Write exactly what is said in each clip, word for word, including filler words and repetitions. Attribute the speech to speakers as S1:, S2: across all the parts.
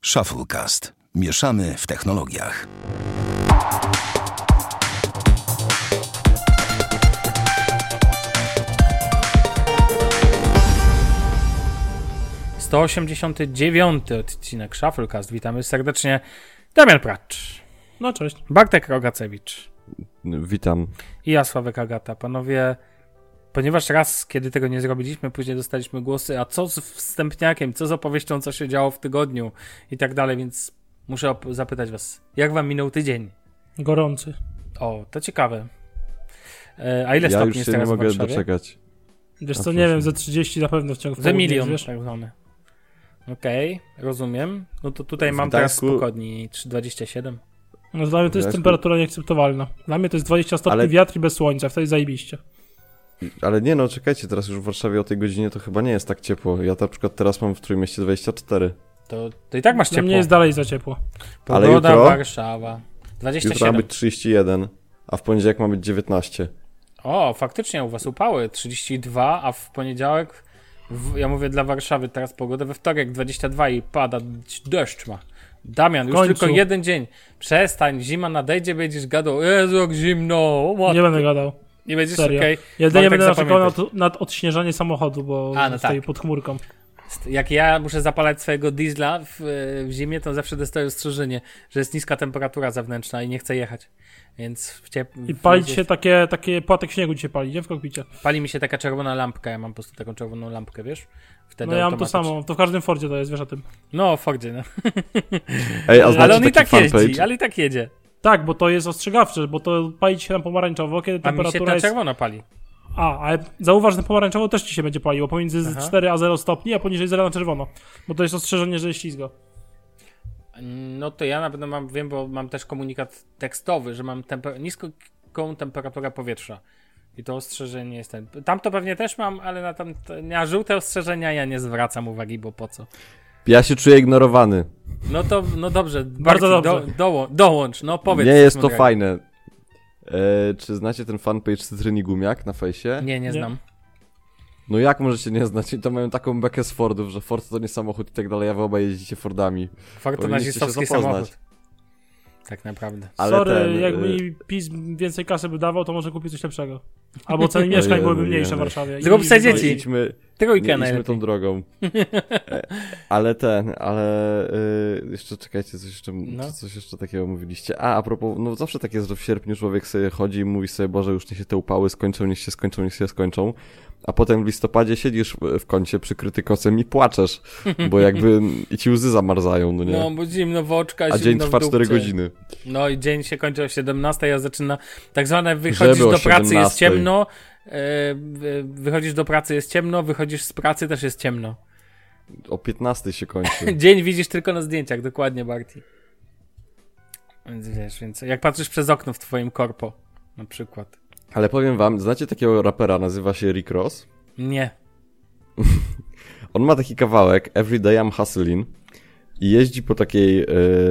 S1: Shufflecast. Mieszamy w technologiach.
S2: sto osiemdziesiąty dziewiąty odcinek Shufflecast. Witamy serdecznie. Damian Pracz.
S3: No cześć.
S2: Bartek Rogacewicz.
S4: Witam.
S2: I ja, Sławek Agata. Panowie, ponieważ raz, kiedy tego nie zrobiliśmy, później dostaliśmy głosy, a co z wstępniakiem, co z opowieścią, co się działo w tygodniu i tak dalej, więc muszę op- zapytać was, jak wam minął tydzień?
S3: Gorący.
S2: O, to ciekawe. E, a ile
S4: ja
S2: stopni
S4: już
S2: jest
S4: się nie
S2: teraz w
S4: mogę
S2: Warszawie?
S4: doczekać.
S3: Wiesz
S4: A
S3: co, nie
S4: proszę.
S3: wiem, ze trzydzieści na pewno w ciągu
S2: Za
S3: południa,
S2: milion,
S3: wiesz?
S2: tak zwany. Okej, okay, rozumiem. No to tutaj
S4: W
S2: mam
S4: Gdańsku-
S2: teraz spokojnie dwadzieścia siedem.
S3: No dla mnie to jest
S4: Wiesz,
S3: temperatura nieakceptowalna. Dla mnie to jest dwadzieścia stopni,
S4: Ale-
S3: wiatr i bez słońca, wtedy zajebiście.
S4: Ale nie no, czekajcie, teraz już w Warszawie o tej godzinie to chyba nie jest tak ciepło. Ja na przykład teraz mam w Trójmieście dwadzieścia cztery.
S2: To, to i tak masz
S3: Dla
S2: ciepło.
S3: mnie jest dalej za ciepło.
S4: Ale
S2: Pogoda,
S4: jutro-
S2: Warszawa. dwadzieścia
S4: Jutro ma
S2: siedem.
S4: być trzydzieści jeden, a w poniedziałek ma być dziewiętnaście.
S2: O, faktycznie u was upały. trzydzieści dwa, a w poniedziałek, w, ja mówię dla Warszawy teraz pogodę, we wtorek dwadzieścia dwa i pada deszcz ma. Damian, już
S3: końcu.
S2: tylko jeden dzień. Przestań, zima nadejdzie, będziesz gadał, Jezu, jak zimno. O, matko.
S3: Nie będę gadał.
S2: Nie będziesz,
S3: Serio.
S2: okej.
S3: Jedynie
S2: Bartek,
S3: będę narzekał
S2: zapamiętaj.
S3: nad, nad odśnieżanie samochodu, bo
S2: A, no
S3: stoi
S2: tak.
S3: pod chmurką.
S2: Jak ja muszę zapalać swojego diesla w, w zimie, to zawsze dostaję ostrzeżenie, że jest niska temperatura zewnętrzna i nie chcę jechać. Więc w ciep...
S3: I palić się takie, takie płatek śniegu dzisiaj pali, nie? W kokpicie.
S2: Pali mi się taka czerwona lampka, ja mam po prostu taką czerwoną lampkę, wiesz? Wtedy
S3: No ja mam to
S2: automatycznie.
S3: samo, to w każdym Fordzie to jest, wiesz o tym.
S2: No, w Fordzie, no.
S4: Ej, a znacie
S2: Ale on i
S4: taki
S2: tak jeździ,
S4: fanpage?
S2: ale i tak jedzie.
S3: Tak, bo to jest ostrzegawcze, bo to pali ci się na pomarańczowo, kiedy
S2: A mi się
S3: temperatura
S2: ta
S3: jest...
S2: czerwona pali.
S3: A, ale zauważ, że pomarańczowo też ci się będzie paliło, pomiędzy
S2: Aha.
S3: cztery a zero stopni, a poniżej zera na czerwono. Bo to jest ostrzeżenie, że jest ślizgo.
S2: No to ja na pewno mam, wiem, bo mam też komunikat tekstowy, że mam temper- niską temperaturę powietrza. I to ostrzeżenie jest ten. Tam to pewnie też mam, ale na, tam, na żółte ostrzeżenia ja nie zwracam uwagi, bo po co?
S4: Ja się czuję ignorowany.
S2: No to, no dobrze,
S3: Bardzo
S2: Bartek,
S3: dobrze.
S2: Do, dołą- dołącz, no powiedz.
S4: Nie
S2: coś
S4: jest to
S2: mądrego.
S4: fajne. E, czy znacie ten fanpage Cytryni Gumiak na fejsie?
S2: Nie, nie
S3: Nie.
S2: znam.
S4: No jak możecie nie znać? To mają taką bekę z Fordów, że Ford to nie samochód i tak dalej, a wy obaj jeździcie Fordami.
S2: Fakt to
S4: Powinniście się
S2: nazistowski
S4: zapoznać.
S2: samochód. Tak naprawdę.
S4: Ale
S3: Sorry,
S4: ten,
S3: jakby
S4: y-
S3: mi PiS więcej kasy by dawał, to może kupić coś lepszego. Albo ceny mieszkań
S4: Ojej,
S3: byłyby
S4: ojej,
S3: mniejsze w
S4: ojej.
S3: Warszawie. I-
S2: Zrób se
S3: i-
S2: dzieci.
S4: Nie idźmy,
S2: Trójkę
S4: nie idźmy
S2: najlepiej.
S4: tą drogą. E, ale ten, ale y, jeszcze czekajcie, coś jeszcze,
S2: No.
S4: coś jeszcze takiego mówiliście. A, a propos, no zawsze tak jest, że w sierpniu człowiek sobie chodzi i mówi sobie, Boże, już niech się te upały skończą, niech się skończą, niech się skończą. A potem w listopadzie siedzisz w- w kącie przykryty kocem i płaczesz, bo jakby i ci łzy zamarzają, no nie?
S2: No, bo zimno w oczkach,
S4: a dzień
S2: zimno w
S4: trwa cztery
S2: dupce.
S4: godziny.
S2: No i dzień się kończy o siedemnastej, a zaczyna tak zwane wychodzisz
S4: Żeby o
S2: do pracy, jest
S4: siedemnastej.
S2: ciemno, e, wy- wychodzisz do pracy, jest ciemno, wychodzisz z pracy, też jest ciemno.
S4: O piętnastej się kończy.
S2: Dzień widzisz tylko na zdjęciach, dokładnie, Barty. Więc wiesz, więc jak patrzysz przez okno w twoim korpo, na przykład.
S4: Ale powiem wam, znacie takiego rapera, nazywa się Rick Ross?
S2: Nie.
S4: On ma taki kawałek, Every Day I'm Hustling, i jeździ po takiej e,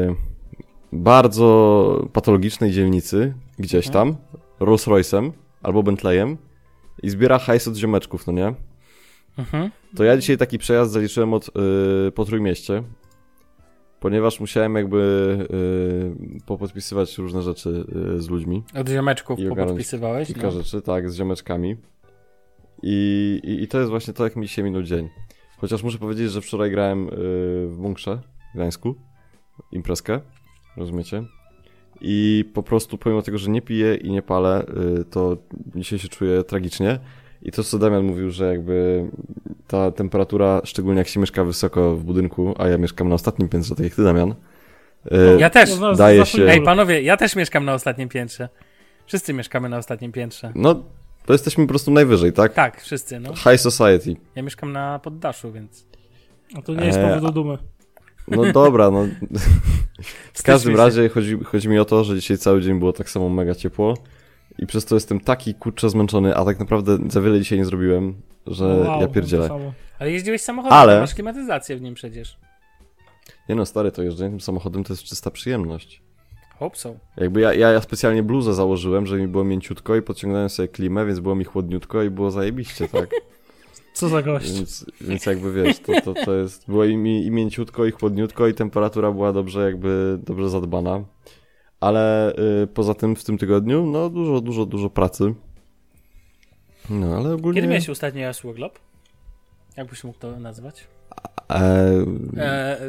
S4: bardzo patologicznej dzielnicy, gdzieś tam, Rolls Royce'em albo Bentleyem i zbiera hajs od ziomeczków, no nie?
S2: Mhm.
S4: To ja dzisiaj taki przejazd zaliczyłem od, e, po Trójmieście, ponieważ musiałem jakby e, popodpisywać różne rzeczy e, z ludźmi.
S2: Od ziomeczków
S4: I ogarnąć
S2: popodpisywałeś?
S4: Kilka
S2: No.
S4: rzeczy, tak, z ziomeczkami. I, i, I to jest właśnie to, jak mi dzisiaj minął dzień. Chociaż muszę powiedzieć, że wczoraj grałem y, w Bunkrze w Gdańsku. Imprezkę, rozumiecie? I po prostu pomimo tego, że nie piję i nie palę, y, to dzisiaj się czuję tragicznie. I to, co Damian mówił, że jakby ta temperatura, szczególnie jak się mieszka wysoko w budynku, a ja mieszkam na ostatnim piętrze, tak jak ty, Damian. y,
S2: Ja też.
S3: No,
S4: Daje
S3: za- za-
S4: się-
S2: Ej, panowie, ja też mieszkam na ostatnim piętrze. Wszyscy mieszkamy na ostatnim piętrze.
S4: No, to jesteśmy po prostu najwyżej, tak?
S2: Tak, wszyscy, no.
S4: High society.
S2: Ja mieszkam na poddaszu, więc...
S3: A to nie jest
S4: Eee,
S3: powód do dumy.
S4: No dobra, no. W każdym
S2: się.
S4: razie chodzi, chodzi mi o to, że dzisiaj cały dzień było tak samo mega ciepło i przez to jestem taki kurczę zmęczony, a tak naprawdę za wiele dzisiaj nie zrobiłem, że
S3: Wow,
S4: ja pierdzielę.
S3: to samo.
S2: Ale jeździłeś samochodem,
S4: Ale-
S2: Ale... masz klimatyzację w nim przecież.
S4: Nie no, stary, to jeżdżenie tym samochodem to jest czysta przyjemność.
S2: Hope so.
S4: Jakby ja, ja, ja specjalnie bluzę założyłem, żeby mi było mięciutko i podciągnąłem sobie klimę, więc było mi chłodniutko i było zajebiście, tak?
S3: Co za gość.
S4: Więc, więc jakby wiesz, to, to, to jest, było i, i mięciutko, i chłodniutko i temperatura była dobrze jakby, dobrze zadbana. Ale y, poza tym w tym tygodniu, no dużo, dużo, dużo pracy. No, ale ogólnie...
S2: Kiedy miałeś ostatnio jasło glob? Jakbyś mógł to nazwać?
S4: E...
S2: E...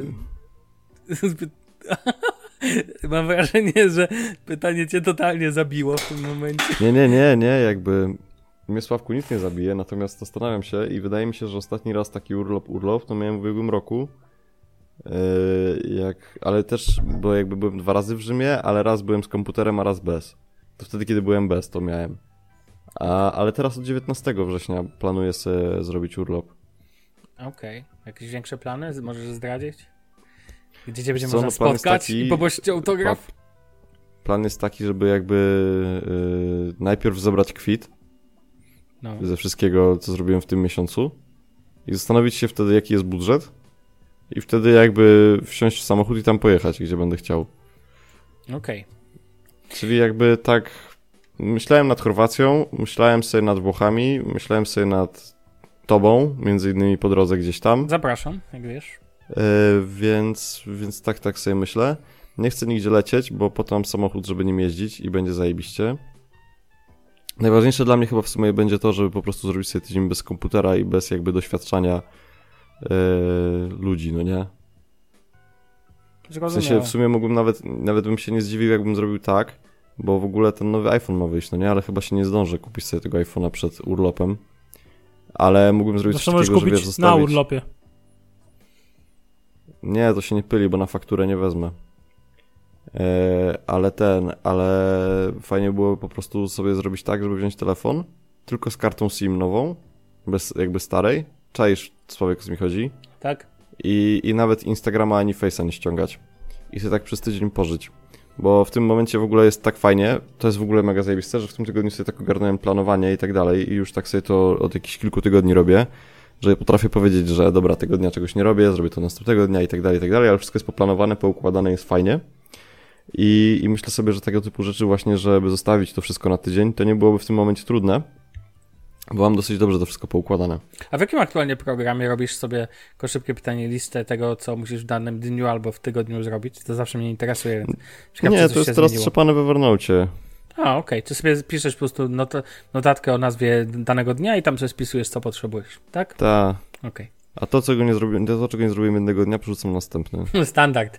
S2: Mam wrażenie, że pytanie cię totalnie zabiło w tym momencie.
S4: Nie, nie, nie, nie, jakby mnie Sławku nic nie zabije, natomiast zastanawiam się i wydaje mi się, że ostatni raz taki urlop, urlop to miałem w ubiegłym roku. Yy, jak, ale też, bo jakby byłem dwa razy w Rzymie, ale raz byłem z komputerem, a raz bez. To wtedy, kiedy byłem bez, to miałem. A, ale teraz od dziewiętnastego września planuję sobie zrobić urlop.
S2: Okej. Okay. Jakieś większe plany? Możesz zdradzić? Gdzie cię będzie
S4: Co,
S2: można
S4: no, plan jest
S2: spotkać
S4: taki-
S2: i poprosić autograf?
S4: Plan jest taki, żeby jakby yy, najpierw zebrać kwit
S2: No.
S4: ze wszystkiego, co zrobiłem w tym miesiącu i zastanowić się wtedy, jaki jest budżet i wtedy jakby wsiąść w samochód i tam pojechać, gdzie będę chciał.
S2: Okej. Okay.
S4: Czyli jakby tak myślałem nad Chorwacją, myślałem sobie nad Włochami, myślałem sobie nad tobą, między innymi po drodze gdzieś tam.
S2: Zapraszam, jak wiesz.
S4: Yy, więc, więc tak, tak sobie myślę. Nie chcę nigdzie lecieć, bo po to mam samochód, żeby nim jeździć i będzie zajebiście. Najważniejsze dla mnie chyba w sumie będzie to, żeby po prostu zrobić sobie tydzień bez komputera i bez jakby doświadczania yy, ludzi, no nie? W sensie w sumie mógłbym nawet, nawet bym się nie zdziwił, jakbym zrobił tak, bo w ogóle ten nowy iPhone ma wyjść, no nie? Ale chyba się nie zdążę kupić sobie tego iPhone'a przed urlopem. Ale mógłbym zrobić
S3: Zawsze
S4: coś
S3: możesz
S4: takiego, że
S3: kupić
S4: wiesz, zostawić...
S3: na urlopie.
S4: Nie, to się nie pyli, bo na fakturę nie wezmę. Eee, ale ten, ale fajnie było po prostu sobie zrobić tak, żeby wziąć telefon, tylko z kartą SIM nową, bez jakby starej. Czaisz, Sławek, o co mi chodzi?
S2: Tak?
S4: I, I nawet Instagrama ani Face'a nie ściągać. I sobie tak przez tydzień pożyć. Bo w tym momencie w ogóle jest tak fajnie, to jest w ogóle mega zajebiste, że w tym tygodniu sobie tak ogarnąłem planowanie i tak dalej i już tak sobie to od jakichś kilku tygodni robię, że potrafię powiedzieć, że dobra, tego dnia czegoś nie robię, zrobię to następnego dnia i tak dalej, i tak dalej, ale wszystko jest poplanowane, poukładane, jest fajnie. I, I myślę sobie, że tego typu rzeczy właśnie, żeby zostawić to wszystko na tydzień, to nie byłoby w tym momencie trudne, bo mam dosyć dobrze to wszystko poukładane.
S2: A w jakim aktualnie programie robisz sobie, tylko szybkie pytanie, listę tego, co musisz w danym dniu albo w tygodniu zrobić? To zawsze mnie interesuje, więc ciekaw,
S4: Nie,
S2: czy
S4: to
S2: coś
S4: jest
S2: się
S4: teraz
S2: zmieniło.
S4: trzepane w Evernote.
S2: A, okej. Okay. Czy sobie piszesz po prostu not notatkę o nazwie danego dnia i tam sobie spisujesz, co potrzebujesz, tak?
S4: Tak.
S2: Okej. Okay.
S4: A to, czego nie zrobiłem, to, czego nie zrobiłem jednego dnia, przerzucam następny.
S2: Standard.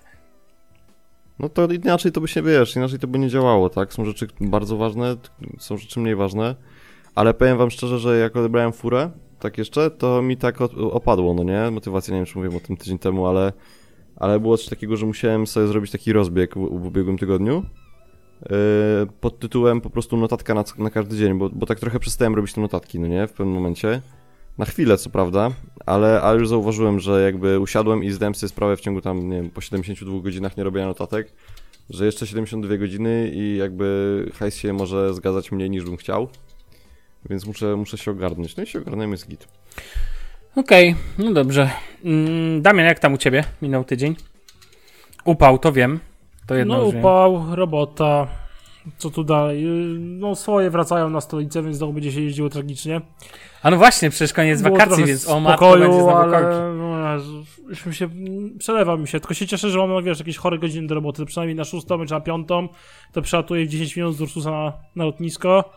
S4: No to inaczej to by się, wiesz, inaczej to by nie działało, tak? Są rzeczy bardzo ważne, są rzeczy mniej ważne, ale powiem wam szczerze, że jak odebrałem furę, tak jeszcze, to mi tak opadło, no nie? Motywacja, nie wiem, czy mówiłem o tym tydzień temu, ale, ale było coś takiego, że musiałem sobie zrobić taki rozbieg w, w ubiegłym tygodniu yy, pod tytułem po prostu notatka na, na każdy dzień, bo, bo tak trochę przestałem robić te notatki, no nie? W pewnym momencie. Na chwilę, co prawda, ale, ale już zauważyłem, że jakby usiadłem i zdałem sobie sprawę w ciągu tam, nie wiem, po siedemdziesięciu dwóch godzinach nie robienia notatek, że jeszcze siedemdziesiąt dwie godziny i jakby hajs się może zgadzać mniej niż bym chciał, więc muszę, muszę się ogarnąć. No i się ogarnąłem, jest git.
S2: Okej, okay, no dobrze. Damian, jak tam u ciebie? Minął tydzień? Upał, to wiem. To jedno
S3: No
S2: już
S3: upał, wiem. Robota. Co tu dalej? No swoje wracają na stolicę, więc znowu będzie się jeździło tragicznie.
S2: A no właśnie, przecież koniec
S3: Było
S2: wakacji, więc o matko, będzie znowu
S3: ale
S2: korki.
S3: no, już mi się, przelewa mi się, tylko się cieszę, że mam, wiesz, jakieś chore godziny do roboty, to przynajmniej na szóstą czy na piątą, to przelatuję w dziesięć minut z Ursusa na, na lotnisko.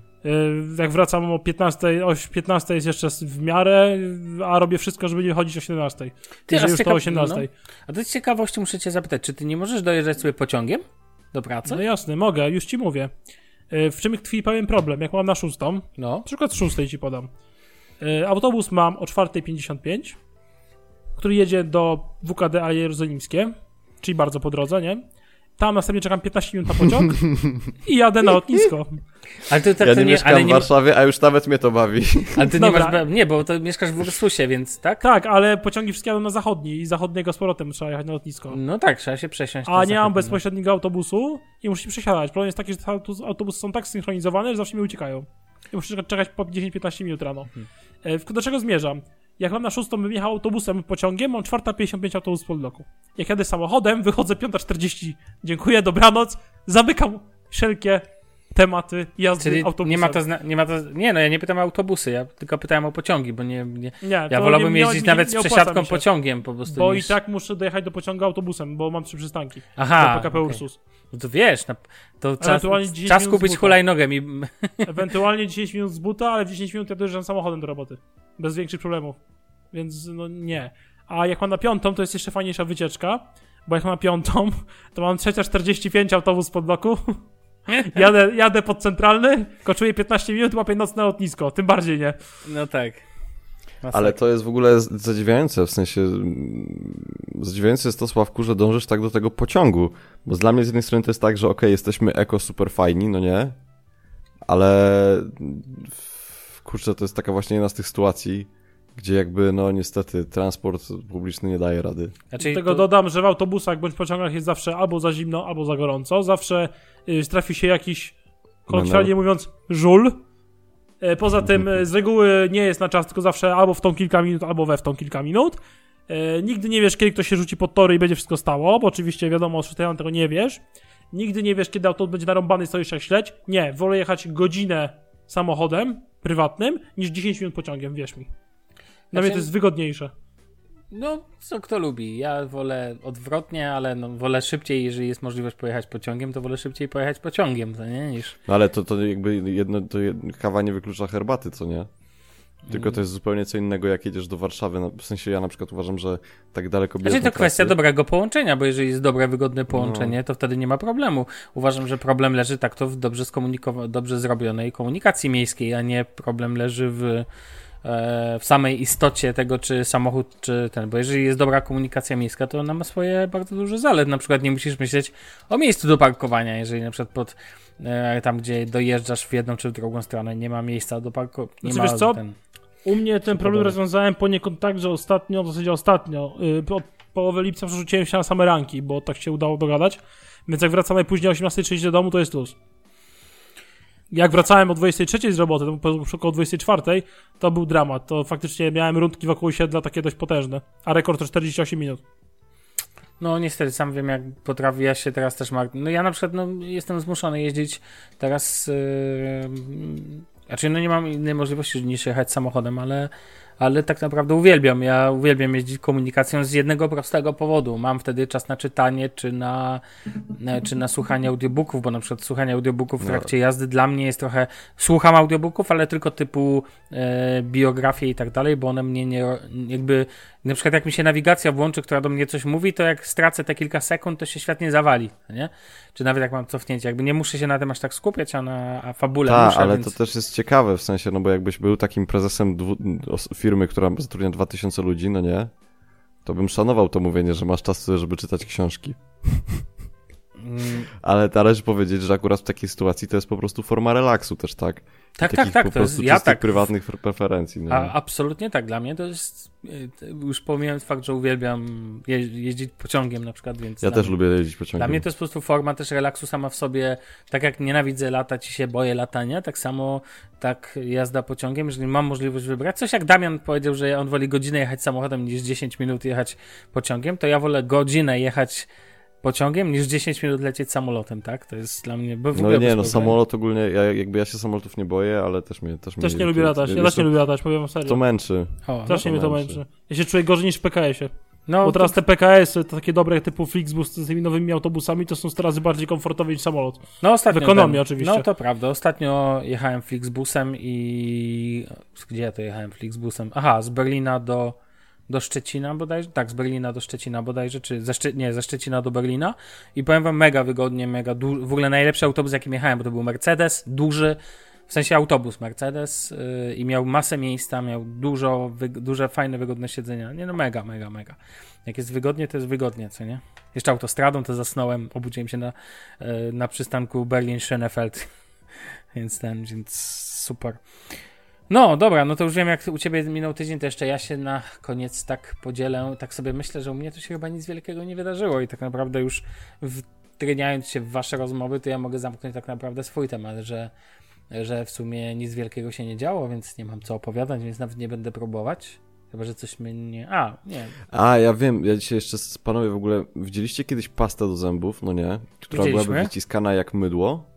S3: Jak wracam o piętnastej, o piętnastej jest jeszcze w miarę, a robię wszystko, żeby nie chodzić o siedemnastej. Ty, już to o osiemnastej.
S2: No. A to z ciekawości muszę cię zapytać, czy ty nie możesz dojeżdżać sobie pociągiem do pracy?
S3: No jasne, mogę, już ci mówię. W czym tkwi pewien problem, jak mam na szóstą,
S2: no.
S3: na przykład z szóstej ci podam. Autobus mam o czwarta pięćdziesiąt pięć, który jedzie do W K D A Jerozolimskie, czyli bardzo po drodze, nie? Tam następnie czekam piętnaście minut na pociąg i jadę na lotnisko.
S2: Ale ty, tak,
S4: ja
S2: to
S4: nie
S2: nie
S4: mieszkam
S2: ale
S4: w
S2: nie...
S4: Warszawie, a już nawet mnie to bawi.
S2: Ale ty
S3: Dobra.
S2: nie masz... Nie, bo to mieszkasz w Ursusie, więc tak?
S3: Tak, ale pociągi wszystkie jadą na zachodni i zachodniego z powrotem trzeba jechać na lotnisko.
S2: No tak, trzeba się przesiąść.
S3: A nie mam bezpośredniego autobusu i muszę się przesiadać. Problem jest taki, że te autobusy są tak synchronizowane, że zawsze mi uciekają. I muszę czekać po dziesięć piętnaście minut rano. Hmm. Do czego zmierzam? Jak mam na szóstą, bym jechał autobusem, pociągiem, mam czwarta pięćdziesiąt pięć autobus po bloku. Jak jadę samochodem, wychodzę piąta czterdzieści. Dziękuję, dobranoc. Zamykam wszelkie tematy jazdy
S2: Czyli
S3: autobusem.
S2: nie ma to, zna- nie ma to, nie no ja nie pytam o autobusy, ja tylko pytałem o pociągi, bo nie, nie
S3: Nie,
S2: ja
S3: to
S2: wolałbym
S3: nie,
S2: jeździć
S3: nie,
S2: nawet
S3: nie
S2: z
S3: opłaca
S2: przesiadką
S3: mi się,
S2: pociągiem po prostu.
S3: Bo
S2: niż...
S3: i tak muszę dojechać do pociągu autobusem, bo mam trzy przystanki.
S2: Aha,
S3: do P K P
S2: okay.
S3: Ursus.
S2: No to wiesz, no, to czas,
S3: Ewentualnie dziesięć
S2: czas
S3: minut
S2: kupić
S3: z buta.
S2: hulajnogę i...
S3: Ewentualnie dziesięć minut z buta, ale w dziesięć minut ja dojeżdżam samochodem do roboty. Bez większych problemów. Więc no nie. A jak mam na piątą, to jest jeszcze fajniejsza wycieczka, bo jak mam na piątą, to mam trzecia czterdzieści pięć autobus pod bloku. Jadę, jadę pod centralny, koczuję piętnaście minut, łapię nocne lotnisko. Tym bardziej nie.
S2: No tak.
S4: Ale to jest w ogóle zadziwiające, w sensie zadziwiające jest to, Sławku, że dążysz tak do tego pociągu, bo dla mnie z jednej strony to jest tak, że okej, okay, jesteśmy eko super fajni, no nie, ale kurczę, to jest taka właśnie jedna z tych sytuacji, gdzie jakby, no niestety, transport publiczny nie daje rady.
S2: Znaczy,
S3: Do tego
S2: to...
S3: dodam, że w autobusach bądź pociągach jest zawsze albo za zimno, albo za gorąco. Zawsze y, trafi się jakiś, kolokwialnie
S4: no, no.
S3: mówiąc, żul. E, poza tym e, z reguły nie jest na czas, tylko zawsze albo w tą kilka minut, albo we w tą kilka minut. E, nigdy nie wiesz, kiedy ktoś się rzuci pod tory i będzie wszystko stało, bo oczywiście wiadomo, od szóstej tego nie wiesz. Nigdy nie wiesz, kiedy autobus będzie narąbany i stoisz jak śledź. Nie, wolę jechać godzinę samochodem prywatnym, niż dziesięć minut pociągiem, wierz mi. Dla
S2: Znaczy...
S3: mnie to jest wygodniejsze.
S2: No, co kto lubi. Ja wolę odwrotnie, ale no, wolę szybciej, jeżeli jest możliwość pojechać pociągiem, to wolę szybciej pojechać pociągiem, to nie? Niż...
S4: No ale to, to jakby jedno, to jedno, kawa nie wyklucza herbaty, co nie? Tylko to jest zupełnie co innego, jak jedziesz do Warszawy. No, w sensie ja na przykład uważam, że tak daleko bieżą
S2: Znaczy to kwestia
S4: trasy.
S2: dobrego połączenia, bo jeżeli jest dobre, wygodne połączenie, no. to wtedy nie ma problemu. Uważam, że problem leży tak to w dobrze skomunikowanej, dobrze zrobionej komunikacji miejskiej, a nie problem leży w w samej istocie tego, czy samochód, czy ten, bo jeżeli jest dobra komunikacja miejska, to ona ma swoje bardzo duże zalet. Na przykład nie musisz myśleć o miejscu do parkowania, jeżeli na przykład pod, e, tam, gdzie dojeżdżasz w jedną czy w drugą stronę, nie ma miejsca do parkowania.
S3: Znaczy, wiesz co? Ten... U mnie ten problem rozwiązałem poniekąd tak, że ostatnio, w zasadzie ostatnio, yy, od połowy lipca przerzuciłem się na same ranki, bo tak się udało dogadać, więc jak wracam najpóźniej o osiemnastej trzydzieści do domu, to jest luz. Jak wracałem o dwudziestej trzeciej z roboty, to było około dwudziestej czwartej, to był dramat. To faktycznie miałem rundki wokół osiedla takie dość potężne. A rekord to czterdzieści osiem minut.
S2: No niestety, sam wiem jak potrafię, ja się teraz też martwię. No ja na przykład no, jestem zmuszony jeździć teraz, yy... znaczy no nie mam innej możliwości niż jechać samochodem, ale, ale tak naprawdę uwielbiam. Ja uwielbiam jeździć komunikacją z jednego prostego powodu. Mam wtedy czas na czytanie, czy na, czy na słuchanie audiobooków, bo na przykład słuchanie audiobooków w trakcie jazdy dla mnie jest trochę... Słucham audiobooków, ale tylko typu e, biografie i tak dalej, bo one mnie nie... jakby... Na przykład jak mi się nawigacja włączy, która do mnie coś mówi, to jak stracę te kilka sekund, to się świat nie zawali, nie? Czy nawet jak mam cofnięcie, jakby nie muszę się na tym aż tak skupiać, a na a fabule
S4: Ta,
S2: muszę,
S4: ale
S2: więc...
S4: to też jest ciekawe, w sensie, no bo jakbyś był takim prezesem dwu, firmy, która zatrudnia dwa tysiące ludzi, no nie? To bym szanował to mówienie, że masz czas, żeby czytać książki. Mm. Ale należy powiedzieć, że akurat w takiej sytuacji to jest po prostu forma relaksu też, tak? I
S2: tak,
S4: takich
S2: tak, tak.
S4: po
S2: To jest,
S4: prostu
S2: ja
S4: czystych
S2: tak.
S4: prywatnych preferencji. No.
S2: A, absolutnie tak. Dla mnie to jest, już pomijając fakt, że uwielbiam je, jeździć pociągiem na przykład, więc...
S4: Ja też
S2: mnie,
S4: lubię jeździć pociągiem.
S2: Dla mnie to jest po prostu forma też relaksu sama w sobie. Tak jak nienawidzę latać i się boję latania, tak samo tak jazda pociągiem, jeżeli mam możliwość wybrać. Coś jak Damian powiedział, że on woli godzinę jechać samochodem niż dziesięć minut jechać pociągiem, to ja wolę godzinę jechać pociągiem niż dziesięć minut lecieć samolotem, tak? To jest dla mnie... Bo w
S4: no nie, no samolot ogólnie, ja, jakby ja się samolotów nie boję, ale też mnie... Też,
S3: też
S4: mnie,
S3: nie lubię
S4: to,
S3: latać, ja też nie lubię latać, powiem wam serio.
S4: To męczy.
S2: O,
S3: też
S4: no
S3: mnie to męczy. męczy. Ja się czuję gorzej niż w P K S ie. No, bo teraz to... te P K S y, to takie dobre typu Flixbus z tymi nowymi autobusami, to są coraz bardziej komfortowe niż samolot.
S2: No ostatnio...
S3: W ekonomii
S2: ten,
S3: oczywiście.
S2: No to prawda. Ostatnio jechałem Flixbusem i... Gdzie ja to jechałem Flixbusem? Aha, z Berlina do... do Szczecina bodajże, tak, z Berlina do Szczecina bodajże, czy ze, Szcze- nie, ze Szczecina do Berlina i powiem wam mega wygodnie, mega du- w ogóle najlepszy autobus jakim jechałem, bo to był Mercedes, duży, w sensie autobus Mercedes yy, i miał masę miejsca, miał dużo, wy- duże, fajne, wygodne siedzenia, nie no mega, mega, mega. Jak jest wygodnie, to jest wygodnie, co nie? Jeszcze autostradą to zasnąłem, obudziłem się na, yy, na przystanku Berlin-Schönefeld, więc ten, więc super. No, dobra, no to już wiem, jak u ciebie minął tydzień, to jeszcze ja się na koniec tak podzielę, tak sobie myślę, że u mnie to się chyba nic wielkiego nie wydarzyło i tak naprawdę już wtryniając się w wasze rozmowy, to ja mogę zamknąć tak naprawdę swój temat, że, że w sumie nic wielkiego się nie działo, więc nie mam co opowiadać, więc nawet nie będę próbować. Chyba, że coś mnie nie... A, nie.
S4: A, ja wiem, ja dzisiaj jeszcze, panowie, w ogóle widzieliście kiedyś pastę do zębów, no nie? Która byłaby wyciskana jak mydło?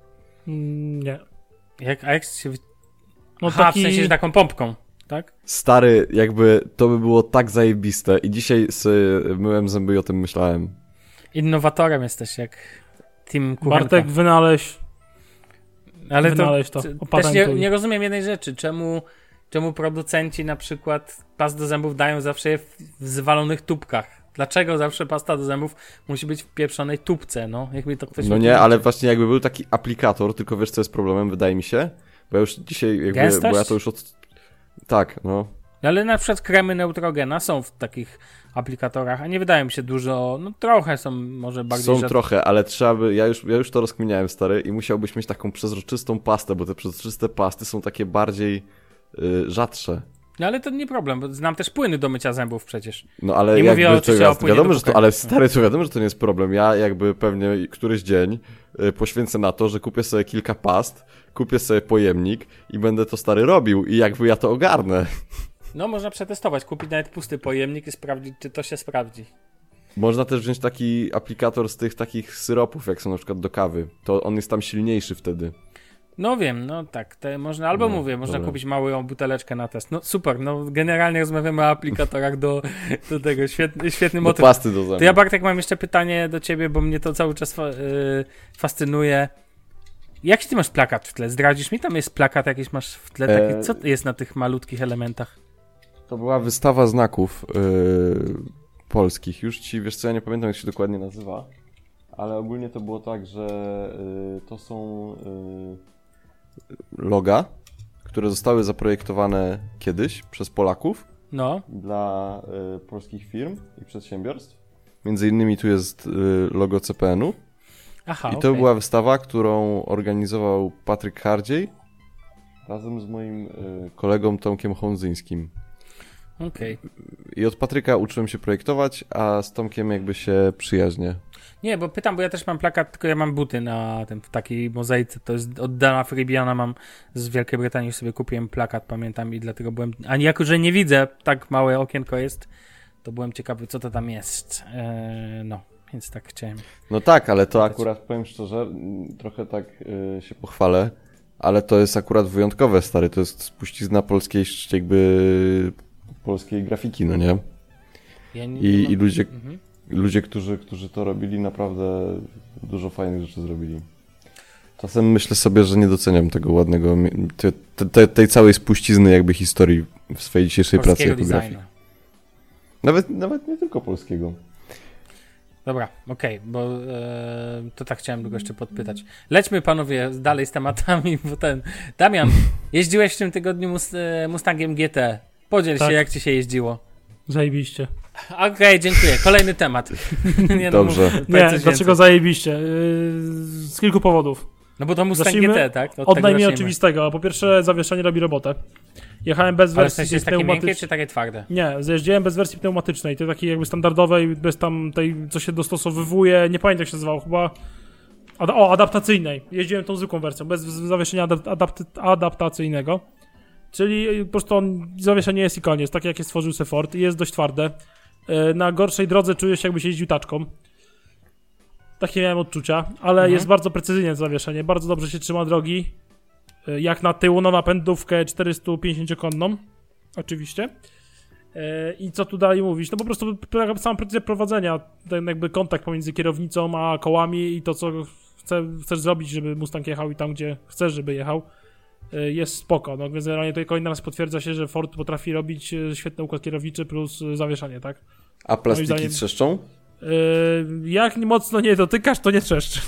S3: Mm, nie.
S2: Jak, a jak się...
S3: No
S2: Aha,
S3: taki...
S2: w sensie, że taką pompką, tak?
S4: Stary, jakby to by było tak zajebiste i dzisiaj sobie myłem zęby i o tym myślałem.
S2: Innowatorem jesteś, jak Team Kuchenka.
S3: Bartek, wynaleźć.
S2: Ale
S3: wynaleźć to,
S2: to,
S3: to
S2: też nie, nie rozumiem jednej rzeczy. Czemu, czemu producenci na przykład past do zębów dają zawsze je w, w zwalonych tubkach? Dlaczego zawsze pasta do zębów musi być w pieprzonej tubce? No, jakby to ktoś
S4: No nie, ale właśnie jakby był taki aplikator, tylko wiesz co jest problemem, wydaje mi się? Bo ja już dzisiaj jakby,
S2: Gęstość?
S4: bo ja to już od... Tak, no.
S2: Ale na przykład kremy Neutrogena są w takich aplikatorach, a nie wydaje mi się dużo, no trochę są może bardziej...
S4: Są
S2: rzadko.
S4: trochę, ale trzeba by, ja już, ja już to rozkminiałem, stary, i musiałbyś mieć taką przezroczystą pastę, bo te przezroczyste pasty są takie bardziej y, rzadsze.
S2: No ale to nie problem, bo znam też płyny do mycia zębów przecież.
S4: No ale
S2: Nie mówię
S4: jakby to
S2: oczywiście
S4: ja,
S2: o płynie
S4: wiadomo,
S2: do
S4: że to,
S2: pukania.
S4: ale stary, to wiadomo, że to nie jest problem. Ja jakby pewnie któryś dzień y, poświęcę na to, że kupię sobie kilka past, kupię sobie pojemnik i będę to stary robił i jakby ja to ogarnę.
S2: No można przetestować, kupić nawet pusty pojemnik i sprawdzić, czy to się sprawdzi.
S4: Można też wziąć taki aplikator z tych takich syropów, jak są na przykład do kawy. To on jest tam silniejszy wtedy.
S2: No wiem, no tak, te można, albo
S4: No,
S2: mówię, można
S4: dobra.
S2: kupić małą buteleczkę na test. No super, no generalnie rozmawiamy o aplikatorach do, do tego, świetny, świetny
S4: Do
S2: motyw.
S4: pasty do zębów.
S2: To ja, Bartek, mam jeszcze pytanie do ciebie, bo mnie to cały czas fa- yy, fascynuje. Jaki ty masz plakat w tle? Zdradzisz mi? Tam jest plakat jakiś masz w tle, taki,
S4: Eee.
S2: co jest na tych malutkich elementach?
S4: To była wystawa znaków yy, polskich. Już ci, wiesz co, ja nie pamiętam jak się dokładnie nazywa, ale ogólnie to było tak, że yy, to są yy, loga, które zostały zaprojektowane kiedyś przez Polaków
S2: No,
S4: dla yy, polskich firm i przedsiębiorstw. Między innymi tu jest yy, logo C P N-u.
S2: aha,
S4: I to
S2: okej.
S4: była wystawa, którą organizował Patryk Hardziej razem z moim y, kolegą Tomkiem Hądzyńskim.
S2: Okej.
S4: I od Patryka uczyłem się projektować, a z Tomkiem jakby się przyjaźnię.
S2: Nie, bo pytam, bo ja też mam plakat, tylko ja mam buty na tym, w takiej mozaice, to jest od Dana Fribiana, mam z Wielkiej Brytanii, sobie kupiłem plakat, pamiętam, i dlatego byłem, a jako, że nie widzę, tak małe okienko jest, to byłem ciekawy, co to tam jest. Eee, no, więc tak chciałem.
S4: No tak, ale to akurat, powiem szczerze, m, trochę tak y, się pochwalę, ale to jest akurat wyjątkowe, stary, to jest spuścizna polskiej jakby polskiej grafiki, no nie?
S2: Ja nie,
S4: I,
S2: nie
S4: i
S2: mam...
S4: ludzie,
S2: Mhm.
S4: ludzie którzy, którzy to robili, naprawdę dużo fajnych rzeczy zrobili. Czasem myślę sobie, że nie doceniam tego ładnego, te, te, tej całej spuścizny jakby historii w swojej dzisiejszej pracy
S2: Polskiego
S4: jako grafik.
S2: designu.
S4: Nawet, nawet nie tylko polskiego.
S2: Dobra, okej, bo e, to tak chciałem tylko jeszcze podpytać. Lećmy, panowie, dalej z tematami, bo ten... Damian, jeździłeś w tym tygodniu mus, e, Mustangiem G T. Podziel
S3: Tak.
S2: się, jak ci się jeździło.
S3: Zajebiście.
S2: Okej, dziękuję. Kolejny temat. nie,
S4: Dobrze.
S2: No, mów-
S3: Nie,
S2: powiedz coś
S3: dlaczego
S2: więcej.
S3: zajebiście? Yy, z kilku powodów.
S2: No bo to Mustang
S3: Zacznijmy
S2: G T, tak? To
S3: Od
S2: tego
S3: najmniej
S2: zacznijmy.
S3: oczywistego. Po pierwsze, zawieszenie robi robotę. Jechałem bez
S2: Ale w
S3: wersji
S2: sensie jest takie miękkie,
S3: pneumatycznej.
S2: czy takie twarde?
S3: Nie, zjeździłem bez wersji pneumatycznej, tej takiej jakby standardowej, bez tam tej, co się dostosowywuje, nie pamiętam jak się nazywało, chyba... Ad- o, adaptacyjnej. Jeździłem tą zwykłą wersją, bez zawieszenia adap- adapty- adaptacyjnego. Czyli po prostu on, zawieszenie jest i koniec, takie jakie stworzył se Ford i jest dość twarde. Yy, Na gorszej drodze czuję się jakby się jeździł taczką. Takie miałem odczucia, ale
S2: Mhm.
S3: jest bardzo precyzyjne zawieszenie, bardzo dobrze się trzyma drogi. Yy, Jak na tył, no napędówkę czterystupięćdziesięciokonną. Oczywiście. Yy, I co tu dalej mówić? No po prostu pra- sama precyzja prowadzenia, ten jakby kontakt pomiędzy kierownicą a kołami i to, co chce, chcesz zrobić, żeby Mustang jechał i tam, gdzie chcesz, żeby jechał, yy, jest spoko. No więc generalnie tutaj kolejny raz potwierdza się, że Ford potrafi robić yy, świetny układ kierowniczy plus yy, zawieszanie, tak?
S4: A plastiki
S3: zdaniem-
S4: trzeszczą?
S3: Yy, jak mocno nie dotykasz, to nie trzeszczy.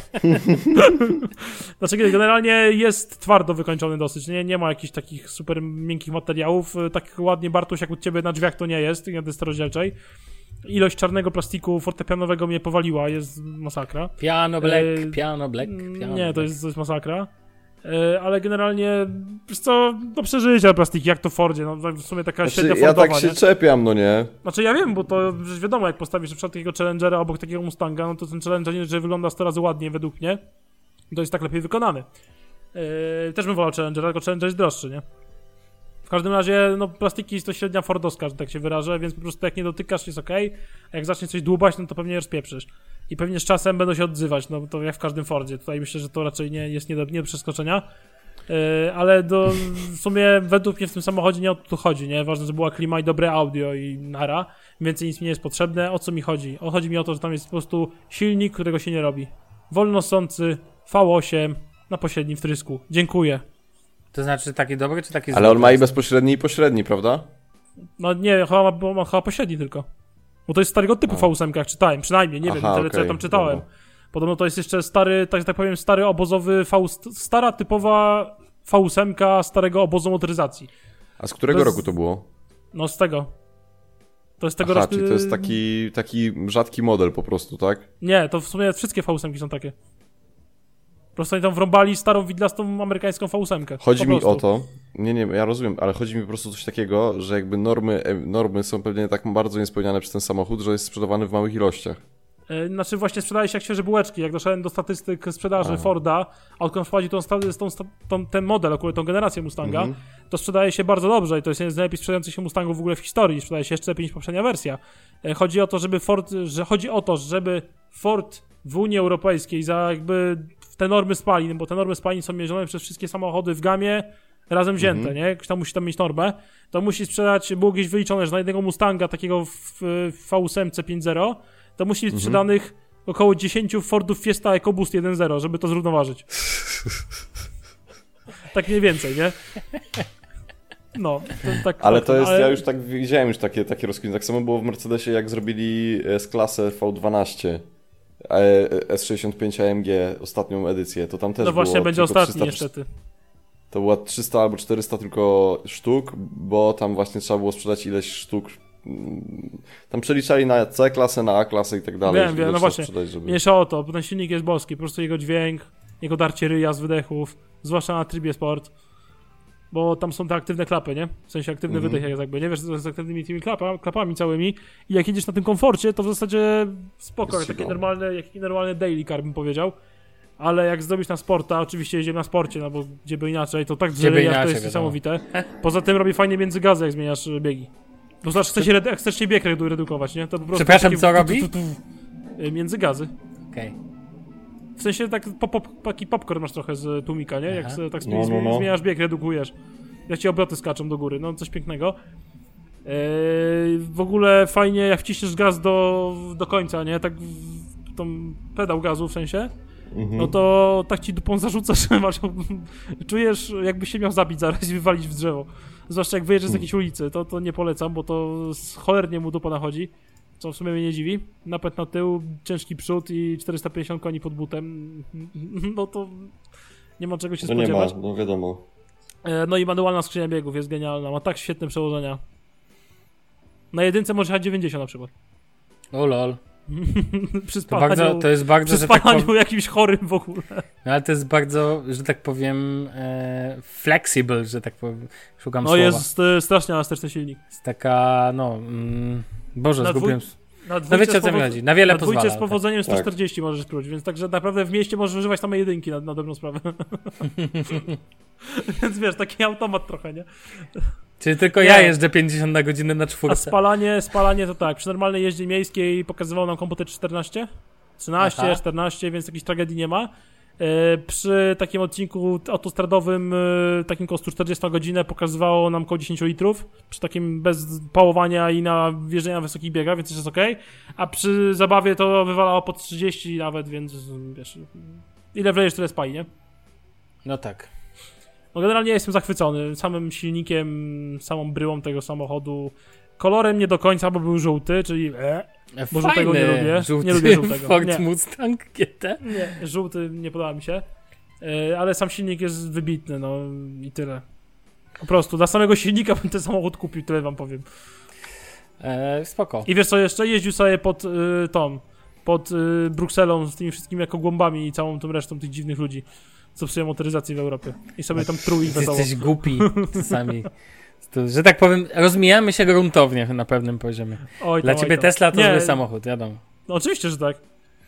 S3: Znaczy, generalnie jest twardo wykończony dosyć. Nie, nie ma jakichś takich super miękkich materiałów. Yy, Tak ładnie, Bartuś, jak u ciebie na drzwiach to nie jest, i na desce rozdzielczej. Ilość czarnego plastiku fortepianowego mnie powaliła, jest masakra.
S2: Piano Black,
S3: Yy,
S2: piano Black, piano
S3: Nie, to
S2: Black.
S3: jest, to jest masakra. Yy, ale generalnie, wiesz co, do przeżycia plastiki, jak to w Fordzie, no w sumie taka
S4: Znaczy,
S3: średnia
S4: ja
S3: Fordowa,
S4: tak się
S3: nie?
S4: czepiam, no nie?
S3: Znaczy ja wiem, bo to przecież wiadomo, jak postawisz na przykład takiego Challengera obok takiego Mustanga, no to ten Challenger nie, że wygląda sto razy ładniej według mnie, to jest tak lepiej wykonany. Yy, też bym wolał Challengera, tylko Challenger jest droższy, nie? W każdym razie, no plastiki jest to średnia fordowska, że tak się wyrażę, więc po prostu jak nie dotykasz jest okej, a jak zacznie coś dłubać, no to pewnie rozpieprzysz. I pewnie z czasem będą się odzywać, no to jak w każdym Fordzie. Tutaj myślę, że to raczej nie jest nie do, nie do przeskoczenia. Yy, ale do, w sumie według mnie w tym samochodzie nie o to chodzi, nie? Ważne, że była klima i dobre audio i nara. Więcej nic mi nie jest potrzebne. O co mi chodzi? O, chodzi mi o to, że tam jest po prostu silnik, którego się nie robi. Wolnosący V osiem na pośrednim wtrysku. Dziękuję.
S2: To znaczy taki dobry, czy taki zły?
S4: Ale on ma i bezpośredni, i pośredni, prawda?
S3: No nie, chyba ma, ma chyba pośredni tylko. Bo to jest starego typu V osiem, jak czytałem, przynajmniej, nie
S4: Aha,
S3: wiem, tyle
S4: okay.
S3: co ja tam czytałem.
S4: Dobra.
S3: Podobno to jest jeszcze stary, tak, tak powiem, stary obozowy, v, stara typowa V osiem starego obozu motoryzacji.
S4: A z którego
S3: Bez...
S4: roku to było?
S3: No z tego. To jest tego
S4: Aha,
S3: roku...
S4: czyli to jest taki, taki rzadki model po prostu, tak?
S3: Nie, to w sumie wszystkie V osiem są takie. Po prostu oni tam wrąbali starą, widlastą amerykańską V osiem.
S4: Chodzi mi o to, nie, nie, ja rozumiem, ale chodzi mi po prostu coś takiego, że jakby normy, normy są pewnie tak bardzo niespełniane przez ten samochód, że jest sprzedawany w małych ilościach.
S3: Znaczy właśnie sprzedaje się jak świeże bułeczki. Jak doszedłem do statystyk sprzedaży
S4: Aha.
S3: Forda, a odkąd wprowadził tą, tą, tą, ten model, akurat tą generację Mustanga,
S4: Mhm.
S3: to sprzedaje się bardzo dobrze i to jest jeden z najlepiej sprzedających się Mustangów w ogóle w historii. Sprzedaje się jeszcze lepiej niż poprzednia wersja. Chodzi o to, żeby Ford, że chodzi o to, żeby Ford w Unii Europejskiej za jakby te normy spalin, bo te normy spalin są mierzone przez wszystkie samochody w gamie razem wzięte,
S4: Mhm.
S3: nie? Ktoś tam musi tam mieć normę. To musi sprzedać, było gdzieś wyliczone, że na jednego Mustanga takiego w, w V osiem pięć zero to musi być
S4: Mhm.
S3: sprzedanych około dziesięć Fordów Fiesta EcoBoost jeden zero, żeby to zrównoważyć. Tak mniej więcej, nie? No, to, tak,
S4: Ale
S3: tak,
S4: to jest,
S3: ale...
S4: ja już tak widziałem już takie, takie rozkminy. Tak samo było w Mercedesie, jak zrobili S-klasę V dwanaście, S sześćdziesiąt pięć A M G, ostatnią edycję, to tam też
S3: No właśnie,
S4: było
S3: będzie
S4: tylko
S3: ostatni
S4: trzysta,
S3: niestety.
S4: To była trzysta albo czterysta tylko sztuk, bo tam właśnie trzeba było sprzedać ileś sztuk. Tam przeliczali na C-klasę, na A-klasę i tak dalej.
S3: Wiem, wiem, no właśnie.
S4: Sprzedać, żeby...
S3: Mniejsza o to, bo ten silnik jest boski, po prostu jego dźwięk, jego darcie ryja z wydechów, zwłaszcza na trybie sport, bo tam są te aktywne klapy, nie? W sensie aktywny
S4: Mhm.
S3: wydech jest jakby, nie? Wiesz, z aktywnymi tymi klapa, klapami całymi i jak jedziesz na tym komforcie, to w zasadzie spoko, jak takie normalne, jak normalny daily car bym powiedział. Ale jak zrobisz na sporta, oczywiście jedziemy na sporcie, no bo gdzie by inaczej, to tak
S2: Gdzie by
S3: drzewienia, to
S2: inaczej,
S3: jest
S2: wiadomo.
S3: niesamowite. Poza tym robi fajnie międzygazy, jak zmieniasz y, biegi. Bo znaczy, chcesz się, redu- jak chcesz się bieg redu- redukować, nie? To po prostu
S2: Przepraszam,
S3: takie
S2: co
S3: tu- tu-
S2: robi?
S3: tu- tu- y, Międzygazy.
S2: Okej.
S3: W sensie tak pop, pop, taki popcorn masz trochę z tłumika, nie? Jak
S2: Aha.
S3: se, tak
S4: No, no, no.
S3: zmieniasz bieg, redukujesz. Jak ci obroty skaczą do góry, no coś pięknego. Yy, w ogóle fajnie, jak wciśniesz gaz do, do końca, nie? Tak w, tą pedał gazu w sensie.
S4: Mhm.
S3: No to tak ci dupą zarzuca, że masz, czujesz jakbyś się miał zabić zaraz i wywalić w drzewo. Zwłaszcza jak wyjeżdżasz z jakiejś ulicy, to, to nie polecam, bo to cholernie mu dupa nachodzi. Co w sumie mnie nie dziwi. Napęd na tył, ciężki przód i czterysta pięćdziesiąt koni pod butem. No to nie ma czego się
S4: No nie ma,
S3: spodziewać.
S4: no wiadomo.
S3: E, No i manualna skrzynia biegów jest genialna, ma tak świetne przełożenia. Na jedynce może jechać dziewięćdziesiąt na przykład.
S2: O lol.
S3: Przy
S2: To,
S3: spalaniu,
S2: bardzo, to jest bardzo,
S3: przy
S2: że tak
S3: spalaniu
S2: powiem,
S3: jakimś chorym w ogóle.
S2: no, ale to jest bardzo, że tak powiem, e, flexible, że tak powiem. Szukam
S3: No
S2: słowa.
S3: jest e, strasznie elastyczny silnik.
S2: Jest taka, no, mm, Boże,
S3: Na
S2: zgubiłem.
S3: Na
S2: No
S3: dwójce
S2: wiecie, o
S3: z
S2: co mi
S3: powo-
S2: chodzi. Na wiele
S3: Na dwójce
S2: pozwala.
S3: z powodzeniem sto
S4: Tak.
S3: czterdzieści możesz spróć, więc także naprawdę w mieście możesz używać same jedynki na, na dobrą sprawę. Więc wiesz, taki automat trochę, nie?
S2: Tak. Czyli tylko
S3: Nie.
S2: ja jeżdżę pięćdziesiąt na godzinę na
S3: A
S2: czwórce.
S3: spalanie, spalanie to tak, przy normalnej jeździe miejskiej pokazywał nam komputer czternaście, trzynaście,
S2: Aha.
S3: czternaście, więc jakiejś tragedii nie ma. E, przy takim odcinku autostradowym, e, takim koło sto czterdzieści na godzinę pokazywało nam około dziesięć litrów, przy takim bez pałowania i na wjeżdżenia na wysokich biegach, więc jest ok. A przy zabawie to wywalało po trzydzieści nawet, więc wiesz, ile wlejesz, tyle spali, nie?
S2: No tak.
S3: No generalnie jestem zachwycony samym silnikiem, samą bryłą tego samochodu. Kolorem nie do końca, bo był żółty, czyli e, Bo żółtego nie lubię.
S2: Żółty
S3: Nie lubię żółtego.
S2: Ford
S3: Nie.
S2: Mustang G T.
S3: nie, żółty nie podoba mi się. E, ale sam silnik jest wybitny, no i tyle. Po prostu, dla samego silnika bym ten samochód kupił, tyle wam powiem.
S2: E, spoko.
S3: I wiesz co jeszcze? Jeździł sobie pod y, tą, pod y, Brukselą z tymi wszystkimi jako głąbami i całą tą resztą tych dziwnych ludzi, co psują motoryzację w Europie. I sobie tam truł ich
S2: Ty
S3: wesoło.
S2: jesteś głupi czasami. To, że tak powiem, rozmijamy się gruntownie na pewnym poziomie.
S3: Oj,
S2: Dla
S3: tam,
S2: ciebie
S3: oj, tam.
S2: Tesla to
S3: Nie,
S2: zły samochód, wiadomo.
S3: No oczywiście, że tak.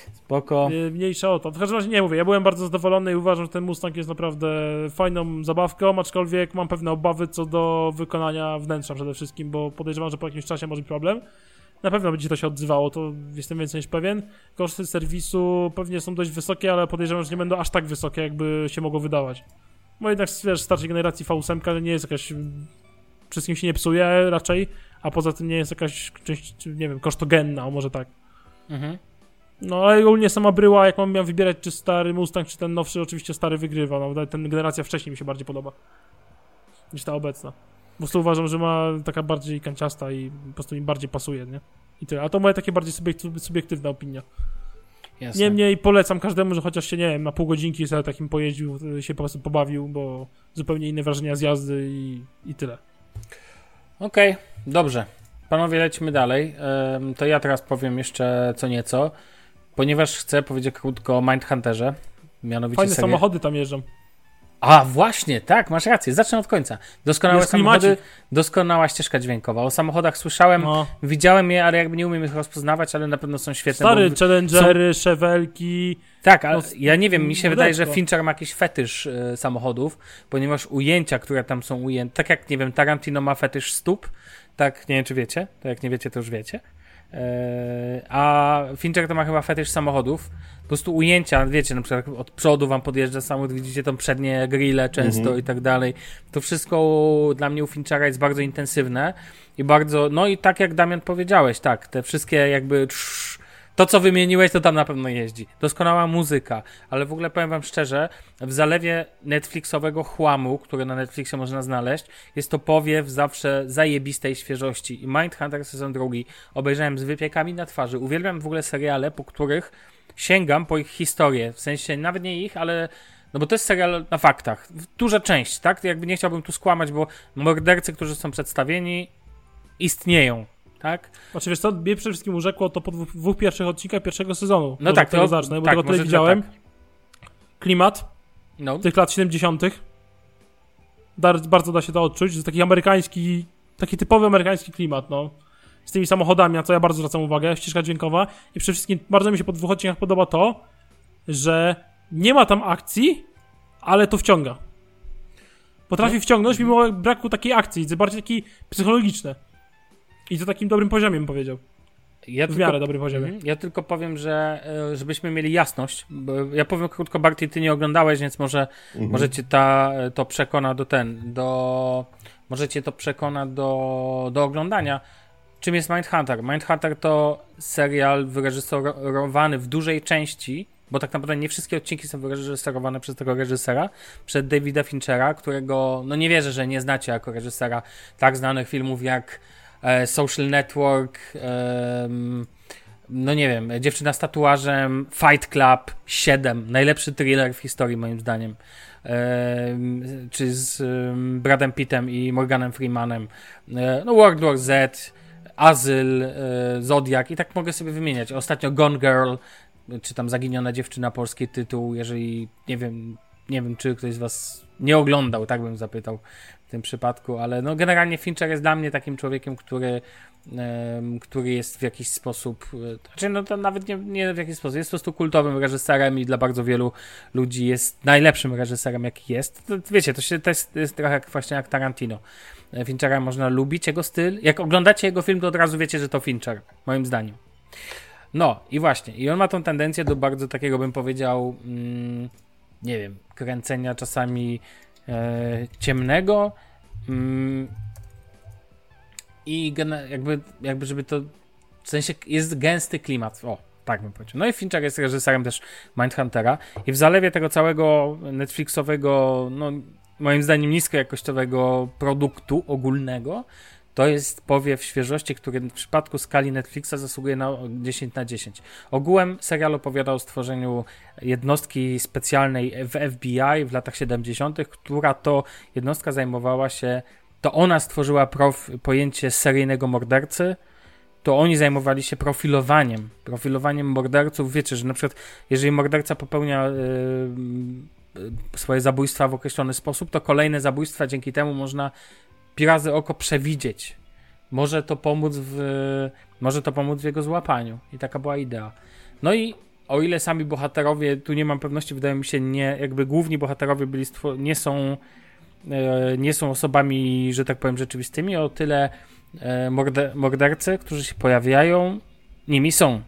S2: Spoko.
S3: Yy, mniejsza o to. W każdym razie nie mówię, ja byłem bardzo zadowolony i uważam, że ten Mustang jest naprawdę fajną zabawką, aczkolwiek mam pewne obawy co do wykonania wnętrza przede wszystkim, bo podejrzewam, że po jakimś czasie może być problem. Na pewno będzie to się odzywało, to jestem więcej niż pewien. Koszty serwisu pewnie są dość wysokie, ale podejrzewam, że nie będą aż tak wysokie, jakby się mogło wydawać. Bo jednak, wiesz, starszej generacji V osiem nie jest jakaś... Wszystkim się nie psuje raczej, a poza tym nie jest jakaś część, nie wiem, kosztogenna, o może tak.
S2: Mhm.
S3: No ale ogólnie sama bryła, jak mam miał wybierać, czy stary Mustang, czy ten nowszy, oczywiście stary wygrywa. No, ten generacja wcześniej mi się bardziej podoba niż ta obecna. Po prostu uważam, że ma taka bardziej kanciasta i po prostu mi bardziej pasuje, nie? I tyle. A to moja takie bardziej subiek- subiektywna opinia.
S2: Jasne.
S3: Niemniej polecam każdemu, że chociaż się, nie wiem, na pół godzinki sobie takim pojeździł, się po prostu pobawił, bo zupełnie inne wrażenia z jazdy i, i tyle.
S2: Okej, okay, dobrze. Panowie, lecimy dalej. Ym, to ja teraz powiem jeszcze co nieco, ponieważ chcę powiedzieć krótko o Mindhunterze. Mianowicie
S3: Fajne
S2: serię...
S3: samochody tam jeżdżą.
S2: A, właśnie, tak, masz rację. Zacznę od końca. Doskonałe
S3: Jest
S2: samochody,
S3: klimacik.
S2: doskonała ścieżka dźwiękowa. O samochodach słyszałem,
S3: No.
S2: widziałem je, ale jakby nie umiem ich rozpoznawać, ale na pewno są świetne.
S3: Stary,
S2: bo...
S3: Challengery, są... Chevelki.
S2: Tak, ale
S3: no,
S2: ja nie wiem, mi się
S3: modeczko.
S2: wydaje, że Fincher ma jakiś fetysz y, samochodów, ponieważ ujęcia, które tam są ujęte, tak jak, nie wiem, Tarantino ma fetysz stóp, tak, nie wiem, czy wiecie, to jak nie wiecie, to już wiecie. Yy, a Fincher to ma chyba fetysz samochodów. Po prostu ujęcia, wiecie, na przykład od przodu wam podjeżdża samochód, widzicie tam przednie grille często mm-hmm. i tak dalej. To wszystko dla mnie u Finchera jest bardzo intensywne i bardzo, no i tak jak Damian powiedziałeś, tak, te wszystkie jakby trz, to co wymieniłeś, to tam na pewno jeździ. Doskonała muzyka, ale w ogóle powiem wam szczerze, w zalewie Netflixowego chłamu, który na Netflixie można znaleźć, jest to powiew zawsze zajebistej świeżości. I Mindhunter sezon drugi obejrzałem z wypiekami na twarzy. Uwielbiam w ogóle seriale, po których sięgam po ich historię, w sensie nawet nie ich, ale no bo to jest serial na faktach. Duża część, tak? Jakby nie chciałbym tu skłamać, bo mordercy, którzy są przedstawieni, istnieją. Tak?
S3: Znaczy wiesz co, mnie przede wszystkim urzekło to po dwóch, dwóch pierwszych odcinkach pierwszego sezonu.
S2: No tak,
S3: to
S2: to
S3: zacznę, bo
S2: tak,
S3: tego tyle
S2: może,
S3: widziałem.
S2: tak.
S3: Klimat
S2: no.
S3: tych lat siedemdziesiątych. Dar, bardzo da się to odczuć, że taki amerykański, taki typowy amerykański klimat, no. Z tymi samochodami, na co ja bardzo zwracam uwagę, ścieżka dźwiękowa. I przede wszystkim bardzo mi się po dwóch odcinkach podoba to, że nie ma tam akcji, ale to wciąga. Potrafi no. wciągnąć mimo braku takiej akcji, bardziej taki psychologiczne. I to takim dobrym poziomem, bym powiedział.
S2: Ja
S3: w
S2: tylko,
S3: miarę dobrym poziomie.
S2: Ja tylko powiem, że żebyśmy mieli jasność, bo ja powiem krótko, Barty, ty nie oglądałeś, więc może, mhm. może cię ta, to przekona do ten, do, może cię to przekona do, do oglądania. Czym jest Mindhunter? Mindhunter to serial wyreżyserowany w dużej części, bo tak naprawdę nie wszystkie odcinki są wyreżyserowane przez tego reżysera, przez Davida Finchera, którego, no nie wierzę, że nie znacie jako reżysera tak znanych filmów jak e, Social Network, e, no nie wiem, Dziewczyna z tatuażem, Fight Club, siedem, najlepszy thriller w historii moim zdaniem, e, czy z e, Bradem Pittem i Morganem Freemanem, e, no World War Z, Azyl, e, Zodiak i tak mogę sobie wymieniać. Ostatnio Gone Girl, czy tam Zaginiona dziewczyna, polski tytuł, jeżeli, nie wiem, nie wiem, czy ktoś z was nie oglądał, tak bym zapytał w tym przypadku, ale no generalnie Fincher jest dla mnie takim człowiekiem, który um, który jest w jakiś sposób, znaczy no to nawet nie, nie w jakiś sposób, jest po prostu kultowym reżyserem i dla bardzo wielu ludzi jest najlepszym reżyserem, jaki jest. To, wiecie, to, się, to, jest, to jest trochę jak, właśnie jak Tarantino. Finchera można lubić, jego styl. Jak oglądacie jego film, to od razu wiecie, że to Fincher, moim zdaniem. No i właśnie, i on ma tą tendencję do bardzo takiego, bym powiedział, mm, nie wiem, kręcenia czasami e, ciemnego mm, i gena- jakby, jakby, żeby to, w sensie jest gęsty klimat, o, tak bym powiedział. No i Fincher jest reżyserem też Mindhuntera i w zalewie tego całego Netflixowego, no moim zdaniem niskojakościowego produktu ogólnego, to jest powiew świeżości, który w przypadku skali Netflixa zasługuje na dziesięć na dziesięć. Ogółem serial opowiada o stworzeniu jednostki specjalnej w F B I w latach siedemdziesiątych, która to jednostka zajmowała się, to ona stworzyła prof, pojęcie seryjnego mordercy, to oni zajmowali się profilowaniem, profilowaniem morderców. Wiecie, że na przykład jeżeli morderca popełnia yy, swoje zabójstwa w określony sposób, to kolejne zabójstwa dzięki temu można razy oko przewidzieć. Może to pomóc w może to pomóc w jego złapaniu. I taka była idea. No i o ile sami bohaterowie, tu nie mam pewności, wydaje mi się, nie, jakby główni bohaterowie byli stwor- nie są e, nie są osobami, że tak powiem, rzeczywistymi, o tyle e, morde- mordercy, którzy się pojawiają, nimi są.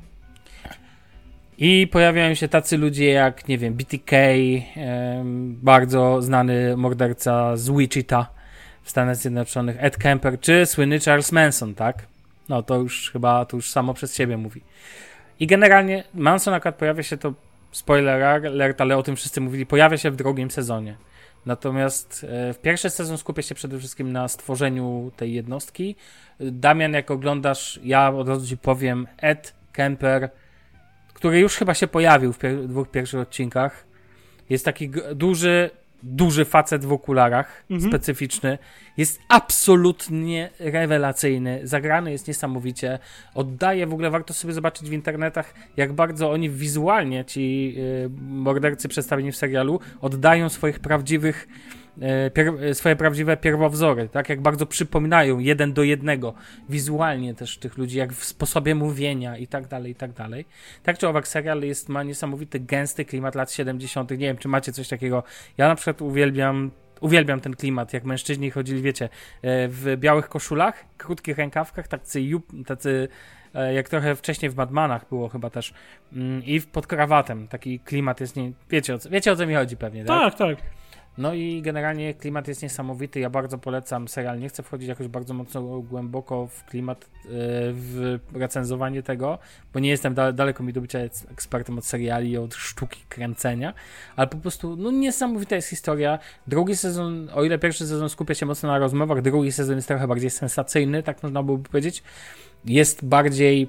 S2: I pojawiają się tacy ludzie jak, nie wiem, B T K, e, bardzo znany morderca z Wichita w Stanach Zjednoczonych, Ed Kemper, czy słynny Charles Manson, tak? No to już chyba, to już samo przez siebie mówi. I generalnie Manson akurat pojawia się, to spoiler alert, ale o tym wszyscy mówili, pojawia się w drugim sezonie. Natomiast w pierwszy sezon skupia się przede wszystkim na stworzeniu tej jednostki. Damian, jak oglądasz, ja od razu ci powiem, Ed Kemper, który już chyba się pojawił w pier- dwóch pierwszych odcinkach, jest taki g- duży, duży facet w okularach, mhm. specyficzny. Jest absolutnie rewelacyjny. Zagrany jest niesamowicie. Oddaje, w ogóle warto sobie zobaczyć w internetach, jak bardzo oni wizualnie, ci yy, mordercy przedstawieni w serialu, oddają swoich prawdziwych Pier- swoje prawdziwe pierwowzory, tak, jak bardzo przypominają jeden do jednego wizualnie też tych ludzi, jak w sposobie mówienia i tak dalej, i tak dalej. Tak czy owak serial jest, ma niesamowity, gęsty klimat lat siedemdziesiątych. Nie wiem, czy macie coś takiego. Ja na przykład uwielbiam uwielbiam ten klimat, jak mężczyźni chodzili, wiecie, w białych koszulach, krótkich rękawkach, tacy, tacy jak trochę wcześniej w Batmanach było chyba też, i pod krawatem. Taki klimat jest, nie, wiecie, o co, wiecie o co mi chodzi pewnie, tak?
S3: Tak, tak.
S2: No i generalnie klimat jest niesamowity. Ja bardzo polecam serial. Nie chcę wchodzić jakoś bardzo mocno głęboko w klimat, w recenzowanie tego, bo nie jestem da- daleko mi do bycia ekspertem od seriali, od sztuki kręcenia, ale po prostu no niesamowita jest historia. Drugi sezon, o ile pierwszy sezon skupia się mocno na rozmowach, drugi sezon jest trochę bardziej sensacyjny, tak można byłoby powiedzieć. Jest bardziej,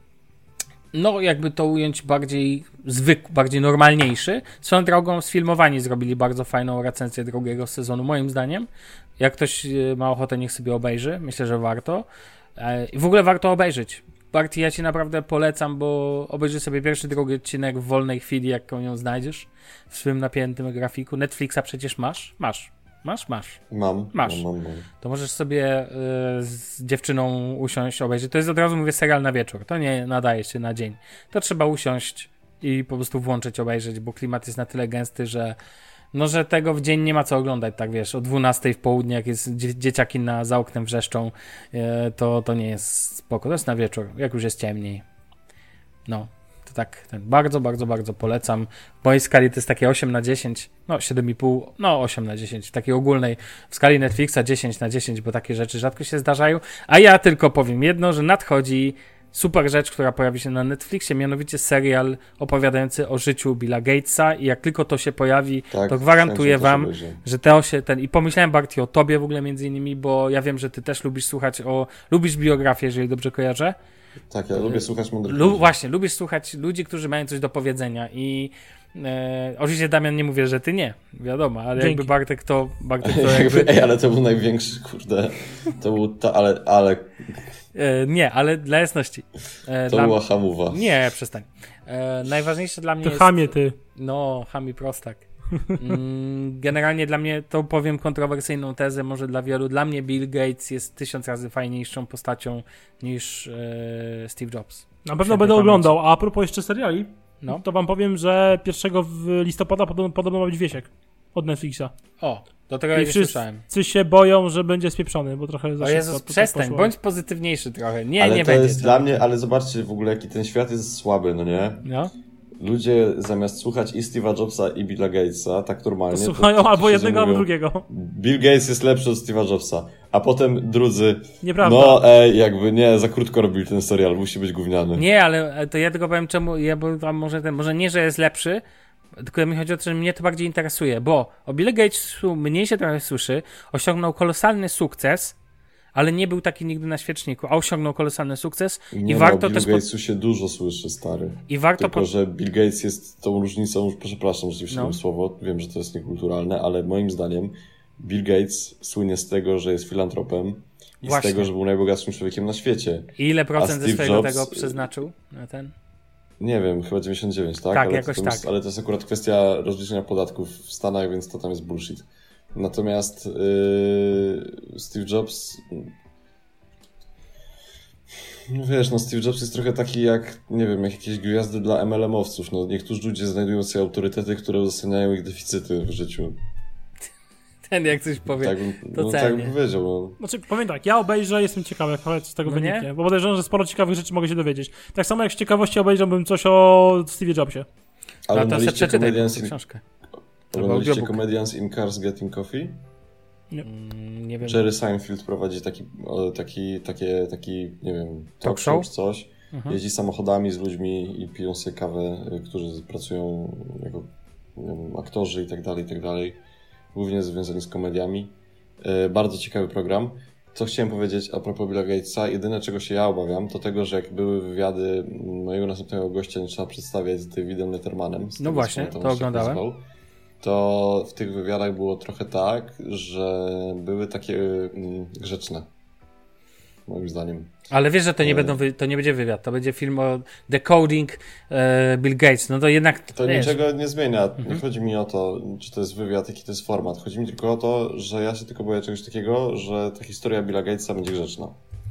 S2: no jakby to ująć, bardziej zwykły, bardziej normalniejszy. Swoją drogą sfilmowani zrobili bardzo fajną recenzję drugiego sezonu, moim zdaniem. Jak ktoś ma ochotę, niech sobie obejrzy. Myślę, że warto. I w ogóle warto obejrzeć. Barty, ja ci naprawdę polecam, bo obejrzyj sobie pierwszy, drugi odcinek w wolnej chwili, jak ją znajdziesz w swym napiętym grafiku. Netflixa przecież masz? Masz. Masz? Masz.
S4: Mam.
S2: Masz.
S4: Mam, mam, mam.
S2: To możesz sobie y, z dziewczyną usiąść, obejrzeć. To jest, od razu mówię, serial na wieczór. To nie nadaje się na dzień. To trzeba usiąść i po prostu włączyć, obejrzeć, bo klimat jest na tyle gęsty, że no, że tego w dzień nie ma co oglądać, tak wiesz, o dwunastej w południe, jak jest dzie- dzieciaki na, za oknem wrzeszczą, y, to, to nie jest spoko. To jest na wieczór, jak już jest ciemniej. No. To tak, ten bardzo, bardzo, bardzo polecam. W mojej skali to jest takie osiem na dziesięć, no siedem i pół, no osiem na dziesięć, w takiej ogólnej, w skali Netflixa dziesięć na dziesięć, bo takie rzeczy rzadko się zdarzają. A ja tylko powiem jedno, że nadchodzi super rzecz, która pojawi się na Netflixie, mianowicie serial opowiadający o życiu Billa Gatesa i jak tylko to się pojawi, tak, to gwarantuję wam, że to się ten, i pomyślałem, Barty, o tobie w ogóle między innymi, bo ja wiem, że ty też lubisz słuchać o, lubisz biografię, jeżeli dobrze kojarzę.
S4: Tak, ja lubię słuchać mądrych
S2: Lu-
S4: ludzi.
S2: Właśnie, lubisz słuchać ludzi, którzy mają coś do powiedzenia i e, oczywiście, Damian, nie mówię, że ty nie, wiadomo, ale
S3: Dzięki.
S2: jakby Bartek to, Bartek to jakby...
S4: Ej, ale to był największy, kurde, to był ta, ale, ale...
S2: E, nie, ale dla jasności. E,
S4: to
S2: dla...
S4: była hamuwa.
S2: Nie, przestań. E, najważniejsze dla mnie
S3: to
S2: jest...
S3: chamie ty.
S2: No, chami prostak. Mm, generalnie dla mnie, to powiem kontrowersyjną tezę, może dla wielu, dla mnie Bill Gates jest tysiąc razy fajniejszą postacią niż e, Steve Jobs.
S3: Na pewno będę
S2: pamięci.
S3: oglądał, a a propos jeszcze seriali,
S2: No.
S3: to wam powiem, że pierwszego listopada podobno, podobno ma być Wiesiek od Netflixa.
S2: O, do tego ja
S3: I
S2: nie słyszałem.
S3: wszyscy się boją, że będzie spieprzony, bo trochę za
S2: O
S3: szybko
S2: Jezus,
S3: tutaj
S2: przestań,
S3: poszło.
S2: bądź pozytywniejszy trochę. Nie,
S4: ale
S2: nie
S4: to
S2: będzie.
S4: jest dla mnie, ale zobaczcie w ogóle, jaki ten świat jest słaby, no nie?
S2: No.
S4: Ludzie zamiast słuchać i Steve'a Jobsa i Billa Gatesa, tak normalnie...
S3: To słuchają
S4: to,
S3: albo
S4: to
S3: jednego, albo
S4: mówią,
S3: drugiego.
S4: Bill Gates jest lepszy od Steve'a Jobsa, a potem drudzy...
S3: Nieprawda.
S4: No ej, jakby nie, za krótko robili ten serial, musi być gówniany.
S2: Nie, ale to ja tylko powiem czemu, ja bo tam może, ten, może nie, że jest lepszy, tylko mi chodzi o to, że mnie to bardziej interesuje, bo o Bill Gatesu mniej się trochę słyszy, osiągnął kolosalny sukces, ale nie był taki nigdy na świeczniku, a osiągnął kolosalny sukces
S4: nie
S2: i
S4: no,
S2: warto
S4: Bill
S2: też...
S4: Gatesu po... się dużo słyszy, stary.
S2: I warto
S4: Tylko,
S2: po...
S4: że Bill Gates jest tą różnicą, przepraszam, że
S2: No.
S4: słowo, wiem, że to jest niekulturalne, ale moim zdaniem Bill Gates słynie z tego, że jest filantropem i
S2: Właśnie.
S4: z tego, że był najbogatszym człowiekiem na świecie.
S2: I ile procent ze
S4: Steve
S2: swojego
S4: Jobs...
S2: tego przeznaczył na ten?
S4: Nie wiem, chyba dziewięćdziesiąt dziewięć, tak?
S2: Tak,
S4: ale
S2: jakoś
S4: to
S2: tak.
S4: Jest, ale to jest akurat kwestia rozliczenia podatków w Stanach, więc to tam jest bullshit. Natomiast yy, Steve Jobs... No wiesz, no Steve Jobs jest trochę taki jak, nie wiem, jak jakieś gwiazdy dla em el em-owców. No niektórzy ludzie znajdują sobie autorytety, które uzasadniają ich deficyty w życiu.
S2: Ten jak coś powie,
S4: tak,
S2: to
S4: no,
S2: celnie.
S4: tak bym powiedział. No.
S3: Znaczy, powiem tak, ja obejrzę, jestem ciekawy, jak z tego
S2: No
S3: wyniknie,
S2: nie?
S3: bo podejrzewam, że sporo ciekawych rzeczy mogę się dowiedzieć. Tak samo jak z ciekawości obejrzałbym coś o Steve Jobsie.
S4: Ale
S2: No to sobie
S4: oglądaliście
S2: przeczytaj
S4: Comedians
S2: tę
S4: in,
S2: książkę.
S4: oglądaliście
S2: audiobook.
S4: Comedians in Cars Getting Coffee?
S2: Mm, nie wiem.
S4: Jerry Seinfeld prowadzi taki, o, taki, takie, taki, nie wiem, talk,
S2: Talk
S4: show
S2: show?
S4: czy coś.
S2: Mhm.
S4: Jeździ samochodami z ludźmi i piją sobie kawę, y, którzy pracują jako nie wiem, aktorzy i tak dalej, i tak dalej. Głównie związani z komediami. Y, bardzo ciekawy program. Co chciałem powiedzieć a propos Billa Gatesa, jedyne czego się ja obawiam, to tego, że jak były wywiady mojego następnego gościa, nie trzeba przedstawiać z Davidem Lettermanem. Z
S2: No
S4: tego,
S2: właśnie,
S4: co pamiętam,
S2: to
S4: jak się
S2: oglądałem.
S4: nazywał, to w tych wywiadach było trochę tak, że były takie mm, grzeczne. Moim zdaniem.
S2: Ale wiesz, że to nie,
S4: E.
S2: będą wy, to nie będzie wywiad, to będzie film o Decoding e, Bill Gates. No to jednak,
S4: To
S2: wiesz,
S4: niczego nie zmienia.
S2: Mhm.
S4: Nie chodzi mi o to, czy to jest wywiad, jaki to jest format. Chodzi mi tylko o to, że ja się tylko boję czegoś takiego, że ta historia Billa Gatesa będzie grzeczna.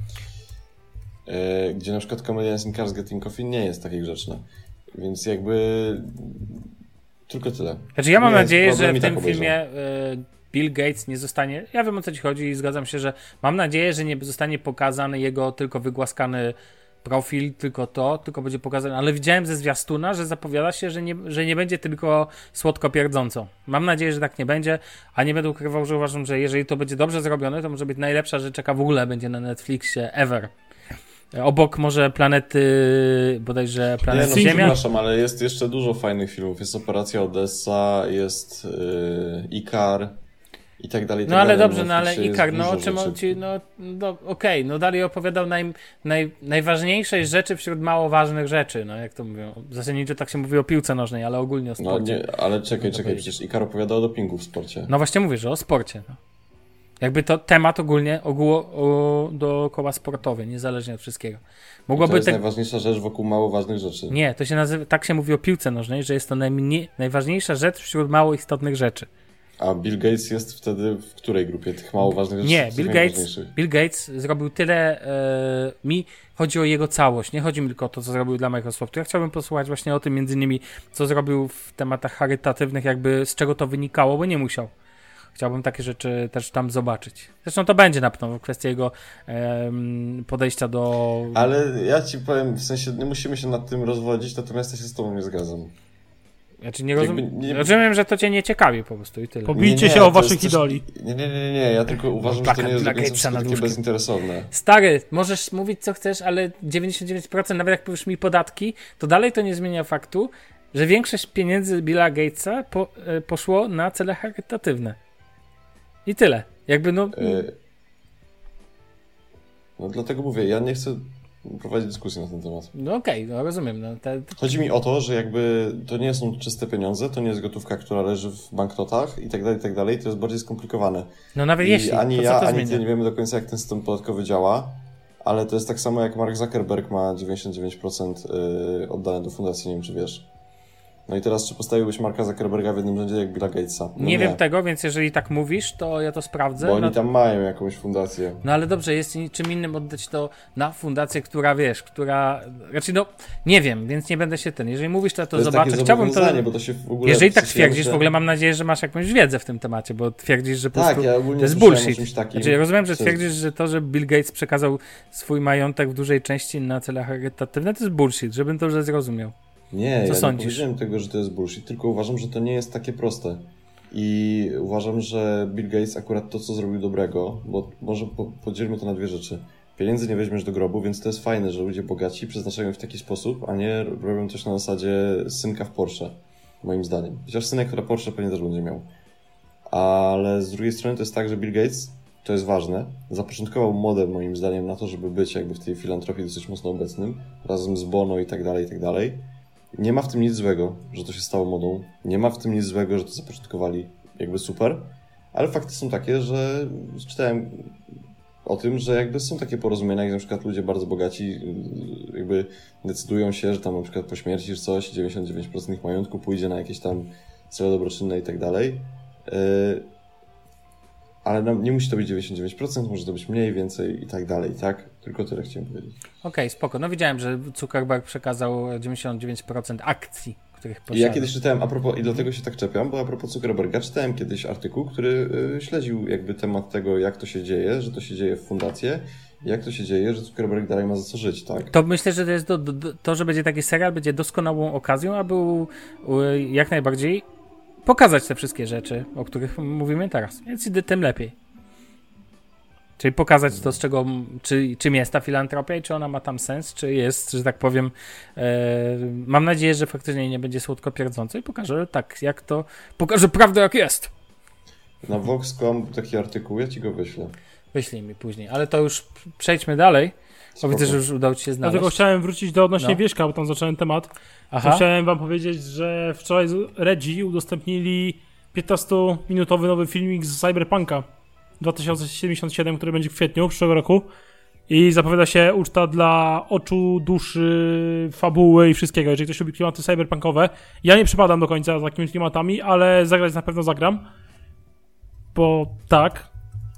S4: E, Gdzie na przykład Comedians in Cars Getting Coffee nie jest takie grzeczne. Więc jakby tylko tyle.
S2: Znaczy ja mam
S4: Nie jest
S2: nadzieję,
S4: problem
S2: że
S4: i
S2: w
S4: tak
S2: tym
S4: obejrzę.
S2: filmie e, Bill Gates nie zostanie, ja wiem o co ci chodzi i zgadzam się, że mam nadzieję, że nie zostanie pokazany jego tylko wygłaskany profil, tylko to, tylko będzie pokazane, ale widziałem ze zwiastuna, że zapowiada się, że nie, że nie będzie tylko słodko pierdząco. Mam nadzieję, że tak nie będzie, a nie będę ukrywał, że uważam, że jeżeli to będzie dobrze zrobione, to może być najlepsza rzecz, jaka w ogóle będzie na Netflixie ever. Obok może planety, bodajże
S4: Nie,
S2: planety
S4: no
S2: Ziemia.
S4: przepraszam, ale jest jeszcze dużo fajnych filmów. Jest Operacja Odessa, jest yy, Ikar i tak dalej. i
S2: No
S4: tak
S2: ale
S4: dalej.
S2: dobrze, no ale
S4: Netflixie
S2: Ikar,
S4: jest
S2: no o
S4: dużo
S2: czym on
S4: rzeczy.
S2: ci, no, no okej, no dalej opowiadał naj, naj, najważniejszej rzeczy wśród mało ważnych rzeczy, no jak to mówią. Zasadniczo tak się mówi o piłce nożnej, ale ogólnie o
S4: No
S2: sporcie.
S4: nie, ale czekaj,
S2: Można
S4: czekaj,
S2: powiedzieć.
S4: przecież Ikar opowiada o dopingu w sporcie.
S2: No właśnie mówię, że o sporcie. No. Jakby to temat ogólnie ogół, o, dookoła sportowy, niezależnie od wszystkiego.
S4: to
S2: Mogłoby
S4: jest
S2: tak...
S4: najważniejsza rzecz wokół mało ważnych rzeczy.
S2: Nie, to się nazywa, tak się mówi o piłce nożnej, że jest to najmniej, najważniejsza rzecz wśród mało istotnych rzeczy.
S4: A Bill Gates jest wtedy w której grupie tych mało ważnych rzeczy?
S2: Nie,
S4: czy
S2: Bill
S4: tych
S2: Gates,
S4: najważniejszych?
S2: Bill Gates zrobił tyle, e, mi chodzi o jego całość, nie chodzi mi tylko o to, co zrobił dla Microsoftu. Ja chciałbym posłuchać właśnie o tym między innymi, co zrobił w tematach charytatywnych, jakby z czego to wynikało, bo nie musiał. Chciałbym takie rzeczy też tam zobaczyć. Zresztą to będzie na pewno kwestia jego em, podejścia do...
S4: Ale ja ci powiem, w sensie nie musimy się nad tym rozwodzić, natomiast ja się z tobą nie zgadzam.
S2: Znaczy nie rozum...
S4: Jakby nie-
S2: Rozumiem, że to cię nie ciekawi po prostu i tyle.
S3: Po- Bijcie się o
S4: to
S3: waszych
S4: jest coś-
S3: idoli.
S4: Nie, nie, nie, nie, ja tylko uważam, że to
S2: Plakat
S4: nie jest
S2: dla
S4: do końca
S2: Gatesa
S4: wszystko
S2: nad
S4: takie
S2: łóżkiem.
S4: bezinteresowne.
S2: Stary, możesz mówić co chcesz, ale dziewięćdziesiąt dziewięć procent, nawet jak powiesz mi podatki, to dalej to nie zmienia faktu, że większość pieniędzy Billa Gatesa po, e, poszło na cele charytatywne. I tyle. Jakby no...
S4: E, No dlatego mówię, ja nie chcę prowadzić dyskusji na ten temat.
S2: No okej, no rozumiem. No, te, te,
S4: Chodzi mi o to, że jakby to nie są czyste pieniądze, to nie jest gotówka, która leży w banknotach i tak dalej, i tak dalej, to jest bardziej skomplikowane.
S2: no nawet
S4: I
S2: jeśli,
S4: ani
S2: to
S4: ja,
S2: co to
S4: ani
S2: zmienia?
S4: ty nie wiemy do końca, jak ten system podatkowy działa, ale to jest tak samo jak Mark Zuckerberg ma dziewięćdziesiąt dziewięć procent yy, oddane do fundacji, nie wiem czy wiesz. No i teraz, czy postawiłbyś Marka Zuckerberga w jednym rzędzie jak Billa Gatesa? No
S2: nie, wiem tego, więc jeżeli tak mówisz, to ja to sprawdzę.
S4: Bo oni
S2: no,
S4: tam mają jakąś fundację.
S2: no ale dobrze, jest i- czym innym oddać to na fundację, która wiesz, która... Raczej no, nie wiem, więc nie będę się ten... Jeżeli mówisz, to ja to,
S4: To jest
S2: zobaczę.
S4: takie
S2: Chciałbym to...
S4: zobowiązanie, bo to się w ogóle...
S2: Jeżeli
S4: w
S2: tak
S4: sensie ja
S2: twierdzisz,
S4: myślę-
S2: w ogóle mam nadzieję, że masz jakąś wiedzę w tym temacie, bo twierdzisz, że po
S4: Tak,
S2: prostu
S4: ja ogólnie
S2: to jest
S4: słyszałem o
S2: bullshit.
S4: czymś takim.
S2: Znaczy, ja rozumiem, że
S4: Przez-
S2: twierdzisz, że to, że Bill Gates przekazał swój majątek w dużej części na cele charytatywne, to jest bullshit, żebym to już zrozumiał.
S4: Nie,
S2: Co
S4: ja
S2: sądzisz?
S4: nie powiedziałem tego, że to jest bullshit, tylko uważam, że to nie jest takie proste. I uważam, że Bill Gates akurat to, co zrobił dobrego, bo może po, podzielmy to na dwie rzeczy. Pieniędzy nie weźmiesz do grobu, więc to jest fajne, że ludzie bogaci przeznaczają je w taki sposób, a nie robią coś na zasadzie synka w Porsche, moim zdaniem. Chociaż synek, który Porsche pewnie też będzie miał. Ale z drugiej strony to jest tak, że Bill Gates, to jest ważne, zapoczątkował modę moim zdaniem na to, żeby być jakby w tej filantropii dosyć mocno obecnym, razem z Bono i tak dalej, i tak dalej. Nie ma w tym nic złego, że to się stało modą. Nie ma w tym nic złego, że to zapoczątkowali jakby super, ale fakty są takie, że czytałem o tym, że jakby są takie porozumienia, jak na przykład ludzie bardzo bogaci jakby decydują się, że tam na przykład po śmierci czy coś, dziewięćdziesiąt dziewięć procent ich majątku pójdzie na jakieś tam cele dobroczynne i tak dalej. ale no, nie musi to być dziewięćdziesiąt dziewięć procent, może to być mniej, więcej i tak dalej, tak? Tylko tyle chciałem powiedzieć.
S2: Okej, okay, spoko. No widziałem, że Zuckerberg przekazał dziewięćdziesiąt dziewięć procent akcji, których posiada.
S4: I ja kiedyś czytałem, a propos, i dlatego się tak czepiam, bo a propos Zuckerberga, czytałem kiedyś artykuł, który y, śledził jakby temat tego, jak to się dzieje, że to się dzieje w fundację, jak to się dzieje, że Zuckerberg dalej ma za co żyć, tak?
S2: To myślę, że to jest do, do, to, że będzie taki serial, będzie doskonałą okazją, aby u, u, jak najbardziej pokazać te wszystkie rzeczy, o których mówimy teraz. Więc tym lepiej. Czyli pokazać to, z czego, czy, czym jest ta filantropia i czy ona ma tam sens, czy jest, że tak powiem, e, mam nadzieję, że faktycznie nie będzie słodko pierdząco i pokaże tak, jak to, pokaże prawdę jak jest.
S4: Na Vox kropka com taki artykuł, ja ci go wyślę.
S2: Wyślij mi później, ale to już przejdźmy dalej, bo widzę, że już udało ci się znaleźć.
S3: Dlatego chciałem wrócić do odnośnie
S2: no.
S3: Wieśka, bo tam zacząłem temat.
S2: Aha.
S3: To chciałem wam powiedzieć, że wczoraj Redzi udostępnili piętnastominutowy nowy filmik z Cyberpunka dwa tysiące siedemdziesiąt siedem, który będzie w kwietniu przyszłego roku i zapowiada się uczta dla oczu, duszy, fabuły i wszystkiego, jeżeli ktoś lubi klimaty cyberpunkowe. Ja nie przypadam do końca za takimi klimatami, ale zagrać na pewno zagram, bo tak.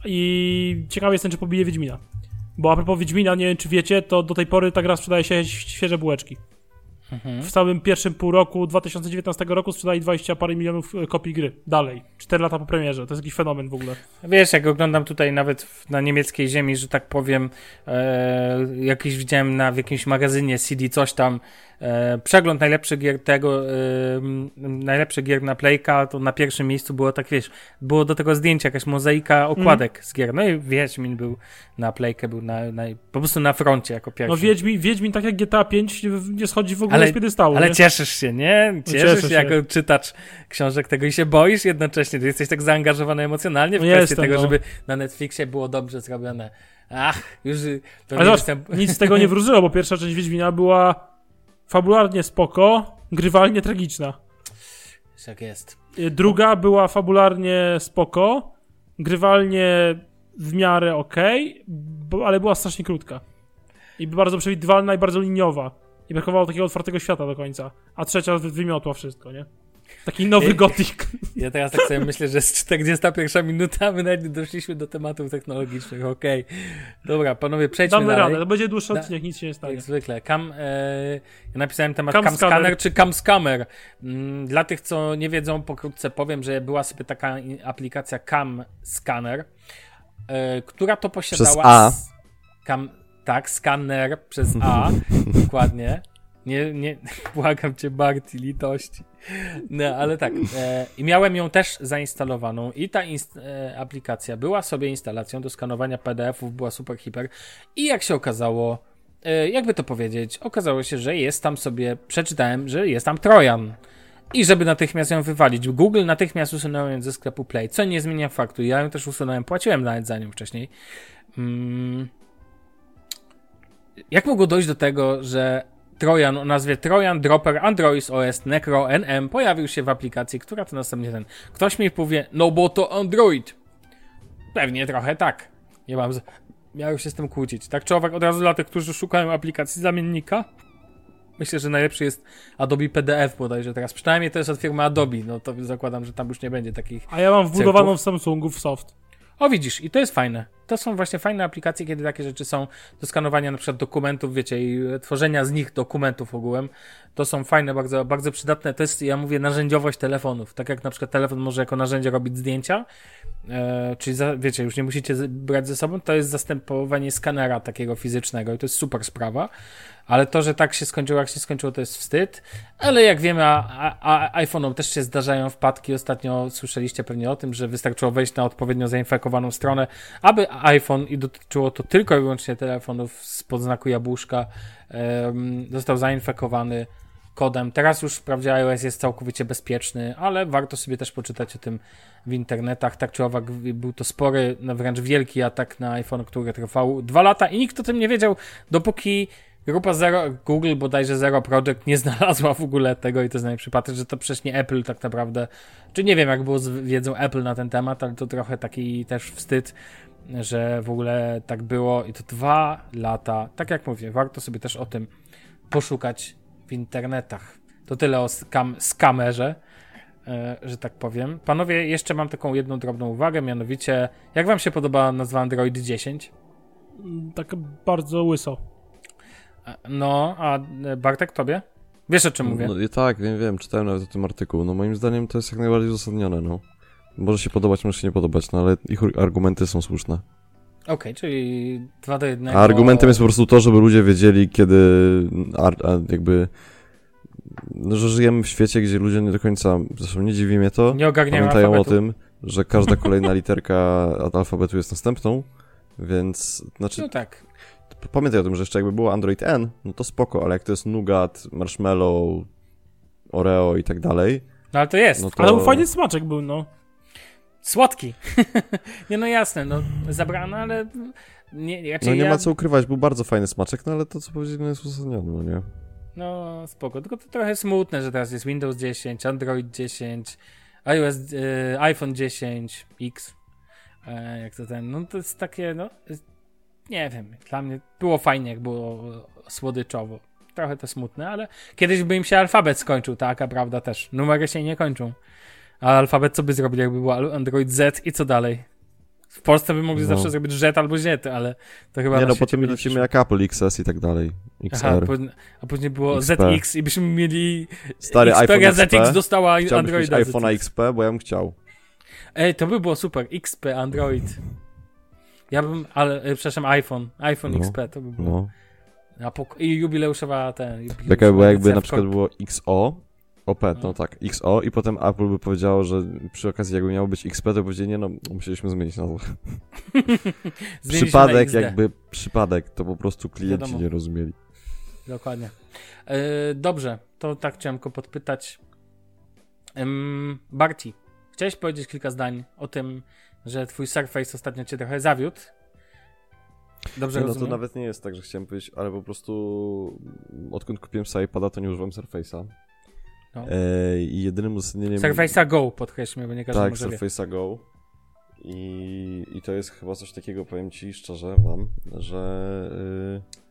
S3: I ciekawy jestem, czy pobije Wiedźmina. Bo a propos Wiedźmina, nie wiem czy wiecie, to do tej pory ta gra sprzedaje się świeże bułeczki. Mhm. W całym pierwszym pół roku dwa tysiące dziewiętnastego roku sprzedali dwadzieścia parę milionów kopii gry. Dalej. cztery lata po premierze. To jest jakiś fenomen w ogóle.
S2: Wiesz, jak oglądam tutaj nawet w, na niemieckiej ziemi, że tak powiem, e, jakiś widziałem na, w jakimś magazynie C D coś tam, e, przegląd najlepszych gier tego, e, najlepszych gier na Playka, to na pierwszym miejscu było tak, wiesz, było do tego zdjęcia jakaś mozaika okładek mm. z gier. No i Wiedźmin był na Playkę, był na, na, po prostu na froncie jako pierwszy.
S3: No Wiedźmin, Wiedźmin tak jak G T A pięć nie schodzi w ogóle
S2: ale,
S3: z piedestału.
S2: Ale
S3: nie?
S2: cieszysz się, nie? Cieszysz
S3: Cieszę
S2: się,
S3: się
S2: jako czytacz książek tego i się boisz jednocześnie. Ty jesteś tak zaangażowany emocjonalnie w no kwestię jestem, tego, no. żeby na Netflixie było dobrze zrobione. Ach, już...
S3: Ale zobacz, jestem... nic z tego nie wróżyło, bo pierwsza część Wiedźmina była fabularnie spoko, grywalnie tragiczna.
S2: Tak jest.
S3: Druga była fabularnie spoko, grywalnie w miarę okej, okay, ale była strasznie krótka. I bardzo przewidywalna i bardzo liniowa. I brakowało takiego otwartego świata do końca. A trzecia wymiotła wszystko, nie? Taki nowy gotik.
S2: Ja teraz tak sobie myślę, że jest czterdziesta pierwsza minuta, a my nawet nie doszliśmy do tematów technologicznych. Okej. Okay. Dobra, panowie, przejdźmy
S3: Damy
S2: dalej.
S3: radę, to będzie dłuższy odcinek, nic się nie stanie.
S2: Jak zwykle. Cam, e, ja napisałem temat
S3: Cam,
S2: cam
S3: scanner.
S2: scanner czy cam scammer. Mm, dla tych, co nie wiedzą, pokrótce powiem, że była sobie taka aplikacja Cam Scanner, e, która to posiadała...
S4: Przez A.
S2: S- cam, tak, scanner przez A. Dokładnie. Nie, nie, błagam cię, Barty, litości. No, ale tak. E, I miałem ją też zainstalowaną i ta inst- e, aplikacja była sobie instalacją do skanowania P D F-ów, była super, hiper. I jak się okazało, e, jakby to powiedzieć, okazało się, że jest tam sobie, przeczytałem, że jest tam Trojan. I żeby natychmiast ją wywalić. Google natychmiast usunął ją ze sklepu Play, co nie zmienia faktu. Ja ją też usunąłem, płaciłem nawet za nią wcześniej. Hmm. Jak mogło dojść do tego, że Trojan o nazwie Trojan Dropper Android O S Necro N M pojawił się w aplikacji, która to następnie ten... Ktoś mi powie, no bo to Android. Pewnie trochę tak. Nie mam... Z... Miałem się z tym kłócić. Tak czy owak, od razu dla tych, którzy szukają aplikacji zamiennika, myślę, że najlepszy jest Adobe P D F bodajże teraz. Przynajmniej to jest od firmy Adobe. No to zakładam, że tam już nie będzie takich...
S3: A ja mam wbudowaną w Samsungu w soft.
S2: O, widzisz, i to jest fajne. To są właśnie fajne aplikacje, kiedy takie rzeczy są do skanowania na przykład dokumentów, wiecie, i tworzenia z nich dokumentów ogółem. To są fajne, bardzo, bardzo przydatne. To jest, ja mówię, narzędziowość telefonów. Tak jak na przykład telefon może jako narzędzie robić zdjęcia, e, czyli za, wiecie, już nie musicie brać ze sobą, to jest zastępowanie skanera takiego fizycznego i to jest super sprawa. Ale to, że tak się skończyło, jak się skończyło, to jest wstyd. Ale jak wiemy, a, a, a iPhone'om też się zdarzają wpadki. Ostatnio słyszeliście pewnie o tym, że wystarczyło wejść na odpowiednio zainfekowaną stronę, aby iPhone, i dotyczyło to tylko i wyłącznie telefonów spod znaku jabłuszka, um, został zainfekowany kodem. Teraz już wprawdzie iOS jest całkowicie bezpieczny, ale warto sobie też poczytać o tym w internetach. Tak czy owak był to spory, no wręcz wielki atak na iPhone, który trwał dwa lata i nikt o tym nie wiedział, dopóki grupa Zero, Google bodajże Zero Project nie znalazła w ogóle tego i to jest najlepszy patent, że to przecież nie Apple tak naprawdę, czy nie wiem jak było z wiedzą Apple na ten temat, ale to trochę taki też wstyd, że w ogóle tak było i to dwa lata. Tak jak mówię, warto sobie też o tym poszukać w internetach. To tyle o skam, skamerze. e, że tak powiem. Panowie, jeszcze mam taką jedną drobną uwagę, mianowicie, jak wam się podoba nazwa Android dziesięć?
S3: Tak bardzo łyso.
S2: No, a Bartek, tobie? Wiesz, o czym mówię?
S4: No, tak, wiem, wiem, czytałem nawet o tym artykuł. No moim zdaniem to jest jak najbardziej uzasadnione, no. Może się podobać, może się nie podobać, no ale ich argumenty są słuszne.
S2: Okej, okay, czyli dwa do jednego.
S4: A argumentem jest po prostu to, żeby ludzie wiedzieli, kiedy a, a jakby, no, że żyjemy w świecie, gdzie ludzie nie do końca, zresztą nie dziwi mnie to,
S2: nie ogarniają
S4: pamiętają
S2: alfabetu.
S4: o tym, że każda kolejna literka od alfabetu jest następną, więc, znaczy,
S2: no tak.
S4: Pamiętaj o tym, że jeszcze jakby było Android N, no to spoko, ale jak to jest Nougat, Marshmallow, Oreo i tak dalej.
S2: No ale to jest.
S4: No to...
S3: Ale fajny smaczek był, no.
S2: Słodki. nie no jasne, no zabrano, ale nie, raczej
S4: No nie
S2: ja...
S4: ma co ukrywać, był bardzo fajny smaczek, no ale to co powiedzieli, no jest uzasadnione, no nie?
S2: No spoko, tylko to trochę smutne, że teraz jest Windows dziesięć, Android dziesięć, iOS, e, iPhone dziesięć, X, e, jak to ten, no to jest takie, no, nie wiem, dla mnie było fajnie, jak było słodyczowo. Trochę to smutne, ale kiedyś by im się alfabet skończył, taka prawda też. Numery się nie kończą. A alfabet co by zrobili, jakby był Android Z i co dalej? W Polsce by mogli no. zawsze zrobić Z albo Z, ale to chyba...
S4: Nie no, potem mieliśmy jak Apple X S i tak dalej. X R.
S2: Aha, a później było
S4: X P.
S2: Z X i byśmy mieli...
S4: Stary iPhone X P.
S2: Z X dostała Androida.
S4: iPhone'a X P, bo ja bym chciał.
S2: Ej, to by było super. X P, Android. Ja bym, ale, przepraszam, iPhone. iPhone
S4: no.
S2: X P to by było.
S4: No.
S2: A po, I jubileuszowa ten...
S4: Taka była jakby na przykład było X O, O P, no.
S2: no
S4: tak, X O i potem Apple by powiedziało, że przy okazji jakby miało być X P, to powiedzieli, nie no, musieliśmy zmienić nazwę. Przypadek jakby, przypadek, to po prostu klienci Wiadomo. nie rozumieli.
S2: Dokładnie. Yy, dobrze, to tak chciałem go podpytać. Yy, Barti, chciałeś powiedzieć kilka zdań o tym, że twój Surface ostatnio cię trochę zawiódł? Dobrze
S4: nie, no
S2: rozumiem?
S4: to nawet nie jest tak, że chciałem powiedzieć, ale po prostu odkąd kupiłem sobie iPada, to nie używam Surface'a. No. E, I jedynym uzasadnieniem...
S2: Surface'a Go, podkreślmy, bo nie każdy
S4: tak,
S2: może wie.
S4: Surface'a Go. I, I to jest chyba coś takiego, powiem ci szczerze wam, że... Yy...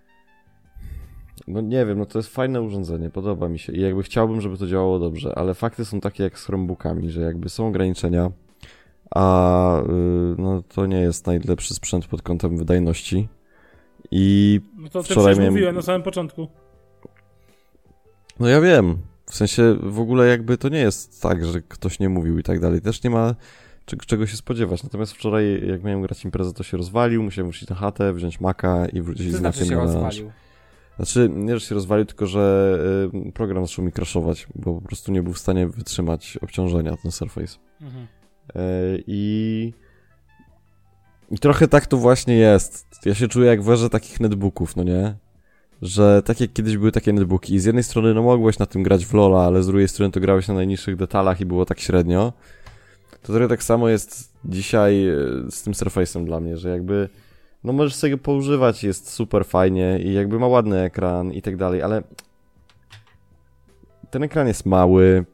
S4: No nie wiem, no to jest fajne urządzenie, podoba mi się i jakby chciałbym, żeby to działało dobrze, ale fakty są takie jak z Chromebookami, że jakby są ograniczenia, a yy, no to nie jest najlepszy sprzęt pod kątem wydajności. I
S3: no to ty
S4: wczoraj
S3: przecież
S4: miałem...
S3: mówiłem na samym początku.
S4: No ja wiem, w sensie w ogóle jakby to nie jest tak, że ktoś nie mówił i tak dalej, też nie ma czego, czego się spodziewać. Natomiast wczoraj jak miałem grać imprezę, to się rozwalił, musiałem wrócić na chatę, wziąć Maca i wrócić
S2: Co
S4: z
S2: znaczy
S4: Maciem
S2: się
S4: na
S2: rozwalił?
S4: Znaczy, nie, że się rozwalił, tylko że y, program zaczął mi crashować, bo po prostu nie był w stanie wytrzymać obciążenia ten Surface. Mhm. Y, i, I trochę tak to właśnie jest. Ja się czuję jak w erze takich netbooków, no nie? Że tak jak kiedyś były takie netbooki i z jednej strony no mogłeś na tym grać w LoL'a, ale z drugiej strony to grałeś na najniższych detalach i było tak średnio. To trochę tak samo jest dzisiaj z tym Surface'em dla mnie, że jakby no możesz sobie go poużywać, jest super fajnie i jakby ma ładny ekran i tak dalej, ale ten ekran jest mały,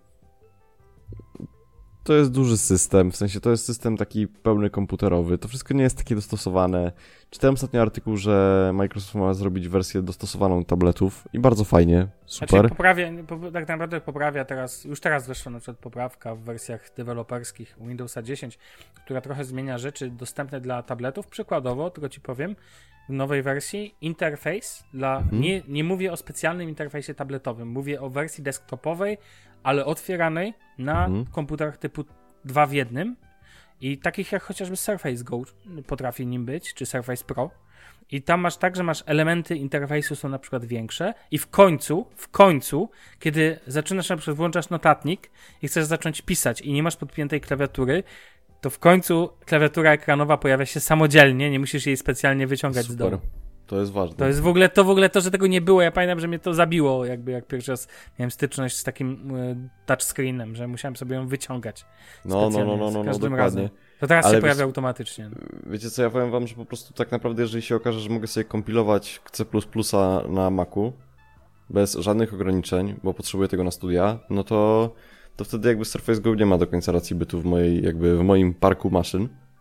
S4: to jest duży system, w sensie to jest system taki pełny komputerowy, to wszystko nie jest takie dostosowane. Czytałem ostatnio artykuł, że Microsoft ma zrobić wersję dostosowaną tabletów i bardzo fajnie, super.
S2: Znaczy poprawia, tak naprawdę poprawia teraz, już teraz weszła na przykład poprawka w wersjach deweloperskich Windowsa dziesięć, która trochę zmienia rzeczy dostępne dla tabletów. Przykładowo, tylko ci powiem, w nowej wersji interfejs dla, mhm. nie, nie mówię o specjalnym interfejsie tabletowym, mówię o wersji desktopowej, ale otwieranej na mhm. komputerach typu dwa w jednym i takich jak chociażby Surface Go potrafi nim być, czy Surface Pro. I tam masz tak, że masz elementy interfejsu są na przykład większe i w końcu, w końcu, kiedy zaczynasz na przykład, włączasz notatnik i chcesz zacząć pisać i nie masz podpiętej klawiatury, to w końcu klawiatura ekranowa pojawia się samodzielnie, nie musisz jej specjalnie wyciągać
S4: Super.
S2: z domu.
S4: To jest ważne.
S2: To jest w ogóle to, w ogóle to, że tego nie było. Ja pamiętam, że mnie to zabiło, jakby jak pierwszy raz miałem styczność z takim y, touchscreenem, że musiałem sobie ją wyciągać.
S4: No, no, no, no, no, no dokładnie. Razem.
S2: To teraz
S4: Ale
S2: się pojawia
S4: wiesz,
S2: automatycznie.
S4: Wiecie co, ja powiem wam, że po prostu tak naprawdę, jeżeli się okaże, że mogę sobie kompilować C plus plus na Macu bez żadnych ograniczeń, bo potrzebuję tego na studia, no to, to wtedy jakby Surface Go nie ma do końca racji bytu w mojej, jakby w moim parku maszyn.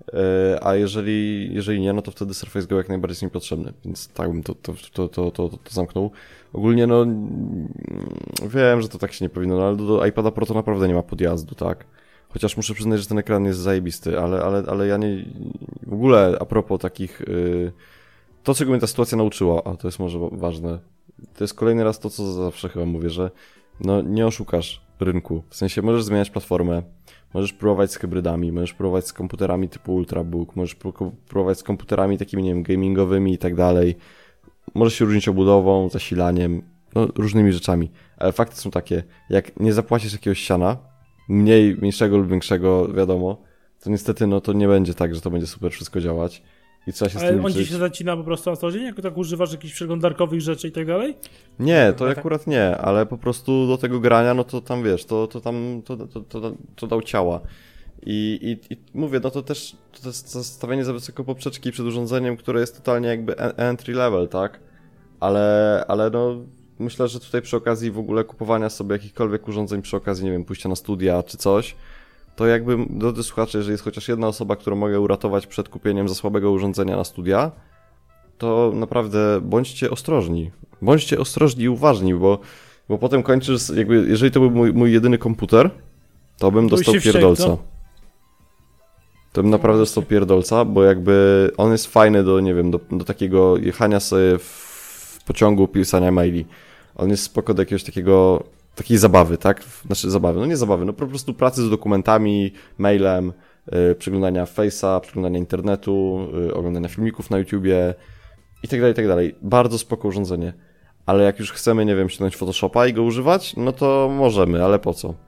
S4: a jeżeli, jeżeli nie, no to wtedy Surface Go jak najbardziej jest mi potrzebny, więc tak bym to, to, to, to, to, to zamknął. Ogólnie no wiem, że to tak się nie powinno, no, ale do, do iPada Pro to naprawdę nie ma podjazdu, tak? Chociaż muszę przyznać, że ten ekran jest zajebisty, ale, ale, ale ja nie... W ogóle a propos takich... Yy, to, czego mnie ta sytuacja nauczyła, a to jest może ważne, to jest kolejny raz to, co zawsze chyba mówię, że no nie oszukasz rynku. W sensie możesz zmieniać platformę, możesz próbować z hybrydami, możesz próbować z komputerami typu Ultrabook, możesz próbować z komputerami takimi, nie wiem, gamingowymi i tak dalej. Możesz się różnić obudową, zasilaniem, no różnymi rzeczami. Ale fakty są takie, jak nie zapłacisz jakiegoś siana, mniej, mniejszego lub większego, wiadomo, to niestety no to nie będzie tak, że to będzie super wszystko działać. I trzeba się
S3: Ale
S4: z tym
S3: on ci
S4: liczyć.
S3: się zacina po prostu na co dzień? Jak tak używasz jakichś przeglądarkowych rzeczy i tak dalej?
S4: Nie, to akurat nie, ale po prostu do tego grania, no to tam wiesz, to, to tam, to, to, to, to dał ciała. I, i, I mówię, no to też to jest zastawienie za wysoko poprzeczki przed urządzeniem, które jest totalnie jakby entry level, tak? Ale, ale no myślę, że tutaj przy okazji w ogóle kupowania sobie jakichkolwiek urządzeń, przy okazji, nie wiem, pójścia na studia czy coś, to jakby, drodzy słuchacze, jeżeli jest chociaż jedna osoba, którą mogę uratować przed kupieniem za słabego urządzenia na studia, to naprawdę bądźcie ostrożni. Bądźcie ostrożni i uważni, bo, bo potem kończysz, jakby, jeżeli to był mój, mój jedyny komputer, to bym
S3: To
S4: dostał
S3: się wściekł,
S4: pierdolca.
S3: co?
S4: To bym naprawdę dostał pierdolca, bo jakby on jest fajny do, nie wiem, do, do takiego jechania sobie w, w pociągu, pisania maili. On jest spoko do jakiegoś takiego, takiej zabawy, tak? Znaczy zabawy, no nie zabawy, no po prostu pracy z dokumentami, mailem, yy, przeglądania Face'a, przeglądania internetu, yy, oglądania filmików na YouTubie i tak dalej, i tak dalej. Bardzo spoko urządzenie. Ale jak już chcemy, nie wiem, ściągnąć Photoshopa i go używać, no to możemy, ale po co?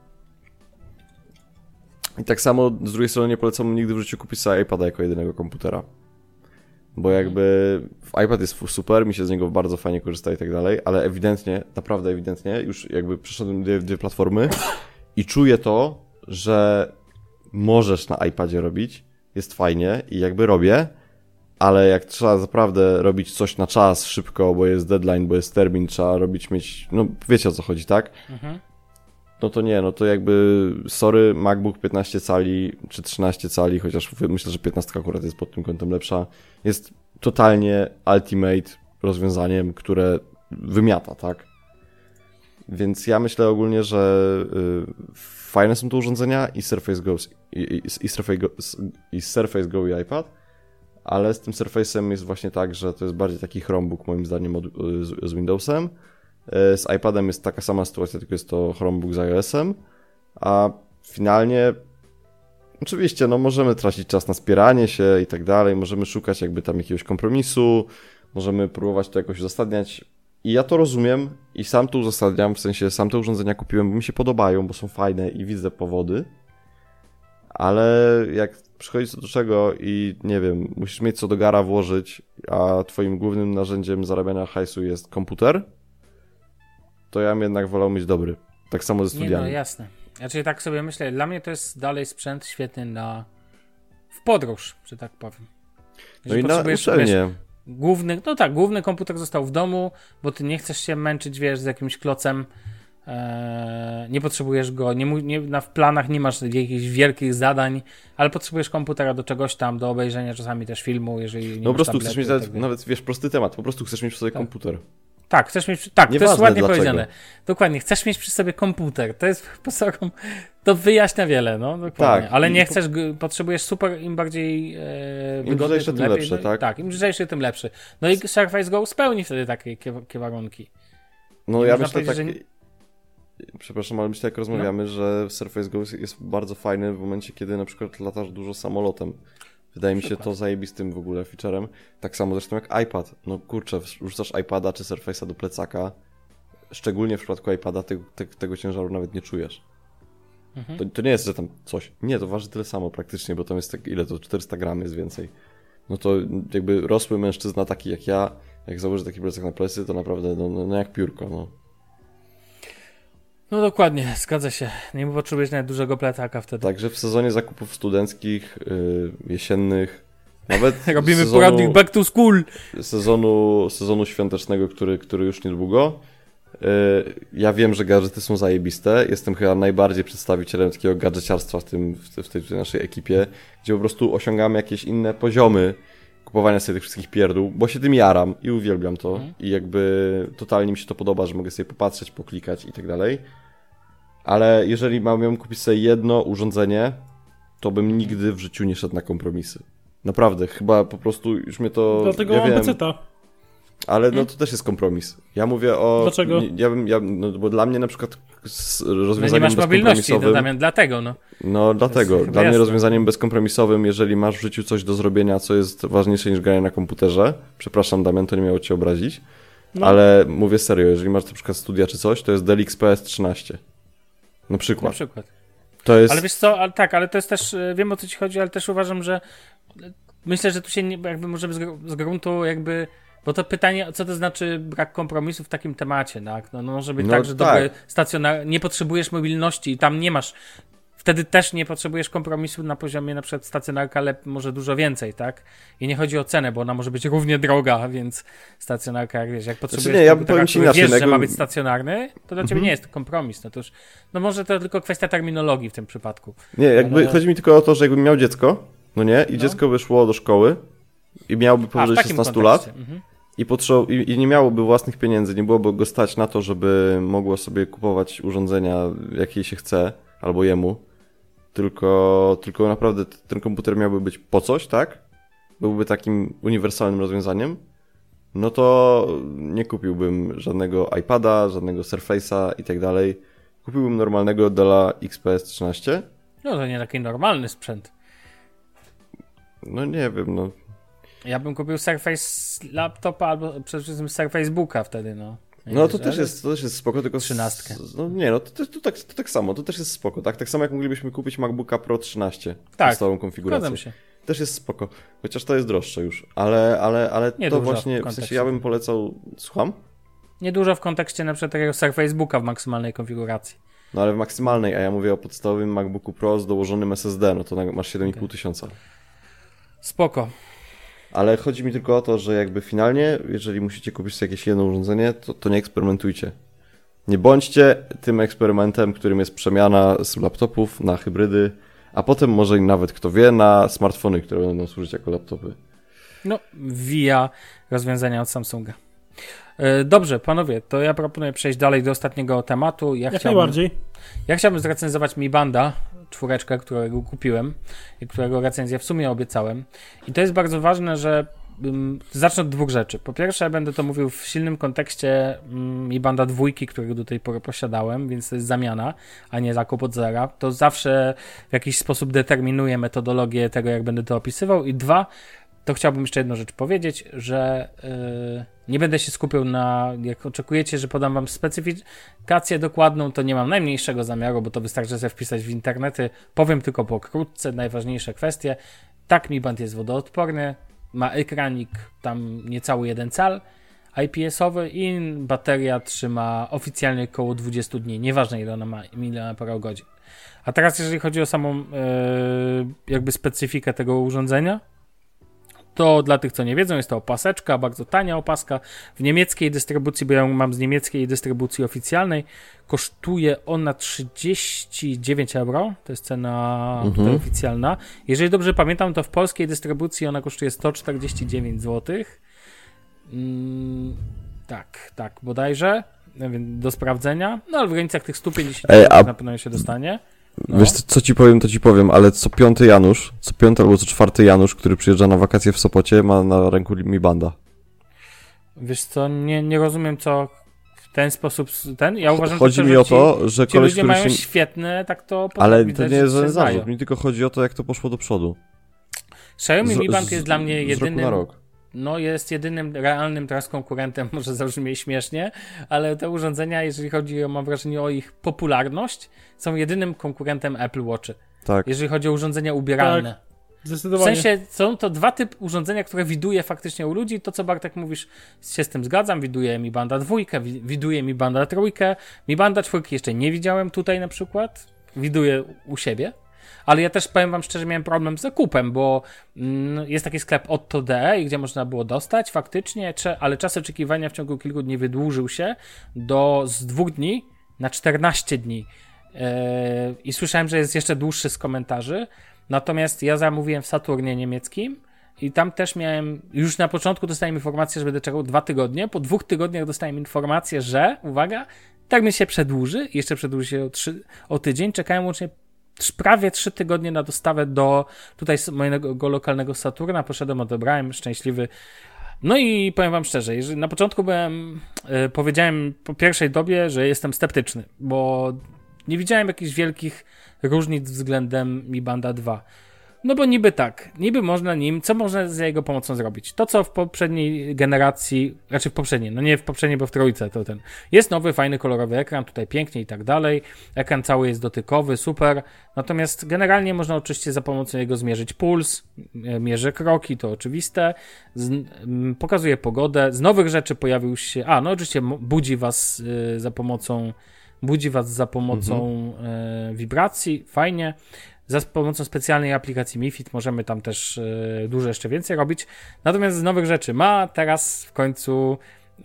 S4: I tak samo z drugiej strony nie polecam nigdy w życiu kupić sobie iPada jako jedynego komputera. Bo jakby iPad jest super, mi się z niego bardzo fajnie korzysta i tak dalej, ale ewidentnie, naprawdę ewidentnie, już jakby przeszedłem dwie, dwie platformy i czuję to, że możesz na iPadzie robić, jest fajnie i jakby robię, ale jak trzeba naprawdę robić coś na czas, szybko, bo jest deadline, bo jest termin, trzeba robić, mieć, no wiecie o co chodzi, tak? Mhm. No to nie, no to jakby, sorry, MacBook piętnaście cali czy trzynaście cali, chociaż myślę, że piętnaście akurat jest pod tym kątem lepsza, jest totalnie ultimate rozwiązaniem, które wymiata, tak? Więc ja myślę ogólnie, że y, fajne są to urządzenia i Surface Go, i, i, i, Surface Go, i Surface Go i iPad, ale z tym Surface'em jest właśnie tak, że to jest bardziej taki Chromebook moim zdaniem od, z, z Windowsem. Z iPadem jest taka sama sytuacja, tylko jest to Chromebook z iOS-em, a finalnie oczywiście no możemy tracić czas na spieranie się i tak dalej, możemy szukać jakby tam jakiegoś kompromisu, możemy próbować to jakoś uzasadniać i ja to rozumiem i sam to uzasadniam, w sensie sam te urządzenia kupiłem, bo mi się podobają, bo są fajne i widzę powody, ale jak przychodzi co do czego i nie wiem, musisz mieć co do gara włożyć, a twoim głównym narzędziem zarabiania hajsu jest komputer, to ja bym jednak wolał mieć dobry. Tak samo ze studiami.
S2: Nie, no jasne. Znaczy tak sobie myślę, dla mnie to jest dalej sprzęt świetny na w podróż, że tak powiem.
S4: Jeżeli no i na uczelnię.
S2: Główny, no tak, główny komputer został w domu, bo ty nie chcesz się męczyć, wiesz, z jakimś klocem, eee, nie potrzebujesz go, nie, nie, na, w planach nie masz jakichś wielkich zadań, ale potrzebujesz komputera do czegoś tam, do obejrzenia czasami też filmu, jeżeli nie
S4: no po prostu
S2: tabletu,
S4: chcesz mieć
S2: tak
S4: nawet, nawet, wiesz, prosty temat, po prostu chcesz mieć przy sobie tak. komputer.
S2: Tak, chcesz mieć, tak,
S4: Nieważne
S2: to jest ładnie
S4: dlaczego.
S2: powiedziane. Dokładnie, chcesz mieć przy sobie komputer. To jest posorą, to wyjaśnia wiele, no dokładnie.
S4: Tak,
S2: ale nie
S4: po...
S2: chcesz, potrzebujesz super, im bardziej e,
S4: im
S2: wygodny,
S4: tym,
S2: tym lepiej.
S4: lepsze,
S2: no,
S4: tak?
S2: Tak, im lżejszy, tym lepszy. No i Surface Go spełni wtedy takie warunki.
S4: No
S2: nie
S4: ja myślę tak,
S2: że...
S4: przepraszam, ale myślę jak rozmawiamy, no. że Surface Go jest bardzo fajny w momencie, kiedy na przykład latasz dużo samolotem. Wydaje mi się to zajebistym w ogóle featurem. Tak samo zresztą jak iPad. No kurczę, wrzucasz iPada czy Surface'a do plecaka. Szczególnie w przypadku iPada te, te, tego ciężaru nawet nie czujesz. Mhm. To, to nie jest, że tam coś. Nie, to waży tyle samo praktycznie, bo tam jest tak, ile to? czterysta gramów jest więcej. No to jakby rosły mężczyzna taki jak ja, jak założy taki plecak na plecy, to naprawdę no, no, no jak piórko, no.
S2: No dokładnie, zgadza się. Nie potrzebujesz nawet dużego plecaka wtedy.
S4: Także w sezonie zakupów studenckich, yy, jesiennych, nawet
S2: robimy
S4: sezonu,
S2: poradnik back to school.
S4: Sezonu, sezonu świątecznego, który, który już niedługo, yy, ja wiem, że gadżety są zajebiste. Jestem chyba najbardziej przedstawicielem takiego gadżeciarstwa w, tym, w, tej, w tej naszej ekipie, gdzie po prostu osiągamy jakieś inne poziomy kupowania sobie tych wszystkich pierdół, bo się tym jaram i uwielbiam to. Mhm. I jakby totalnie mi się to podoba, że mogę sobie popatrzeć, poklikać i tak dalej. Ale jeżeli mam kupić sobie jedno urządzenie, to bym nigdy w życiu nie szedł na kompromisy. Naprawdę, chyba po prostu już mnie to...
S3: Dlatego
S4: ja
S3: mam
S4: wiem,
S3: peceta.
S4: Ale no to też jest kompromis. Ja mówię o...
S3: Dlaczego?
S4: Ja bym, ja, no, bo dla mnie na przykład z rozwiązaniem
S2: no nie masz mobilności,
S4: bezkompromisowym...
S2: Damian, dlatego no.
S4: No dlatego. Dla
S2: jasne.
S4: mnie rozwiązaniem bezkompromisowym, jeżeli masz w życiu coś do zrobienia, co jest ważniejsze niż granie na komputerze, przepraszam Damian, to nie miało cię obrazić, no. Ale mówię serio, jeżeli masz na przykład studia czy coś, to jest Dell X P S trzynaście. Na przykład.
S2: Na przykład.
S4: To jest...
S2: Ale wiesz co, ale tak, ale to jest też, wiem o co ci chodzi, ale też uważam, że myślę, że tu się nie, jakby możemy z gruntu jakby, bo to pytanie, co to znaczy brak kompromisu w takim temacie, tak? No, no może być
S4: no,
S2: tak, że
S4: tak.
S2: dobry stacjonar, nie potrzebujesz mobilności i tam nie masz, wtedy też nie potrzebujesz kompromisu na poziomie na przykład stacjonarka, ale może dużo więcej, tak? I nie chodzi o cenę, bo ona może być równie droga, więc stacjonarka, jak wiesz, jak potrzebujesz
S4: znaczy nie, ja
S2: komputera, który
S4: inaczej,
S2: wiesz,
S4: jakby...
S2: że ma być stacjonarny, to dla ciebie
S4: mhm.
S2: nie jest to kompromis, no to już, no może to tylko kwestia terminologii w tym przypadku.
S4: Nie, jakby
S2: ale...
S4: chodzi mi tylko o to, że jakbym miał dziecko, no nie, i
S2: no.
S4: dziecko wyszło do szkoły i miałoby powyżej szesnaście lat
S2: mhm.
S4: i, potrze- i, i nie miałoby własnych pieniędzy, nie byłoby go stać na to, żeby mogło sobie kupować urządzenia, jakie się chce, albo jemu, tylko, tylko naprawdę ten komputer miałby być po coś, tak? Byłby takim uniwersalnym rozwiązaniem, no to nie kupiłbym żadnego iPada, żadnego Surface'a i tak dalej. Kupiłbym normalnego Della X P S trzynaście.
S2: No to nie taki normalny sprzęt.
S4: No nie wiem, no.
S2: Ja bym kupił Surface laptopa albo przede wszystkim Surface Booka wtedy, no. Nie
S4: No
S2: wiesz,
S4: to też,
S2: ale...
S4: jest, to też jest spoko, tylko...
S2: Trzynastkę.
S4: Z, no nie, no to, to, to, tak, to tak samo, to też jest spoko, tak? Tak samo jak moglibyśmy kupić MacBooka Pro trzynaście.
S2: Tak,
S4: z całą konfiguracją.
S2: zgadzam się.
S4: Też jest spoko, chociaż to jest droższe już, ale, ale, ale
S2: Nie
S4: to
S2: dużo
S4: właśnie,
S2: w
S4: w sensie ja bym polecał... Słucham?
S2: Niedużo w kontekście na przykład takiego Surface Booka w maksymalnej konfiguracji.
S4: No ale w maksymalnej, a ja mówię o podstawowym MacBooku Pro z dołożonym S S D, no to masz siedem i pół tysiąca.
S2: Spoko.
S4: Ale chodzi mi tylko o to, że jakby finalnie, jeżeli musicie kupić sobie jakieś jedno urządzenie, to, to nie eksperymentujcie. Nie bądźcie tym eksperymentem, którym jest przemiana z laptopów na hybrydy, a potem może i nawet, kto wie, na smartfony, które będą służyć jako laptopy.
S2: No, via rozwiązania od Samsunga. Dobrze, panowie, to ja proponuję przejść dalej do ostatniego tematu. Ja
S3: Jak
S2: chciałbym,
S3: najbardziej.
S2: Ja chciałbym zrecenzować Mi Banda, czwóreczkę, którego kupiłem i którego recenzję w sumie obiecałem. I to jest bardzo ważne, że um, zacznę od dwóch rzeczy. Po pierwsze, będę to mówił w silnym kontekście um, Mi Banda dwójki, którego do tej pory posiadałem, więc to jest zamiana, a nie zakup od zera. To zawsze w jakiś sposób determinuje metodologię tego, jak będę to opisywał. I dwa, to chciałbym jeszcze jedną rzecz powiedzieć, że yy, nie będę się skupiał na, jak oczekujecie, że podam wam specyfikację dokładną, to nie mam najmniejszego zamiaru, bo to wystarczy sobie wpisać w internety. Powiem tylko pokrótce najważniejsze kwestie. Tak, Mi Band jest wodoodporny, ma ekranik tam niecały jeden cal I P S-owy i bateria trzyma oficjalnie około dwadzieścia dni, nieważne ile ona ma miliamperogodzin. A teraz jeżeli chodzi o samą yy, jakby specyfikę tego urządzenia, to dla tych, co nie wiedzą, jest to opaseczka, bardzo tania opaska. W niemieckiej dystrybucji, bo ja mam z niemieckiej dystrybucji oficjalnej, kosztuje ona trzydzieści dziewięć euro. To jest cena
S4: mhm.
S2: tutaj oficjalna. Jeżeli dobrze pamiętam, to w polskiej dystrybucji ona kosztuje sto czterdzieści dziewięć złotych. Mm, tak, tak, bodajże. Do sprawdzenia. No ale w granicach tych sto pięćdziesiąt
S4: Ej,
S2: euro
S4: a...
S2: na pewno się dostanie. No.
S4: Wiesz, co ci powiem, to ci powiem, ale co piąty Janusz, co piąty albo co czwarty Janusz, który przyjeżdża na wakacje w Sopocie, ma na ręku Mi Banda.
S2: Wiesz co, nie, nie rozumiem, co w ten sposób, ten, ja uważam,
S4: chodzi
S2: że
S4: mi
S2: to,
S4: o to, że
S2: ci
S4: koleś,
S2: ludzie
S4: który
S2: mają
S4: się...
S2: świetne, tak to
S4: Ale
S2: widać,
S4: to nie jest
S2: że się
S4: żaden zarzut,
S2: znają.
S4: mi tylko chodzi o to, jak to poszło do przodu.
S2: Xiaomi
S4: Z-
S2: Mi Band
S4: z-
S2: jest dla mnie
S4: z roku
S2: jedynym,
S4: na rok.
S2: no jest jedynym realnym teraz konkurentem, może zabrzmi śmiesznie, ale te urządzenia, jeżeli chodzi o, mam wrażenie, o ich popularność, są jedynym konkurentem Apple Watchy.
S4: Tak.
S2: Jeżeli chodzi o urządzenia ubieralne. W
S3: Zdecydowanie.
S2: sensie są to dwa typy urządzenia, które widuje faktycznie u ludzi. To, co Bartek mówisz, się z tym zgadzam. Widuje Mi Banda dwójkę, wi- widuje Mi Banda trójkę. Mi Banda czwórki jeszcze nie widziałem tutaj na przykład. Widuję u siebie. Ale ja też powiem wam szczerze, miałem problem z zakupem, bo mm, jest taki sklep Otto kropka de, gdzie można było dostać faktycznie, cze, ale czas oczekiwania w ciągu kilku dni wydłużył się do z dwóch dni na czternaście dni. Yy, I słyszałem, że jest jeszcze dłuższy z komentarzy. Natomiast ja zamówiłem w Saturnie niemieckim i tam też miałem, już na początku dostałem informację, że będę czekał dwa tygodnie. Po dwóch tygodniach dostałem informację, że, uwaga, termin się przedłuży, jeszcze przedłuży się o, trzy, o tydzień. Czekałem łącznie trz, prawie trzy tygodnie na dostawę do tutaj mojego lokalnego Saturna. Poszedłem, odebrałem, szczęśliwy. No i powiem wam szczerze, że na początku byłem, yy, powiedziałem po pierwszej dobie, że jestem sceptyczny, bo nie widziałem jakichś wielkich różnic względem Mi Banda dwa. No bo niby tak, niby można nim, co można z jego pomocą zrobić? To, co w poprzedniej generacji, raczej w poprzedniej, no nie w poprzedniej, bo w trójce to ten. Jest nowy, fajny, kolorowy ekran, tutaj pięknie i tak dalej. Ekran cały jest dotykowy, super. Natomiast generalnie można oczywiście za pomocą jego zmierzyć puls, mierzy kroki, to oczywiste. Z, m, pokazuje pogodę. Z nowych rzeczy pojawił się, a no oczywiście budzi was y, za pomocą budzi was za pomocą mhm. y, wibracji, fajnie. Za pomocą specjalnej aplikacji MiFit możemy tam też y, dużo jeszcze więcej robić. Natomiast z nowych rzeczy ma teraz w końcu y,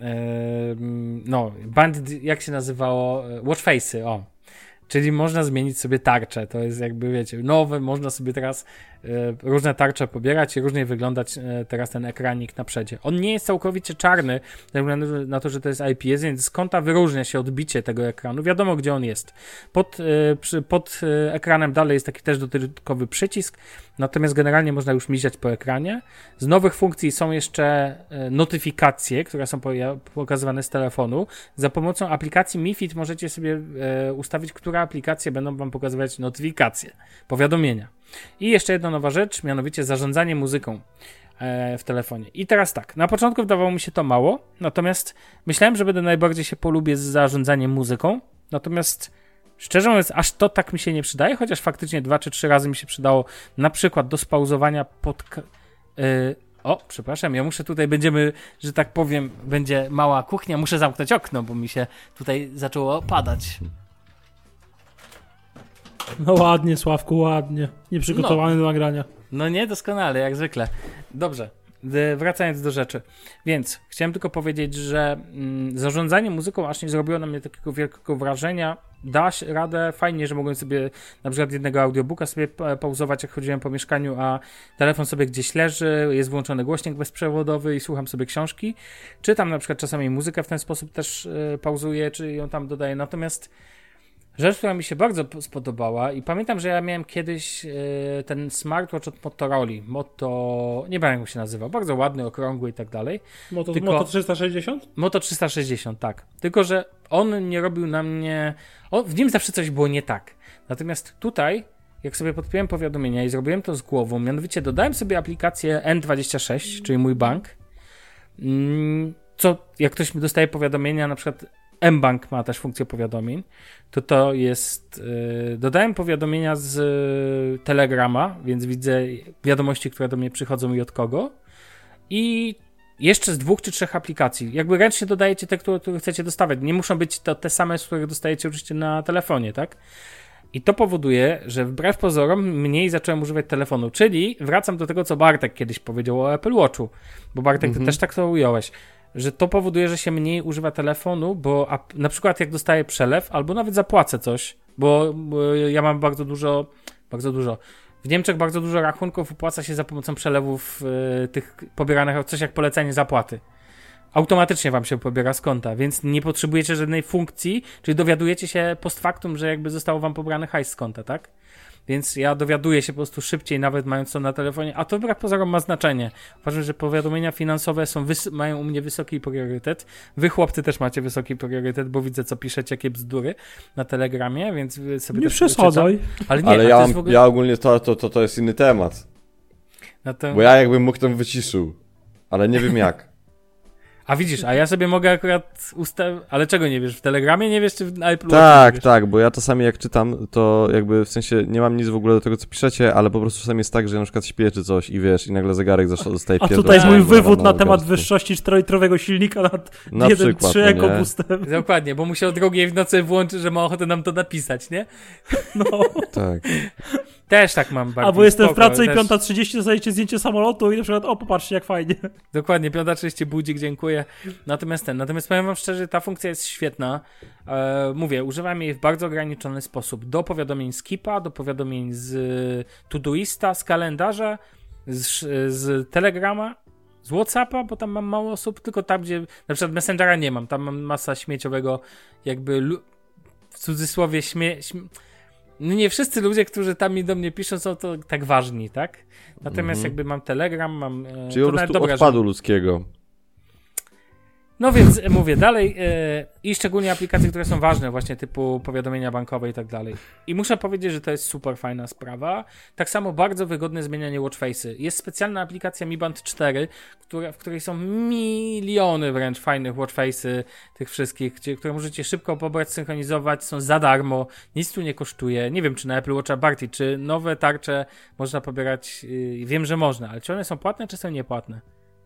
S2: no, Bandit, jak się nazywało? Watchface'y, o. Czyli można zmienić sobie tarczę. To jest jakby, wiecie, nowe, można sobie teraz y, różne tarcze pobierać i różnie wyglądać y, teraz ten ekranik na przedzie. On nie jest całkowicie czarny, ze względu na to, że to jest I P S, więc z kąta wyróżnia się odbicie tego ekranu. Wiadomo, gdzie on jest. Pod, y, przy, pod y, ekranem dalej jest taki też dotykowy przycisk, natomiast generalnie można już miziać po ekranie. Z nowych funkcji są jeszcze y, notyfikacje, które są pokazywane z telefonu. Za pomocą aplikacji MiFit możecie sobie y, ustawić, która aplikacje będą wam pokazywać notyfikacje, powiadomienia. I jeszcze jedna nowa rzecz, mianowicie zarządzanie muzyką e, w telefonie. I teraz tak, na początku wydawało mi się to mało, natomiast myślałem, że będę najbardziej się polubię z zarządzaniem muzyką, natomiast szczerze mówiąc, aż to tak mi się nie przydaje, chociaż faktycznie dwa czy trzy razy mi się przydało, na przykład do spauzowania pod... Yy, o, przepraszam, ja muszę tutaj, będziemy, że tak powiem, będzie mała kuchnia, muszę zamknąć okno, bo mi się tutaj zaczęło padać.
S3: No ładnie, Sławku, ładnie. Nieprzygotowany no. do nagrania.
S2: No nie, doskonale, jak zwykle. Dobrze, wracając do rzeczy. Więc chciałem tylko powiedzieć, że mm, zarządzanie muzyką aż nie zrobiło na mnie takiego wielkiego wrażenia. Da się radę, fajnie, że mogłem sobie na przykład jednego audiobooka sobie pauzować, jak chodziłem po mieszkaniu, a telefon sobie gdzieś leży, jest włączony głośnik bezprzewodowy i słucham sobie książki. Czytam na przykład czasami muzykę w ten sposób też y, pauzuję, czy ją tam dodaję. Natomiast rzecz, która mi się bardzo spodobała i pamiętam, że ja miałem kiedyś yy, ten smartwatch od Motorola, Moto, nie wiem jak się nazywa, bardzo ładny, okrągły i tak dalej.
S3: Moto,
S2: Tylko,
S3: Moto trzysta sześćdziesiąt?
S2: Moto trzysta sześćdziesiąt, tak. Tylko, że on nie robił na mnie, on, w nim zawsze coś było nie tak. Natomiast tutaj, jak sobie podpiąłem powiadomienia i zrobiłem to z głową, mianowicie dodałem sobie aplikację N dwadzieścia sześć, czyli mój bank, mm, co jak ktoś mi dostaje powiadomienia, na przykład mBank ma też funkcję powiadomień, to to jest, yy, dodałem powiadomienia z yy, Telegrama, więc widzę wiadomości, które do mnie przychodzą i od kogo, i jeszcze z dwóch czy trzech aplikacji. Jakby ręcznie dodajecie te, które, które chcecie dostawać. Nie muszą być to te same, z których dostajecie oczywiście na telefonie, tak? I to powoduje, że wbrew pozorom mniej zacząłem używać telefonu, czyli wracam do tego, co Bartek kiedyś powiedział o Apple Watchu, bo Bartek, mhm. ty też tak to ująłeś, że to powoduje, że się mniej używa telefonu, bo a, na przykład jak dostaję przelew, albo nawet zapłacę coś, bo, bo ja mam bardzo dużo, bardzo dużo, w Niemczech bardzo dużo rachunków opłaca się za pomocą przelewów y, tych pobieranych, coś jak polecenie zapłaty. Automatycznie wam się pobiera z konta, więc nie potrzebujecie żadnej funkcji, czyli dowiadujecie się post factum, że jakby zostało wam pobrany hajs z konta, tak? Więc ja dowiaduję się po prostu szybciej, nawet mając to na telefonie, a to wbrew pozorom ma znaczenie. Uważam, że powiadomienia finansowe są wys- mają u mnie wysoki priorytet. Wy, chłopcy, też macie wysoki priorytet, bo widzę, co piszecie, jakie bzdury na Telegramie, więc sobie
S3: nie
S2: też
S3: przesadzaj.
S4: Ale, nie, Ale ja, mam, ogóle... ja ogólnie to, to, to, to jest inny temat. No to... Bo ja jakbym mógł, to wyciszył. Ale nie wiem jak.
S2: A widzisz, a ja sobie mogę akurat ustawić... Ale czego nie wiesz? W Telegramie nie wiesz, czy w Apple Watchu
S4: Tak,
S2: nie wiesz?
S4: tak, bo ja czasami jak czytam, to jakby w sensie nie mam nic w ogóle do tego, co piszecie, ale po prostu czasami jest tak, że ja na przykład śpię czy coś i wiesz, i nagle zegarek zasz- zostaje
S3: A
S4: pierdolony.
S3: tutaj mój wywód na
S4: garstku.
S3: temat wyższości czterolitrowego silnika nad
S4: Na
S3: jeden przecinek
S4: przykład,
S3: trzy
S4: no nie?
S3: EcoBoostem.
S2: Dokładnie, bo musiał drugiej w nocy włączyć, że ma ochotę nam to napisać, nie?
S3: No.
S4: Tak.
S2: Też tak mam bardzo.
S3: Albo jestem w
S2: spoko,
S3: pracy i
S2: też...
S3: piąta trzydzieści dostajecie zdjęcie samolotu i na przykład, o popatrzcie jak fajnie.
S2: Dokładnie, piąta trzydzieści budzik, dziękuję. Natomiast ten, natomiast powiem wam szczerze, ta funkcja jest świetna. E, mówię, używam jej w bardzo ograniczony sposób. Do powiadomień z Keepa, do powiadomień z Todoista, z kalendarza, z, z Telegrama, z Whatsappa, bo tam mam mało osób, tylko tam, gdzie na przykład Messengera nie mam. Tam mam masa śmieciowego, jakby lu- w cudzysłowie śmie... śmie- no nie wszyscy ludzie, którzy tam i do mnie piszą, są to tak ważni, tak? Natomiast
S4: Mhm.
S2: jakby mam Telegram, mam... E,
S4: Czyli po
S2: to nawet
S4: prostu
S2: dobra,
S4: odpadu ludzkiego.
S2: No więc e, mówię dalej e, i szczególnie aplikacje, które są ważne, właśnie typu powiadomienia bankowe i tak dalej. I muszę powiedzieć, że to jest super fajna sprawa. Tak samo bardzo wygodne zmienianie watchface'y. Jest specjalna aplikacja Mi Band cztery, która, w której są miliony wręcz fajnych watchface'y tych wszystkich, gdzie, które możecie szybko pobrać, synchronizować, są za darmo, nic tu nie kosztuje. Nie wiem, czy na Apple Watcha Barty, czy nowe tarcze można pobierać, yy, wiem, że można, ale czy one są płatne, czy są niepłatne?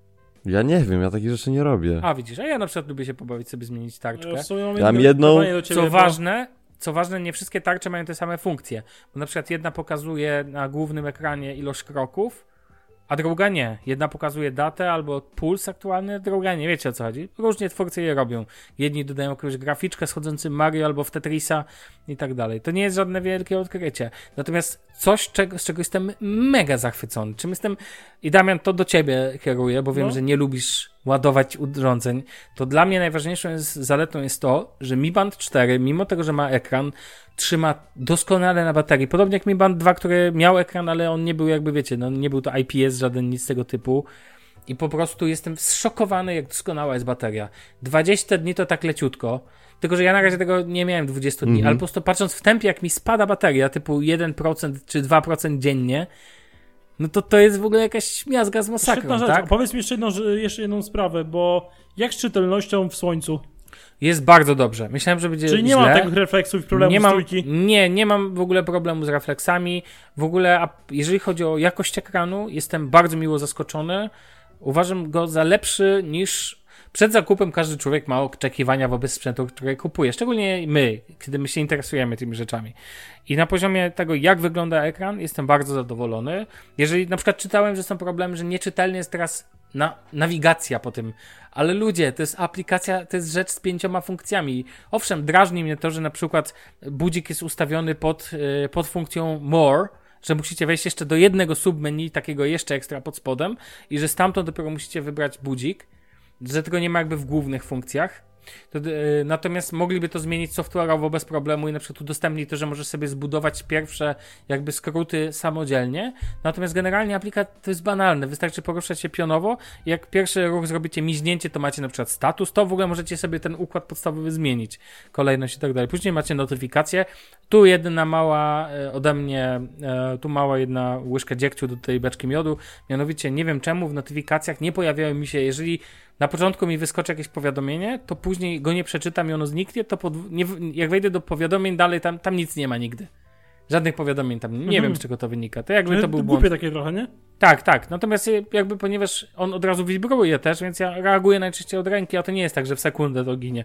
S4: Ja nie wiem, ja takich rzeczy nie robię.
S2: A widzisz, a ja na przykład lubię się pobawić, sobie zmienić tarczkę.
S3: W sumie mam
S4: Ja mam
S3: jedno
S4: jedną-
S3: pytanie do ciebie,
S2: Co
S3: bo-
S2: ważne, co ważne, nie wszystkie tarcze mają te same funkcje. Bo na przykład jedna pokazuje na głównym ekranie ilość kroków, a druga nie. Jedna pokazuje datę albo puls aktualny, druga nie. Wiecie o co chodzi? Różnie twórcy je robią. Jedni dodają jakąś graficzkę schodzący Mario albo w Tetrisa i tak dalej. To nie jest żadne wielkie odkrycie. Natomiast coś, czego, z czego jestem mega zachwycony. Czym jestem... I Damian, to do ciebie kieruję, bo wiem,
S3: No.
S2: że nie lubisz ładować urządzeń. To dla mnie najważniejszą jest, zaletą jest to, że Mi Band cztery, mimo tego, że ma ekran, trzyma doskonale na baterii. Podobnie jak Mi Band dwa, który miał ekran, ale on nie był jakby, wiecie, no nie był to I P S, żaden nic tego typu. I po prostu jestem zszokowany, jak doskonała jest bateria. dwadzieścia dni to tak leciutko. Tylko, że ja na razie tego nie miałem dwadzieścia dni,
S4: Mhm.
S2: ale po prostu patrząc w tempie, jak mi spada bateria, typu jeden procent czy dwa procent dziennie, no to to jest w ogóle jakaś miazga z masakrą,
S3: Świetna rzecz.
S2: tak?
S3: Powiedz mi jeszcze jedną, że- jeszcze jedną sprawę, bo jak z czytelnością w słońcu?
S2: Jest bardzo dobrze. Myślałem, że będzie
S3: Czyli nie
S2: źle.
S3: ma tych refleksów i problemów
S2: nie
S3: z
S2: mam,
S3: trójki?
S2: nie, nie mam w ogóle problemu z refleksami. W ogóle, a jeżeli chodzi o jakość ekranu, jestem bardzo miło zaskoczony. Uważam go za lepszy niż... Przed zakupem każdy człowiek ma oczekiwania wobec sprzętu, który kupuje. Szczególnie my, kiedy my się interesujemy tymi rzeczami. I na poziomie tego, jak wygląda ekran, jestem bardzo zadowolony. Jeżeli na przykład czytałem, że są problemy, że nieczytelny jest teraz na, nawigacja po tym. Ale ludzie, to jest aplikacja, to jest rzecz z pięcioma funkcjami. Owszem, drażni mnie to, że na przykład budzik jest ustawiony pod, yy, pod funkcją More, że musicie wejść jeszcze do jednego submenu, takiego jeszcze ekstra pod spodem i że stamtąd dopiero musicie wybrać budzik, że tego nie ma jakby w głównych funkcjach. To, yy, natomiast mogliby to zmienić software'owo bez problemu i na przykład udostępnić to, że możesz sobie zbudować pierwsze jakby skróty samodzielnie. Natomiast generalnie aplikacja to jest banalne. Wystarczy poruszać się pionowo i jak pierwszy ruch zrobicie miźnięcie, to macie na przykład status, to w ogóle możecie sobie ten układ podstawowy zmienić. Kolejność i tak dalej. Później macie notyfikacje. Tu jedna mała e, ode mnie, e, tu mała jedna łyżka dziegciu do tej beczki miodu. Mianowicie nie wiem czemu w notyfikacjach nie pojawiają mi się, jeżeli na początku mi wyskoczy jakieś powiadomienie, to później go nie przeczytam i ono zniknie, to pod, nie, jak wejdę do powiadomień dalej, tam, tam nic nie ma nigdy. Żadnych powiadomień tam, nie
S3: Mhm.
S2: wiem z czego to wynika. To jakby to był błąd.
S3: Głupie takie trochę, nie?
S2: Tak, tak. Natomiast jakby ponieważ on od razu wibruje też, więc ja reaguję najczęściej od ręki, a to nie jest tak, że w sekundę to ginie.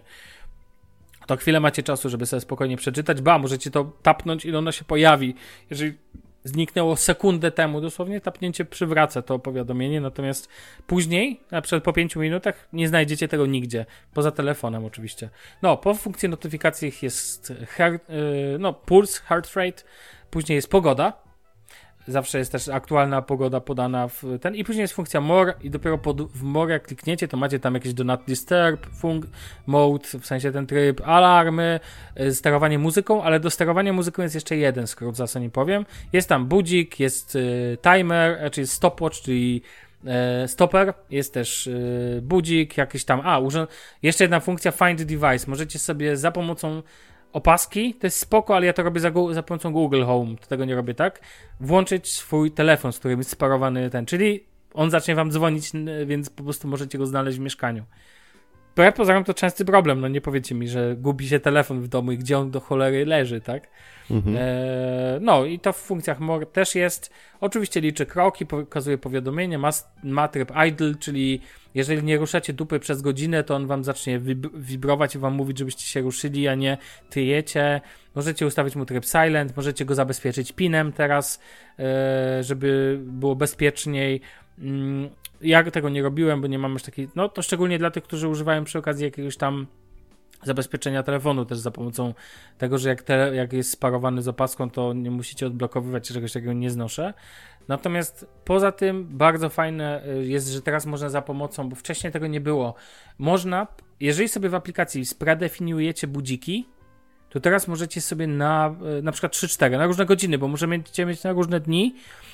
S2: To chwilę macie czasu, żeby sobie spokojnie przeczytać. Ba, możecie to tapnąć i ono się pojawi. Jeżeli zniknęło sekundę temu, dosłownie tapnięcie przywraca to powiadomienie, natomiast później, na przykład po pięciu minutach, nie znajdziecie tego nigdzie. Poza telefonem oczywiście. No, po funkcji notyfikacji jest heart, yy, no, puls, heart rate, później jest pogoda. Zawsze jest też aktualna pogoda podana w ten. I później jest funkcja More i dopiero pod, w More jak klikniecie, to macie tam jakieś do not disturb, funk, mode, w sensie ten tryb, alarmy, y, sterowanie muzyką, ale do sterowania muzyką jest jeszcze jeden skrót, za co nie powiem. Jest tam budzik, jest y, timer, czyli stopwatch, czyli y, stopper, jest też y, budzik, jakiś tam, a, urząd- jeszcze jedna funkcja find device. Możecie sobie za pomocą opaski, to jest spoko, ale ja to robię za, za pomocą Google Home, to tego nie robię tak, włączyć swój telefon, z którym jest sparowany ten, czyli on zacznie wam dzwonić, więc po prostu możecie go znaleźć w mieszkaniu. wbrew pozorom to częsty problem, no nie powiecie mi, że gubi się telefon w domu i gdzie on do cholery leży, tak? Mhm. E, no i to w funkcjach More też jest. Oczywiście liczy kroki, pokazuje powiadomienie, ma, ma tryb idle, czyli jeżeli nie ruszacie dupy przez godzinę, to on wam zacznie wib- wibrować i wam mówić, żebyście się ruszyli, a nie tyjecie. Możecie ustawić mu tryb silent, możecie go zabezpieczyć pinem teraz, e, żeby było bezpieczniej. Mm, ja tego nie robiłem, bo nie mam już takiej, no to szczególnie dla tych, którzy używają przy okazji jakiegoś tam zabezpieczenia telefonu też za pomocą tego, że jak, te, jak jest sparowany z opaską, to nie musicie odblokowywać, czegoś takiego nie znoszę. Natomiast poza tym bardzo fajne jest, że teraz można za pomocą, bo wcześniej tego nie było, można, jeżeli sobie w aplikacji spredefiniujecie budziki, to teraz możecie sobie na na przykład trzy cztery, na różne godziny, bo możecie mieć na różne dni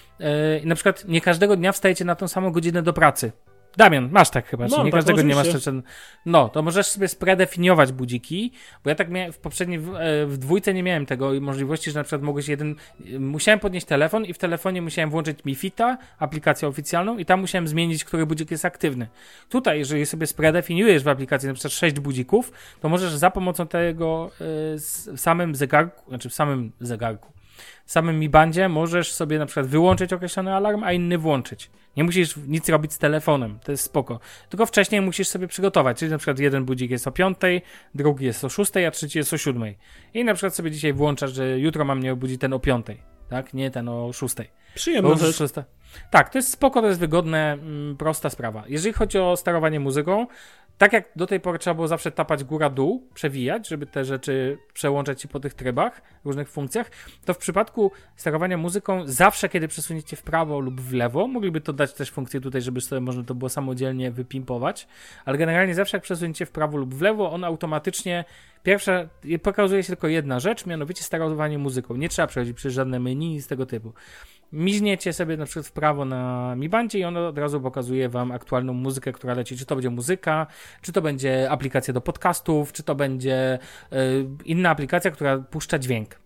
S2: i na przykład nie każdego dnia wstajecie na tą samą godzinę do pracy. Damian, masz tak chyba,
S3: no,
S2: czy nie
S3: tak,
S2: każdego
S3: oczywiście.
S2: nie masz ten... No, to możesz sobie spredefiniować budziki, bo ja tak miałem w poprzedniej, w, w dwójce nie miałem tego możliwości, że na przykład mogłeś jeden... Musiałem podnieść telefon i w telefonie musiałem włączyć Mi Fita, aplikację oficjalną i tam musiałem zmienić, który budzik jest aktywny. Tutaj, jeżeli sobie spredefiniujesz w aplikacji na przykład sześć budzików, to możesz za pomocą tego w samym zegarku, znaczy w samym zegarku, w samym Mi Bandzie możesz sobie na przykład wyłączyć określony alarm, a inny włączyć. Nie musisz nic robić z telefonem, to jest spoko. Tylko wcześniej musisz sobie przygotować, czyli na przykład jeden budzik jest o piątej, drugi jest o szóstej, a trzeci jest o siódmej. I na przykład sobie dzisiaj włączasz, że jutro mam mnie obudzić ten o piątej, tak? Nie ten o szóstej.
S3: Przyjemne rzecz.
S2: Szósta. Tak, to jest spoko, to jest wygodne, mm, prosta sprawa. Jeżeli chodzi o sterowanie muzyką, tak jak do tej pory trzeba było zawsze tapać góra-dół, przewijać, żeby te rzeczy przełączać się po tych trybach, różnych funkcjach, to w przypadku sterowania muzyką zawsze, kiedy przesuniecie w prawo lub w lewo, mogliby to dać też funkcję tutaj, żeby sobie można to było samodzielnie wypimpować, ale generalnie zawsze jak przesuniecie w prawo lub w lewo, on automatycznie pierwsza, pokazuje się tylko jedna rzecz, mianowicie sterowanie muzyką. Nie trzeba przechodzić przez żadne menu z tego typu. Miźniecie sobie na przykład w prawo na Mi Bandzie i ono od razu pokazuje wam aktualną muzykę, która leci. Czy to będzie muzyka, czy to będzie aplikacja do podcastów, czy to będzie y, inna aplikacja, która puszcza dźwięk.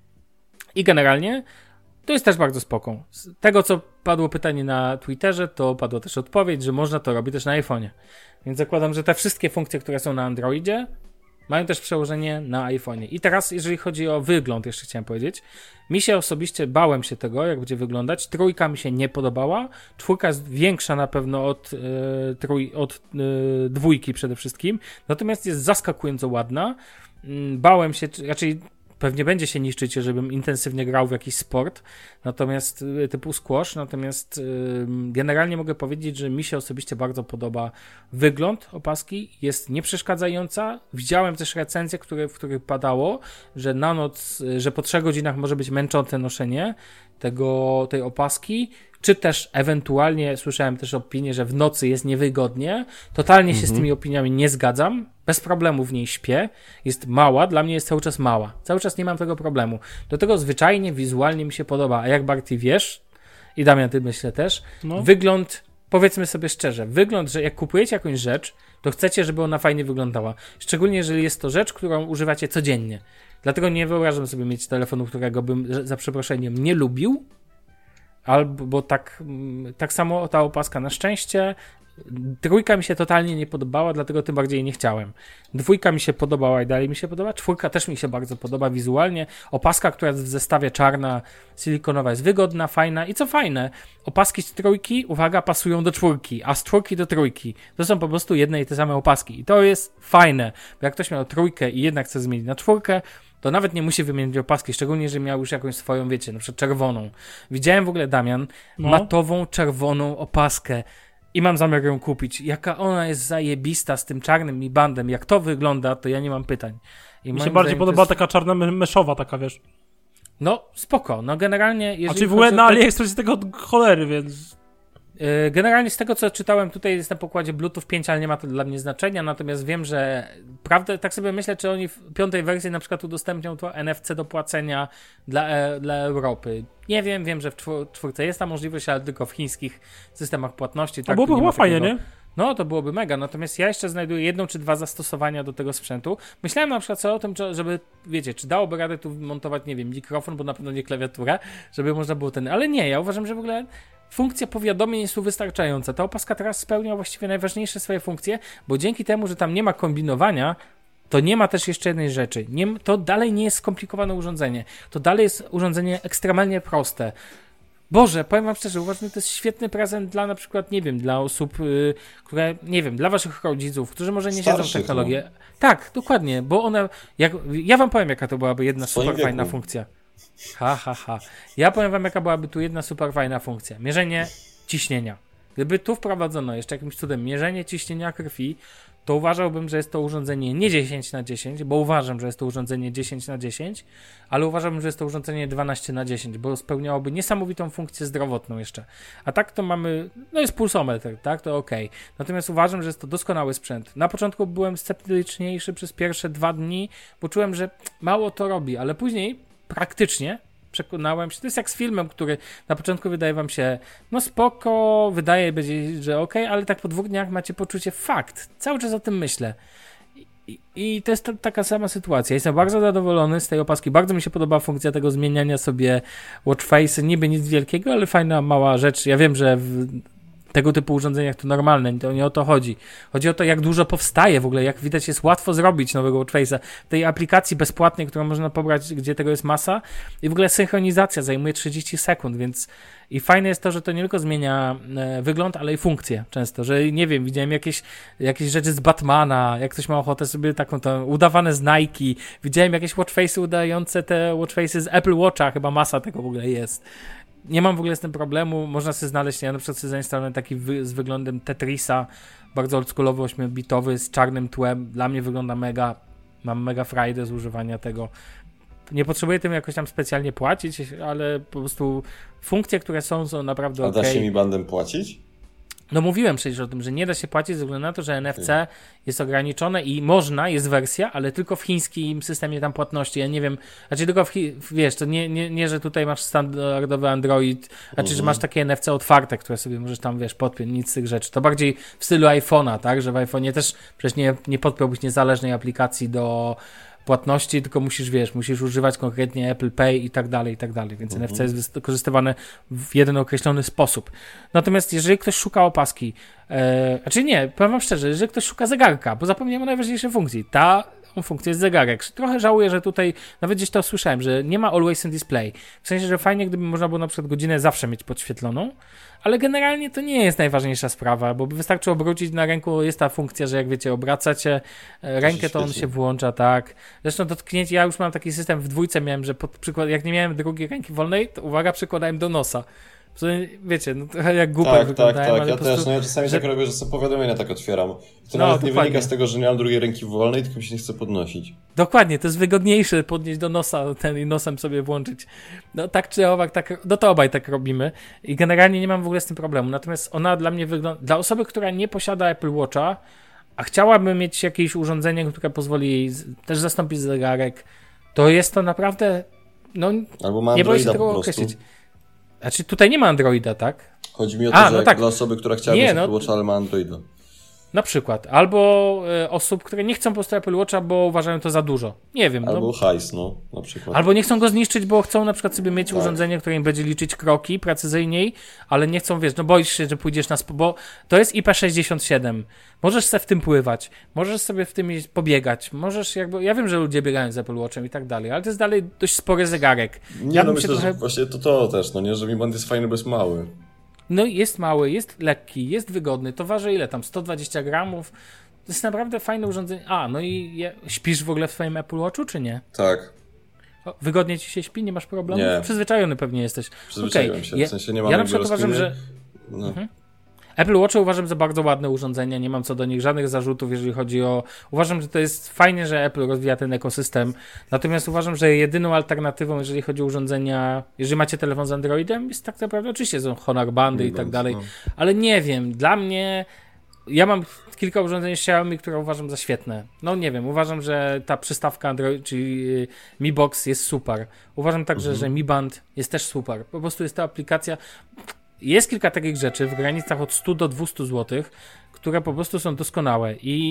S2: I generalnie to jest też bardzo spoko. Z tego, co padło pytanie na Twitterze, to padła też odpowiedź, że można to robić też na iPhone'ie. Więc zakładam, że te wszystkie funkcje, które są na Androidzie, mają też przełożenie na iPhone'ie. I teraz, jeżeli chodzi o wygląd, jeszcze chciałem powiedzieć, mi się osobiście, bałem się tego, jak będzie wyglądać. Trójka mi się nie podobała. Czwórka jest większa na pewno od, yy, trój, od yy, dwójki przede wszystkim. Natomiast jest zaskakująco ładna. Yy, bałem się, raczej pewnie będzie się niszczyć, żebym intensywnie grał w jakiś sport, natomiast typu squash, natomiast yy, generalnie mogę powiedzieć, że mi się osobiście bardzo podoba wygląd opaski, jest nieprzeszkadzająca. Widziałem też recenzje, które, w których padało, że na noc, że po trzech godzinach może być męczące noszenie tego, tej opaski, czy też ewentualnie słyszałem też opinię, że w nocy jest niewygodnie. Totalnie się mhm. z tymi opiniami nie zgadzam. Bez problemu w niej śpię. Jest mała, dla mnie jest cały czas mała. Cały czas nie mam tego problemu. Do tego zwyczajnie, wizualnie mi się podoba. A jak Barty wiesz, i Damian, ty myślę też, no. wygląd, powiedzmy sobie szczerze, wygląd, że jak kupujecie jakąś rzecz, to chcecie, żeby ona fajnie wyglądała. Szczególnie jeżeli jest to rzecz, którą używacie codziennie. Dlatego nie wyobrażam sobie mieć telefonu, którego bym za przeproszeniem nie lubił, albo bo tak, tak samo ta opaska na szczęście. Trójka mi się totalnie nie podobała, dlatego tym bardziej nie chciałem. Dwójka mi się podobała i dalej mi się podoba. Czwórka też mi się bardzo podoba wizualnie. Opaska, która jest w zestawie czarna, silikonowa, jest wygodna, fajna i co fajne, opaski z trójki, uwaga, pasują do czwórki, a z czwórki do trójki. To są po prostu jedne i te same opaski i to jest fajne, bo jak ktoś miał trójkę i jednak chce zmienić na czwórkę, to nawet nie musi wymienić opaski, szczególnie, że miał już jakąś swoją, wiecie, na przykład czerwoną. Widziałem w ogóle, Damian, no. matową, czerwoną opaskę i mam zamiar ją kupić. Jaka ona jest zajebista z tym czarnym Mi Bandem. Jak to wygląda, to ja nie mam pytań. I
S3: mi się bardziej podoba jest... taka czarna meszowa, taka, wiesz.
S2: No, spoko. No generalnie...
S3: A czy w ogóle na AliExpress tego od cholery, więc...
S2: Generalnie z tego, co czytałem, tutaj jest na pokładzie Bluetooth pięć, ale nie ma to dla mnie znaczenia, natomiast wiem, że prawda, tak sobie myślę, czy oni w piątej wersji na przykład udostępnią to N F C do płacenia dla, e, dla Europy. Nie wiem, wiem, że w czwórce jest ta możliwość, ale tylko w chińskich systemach płatności.
S3: Tak, to byłoby chyba fajnie, nie?
S2: No, to byłoby mega, natomiast ja jeszcze znajduję jedną czy dwa zastosowania do tego sprzętu. Myślałem na przykład co o tym, żeby, wiecie, czy dałoby radę tu montować, nie wiem, mikrofon, bo na pewno nie klawiaturę, żeby można było ten, ale nie, ja uważam, że w ogóle funkcja powiadomień jest tu wystarczająca. Ta opaska teraz spełnia właściwie najważniejsze swoje funkcje, bo dzięki temu, że tam nie ma kombinowania, to nie ma też jeszcze jednej rzeczy. Nie, to dalej nie jest skomplikowane urządzenie. To dalej jest urządzenie ekstremalnie proste. Boże, powiem wam szczerze, uważam, że to jest świetny prezent dla na przykład, nie wiem, dla osób, yy, które, nie wiem, dla waszych rodziców, którzy może nie siedzą w technologię. No. Tak, dokładnie, bo ona, jak, ja wam powiem, jaka to byłaby jedna super wieku. fajna funkcja. Ha, ha, ha. Ja powiem wam, jaka byłaby tu jedna super fajna funkcja. Mierzenie ciśnienia. Gdyby tu wprowadzono jeszcze jakimś cudem mierzenie ciśnienia krwi, to uważałbym, że jest to urządzenie nie dziesięć na dziesięć, bo uważam, że jest to urządzenie dziesięć na dziesięć, ale uważam, że jest to urządzenie dwanaście na dziesięć, bo spełniałoby niesamowitą funkcję zdrowotną jeszcze. A tak to mamy, no jest pulsometr, tak, to okej. Okay. Natomiast uważam, że jest to doskonały sprzęt. Na początku byłem sceptyczniejszy przez pierwsze dwa dni, bo czułem, że mało to robi, ale później praktycznie przekonałem się, to jest jak z filmem, który na początku wydaje wam się, no spoko, wydaje będzie, że okej, okay, ale tak po dwóch dniach macie poczucie, fakt, cały czas o tym myślę. I, i to jest ta, taka sama sytuacja. Jestem bardzo zadowolony z tej opaski, bardzo mi się podoba funkcja tego zmieniania sobie watchface'y, niby nic wielkiego, ale fajna, mała rzecz. Ja wiem, że w tego typu urządzeniach to normalne, to nie o to chodzi. Chodzi o to, jak dużo powstaje w ogóle, jak widać jest łatwo zrobić nowego watchface'a. W tej aplikacji bezpłatnej, którą można pobrać, gdzie tego jest masa i w ogóle synchronizacja zajmuje trzydzieści sekund, więc i fajne jest to, że to nie tylko zmienia e, wygląd, ale i funkcję często, że nie wiem, widziałem jakieś, jakieś rzeczy z Batmana, jak ktoś ma ochotę sobie taką to udawane z Nike, widziałem jakieś watchface'y udające te watchface'y z Apple Watcha, chyba masa tego w ogóle jest. Nie mam w ogóle z tym problemu, można sobie znaleźć, ja na przykład sobie zainstalowałem taki wy, z wyglądem Tetrisa, bardzo oldschoolowy, ośmiobitowy, z czarnym tłem, dla mnie wygląda mega, mam mega frajdę z używania tego. Nie potrzebuję tym jakoś tam specjalnie płacić, ale po prostu funkcje, które są, są naprawdę okej.
S5: A da się Mi Bandem płacić?
S2: No mówiłem przecież o tym, że nie da się płacić ze względu na to, że N F C jest ograniczone i można, jest wersja, ale tylko w chińskim systemie tam płatności. Ja nie wiem, znaczy tylko w, wiesz, to nie, nie, nie, że tutaj masz standardowy Android, znaczy, mhm. że masz takie N F C otwarte, które sobie możesz tam, wiesz, podpiąć, nic z tych rzeczy. To bardziej w stylu iPhone'a, tak, że w iPhone'ie też przecież nie, nie podpiąłbyś niezależnej aplikacji do płatności, tylko musisz, wiesz, musisz używać konkretnie Apple Pay i tak dalej, i tak dalej, więc mhm. N F C jest wykorzystywane w jeden określony sposób. Natomiast jeżeli ktoś szuka opaski, e, znaczy nie, powiem wam szczerze, jeżeli ktoś szuka zegarka, bo zapomniałem o najważniejszej funkcji, ta funkcja jest zegarek. Trochę żałuję, że tutaj, nawet gdzieś to słyszałem, że nie ma Always in Display. W sensie, że fajnie, gdyby można było na przykład godzinę zawsze mieć podświetloną, ale generalnie to nie jest najważniejsza sprawa, bo wystarczy obrócić na ręku, jest ta funkcja, że jak wiecie, obracacie rękę, to on się włącza, tak. Zresztą dotknięcie, ja już mam taki system w dwójce miałem, że pod przykład, jak nie miałem drugiej ręki wolnej, to uwaga, przykładałem do nosa. Wiecie, no trochę jak głupek
S5: tak,
S2: wyglądałem,
S5: tak, tak,
S2: ale
S5: ja
S2: po
S5: też,
S2: prostu,
S5: no ja czasami
S2: że...
S5: tak robię, że sobie powiadomienia tak otwieram. To
S2: no,
S5: nawet nie
S2: dokładnie.
S5: wynika z tego, że nie mam drugiej ręki wolnej, tylko mi się nie chce podnosić.
S2: Dokładnie, to jest wygodniejsze podnieść do nosa ten i nosem sobie włączyć. No tak czy owak, tak, no to obaj tak robimy i generalnie nie mam w ogóle z tym problemu. Natomiast ona dla mnie wygląda, dla osoby, która nie posiada Apple Watcha, a chciałaby mieć jakieś urządzenie, które pozwoli jej też zastąpić zegarek, to jest to naprawdę, no
S5: albo ma
S2: nie boję się
S5: Androida
S2: tego
S5: po prostu.
S2: określić. Znaczy tutaj nie ma Androida, tak?
S5: Chodzi mi o to,
S2: A,
S5: że
S2: no tak.
S5: dla osoby, która chciała
S2: nie,
S5: mieć
S2: no...
S5: Apple Watcha, ale ma Androida.
S2: Na przykład. Albo y, osób, które nie chcą po prostu Apple Watcha, bo uważają to za dużo. Nie wiem.
S5: Albo
S2: no.
S5: hajs, no, na przykład.
S2: Albo nie chcą go zniszczyć, bo chcą na przykład sobie mieć
S5: tak.
S2: urządzenie, które im będzie liczyć kroki precyzyjniej, ale nie chcą, wiesz, no boisz się, że pójdziesz na... Sp- bo to jest I P sześćdziesiąt siedem. Możesz sobie w tym pływać, możesz sobie w tym pobiegać, możesz jakby... Ja wiem, że ludzie biegają z Apple Watchem i tak dalej, ale to jest dalej dość spory zegarek.
S5: Nie,
S2: ja
S5: no
S2: bym
S5: myślę,
S2: się trochę...
S5: że właśnie to to też, no nie, że Mi Band jest fajny, bo jest mały.
S2: No jest mały, jest lekki, jest wygodny, to waży ile tam? sto dwadzieścia gramów? To jest naprawdę fajne urządzenie. A, no i je, śpisz w ogóle w swoim Apple Watchu, czy nie?
S5: Tak.
S2: O, wygodnie ci się śpi? Nie masz problemu?
S5: Nie.
S2: Przyzwyczajony pewnie jesteś.
S5: Przyzwyczaiłem
S2: okay.
S5: się,
S2: ja,
S5: w sensie nie mam
S2: ja na przykład uważam, że...
S5: No.
S2: Mhm. Apple Watch uważam za bardzo ładne urządzenia, nie mam co do nich żadnych zarzutów, jeżeli chodzi o... Uważam, że to jest fajnie, że Apple rozwija ten ekosystem, natomiast uważam, że jedyną alternatywą, jeżeli chodzi o urządzenia, jeżeli macie telefon z Androidem, jest tak naprawdę, oczywiście są Honor Bandy i tak dalej,
S5: no.
S2: ale nie wiem, dla mnie... Ja mam kilka urządzeń z Xiaomi, które uważam za świetne. No nie wiem, uważam, że ta przystawka Android, czyli Mi Box jest super. Uważam także, mhm. że Mi Band jest też super. Po prostu jest to aplikacja... Jest kilka takich rzeczy w granicach od stu do dwustu złotych, które po prostu są doskonałe i,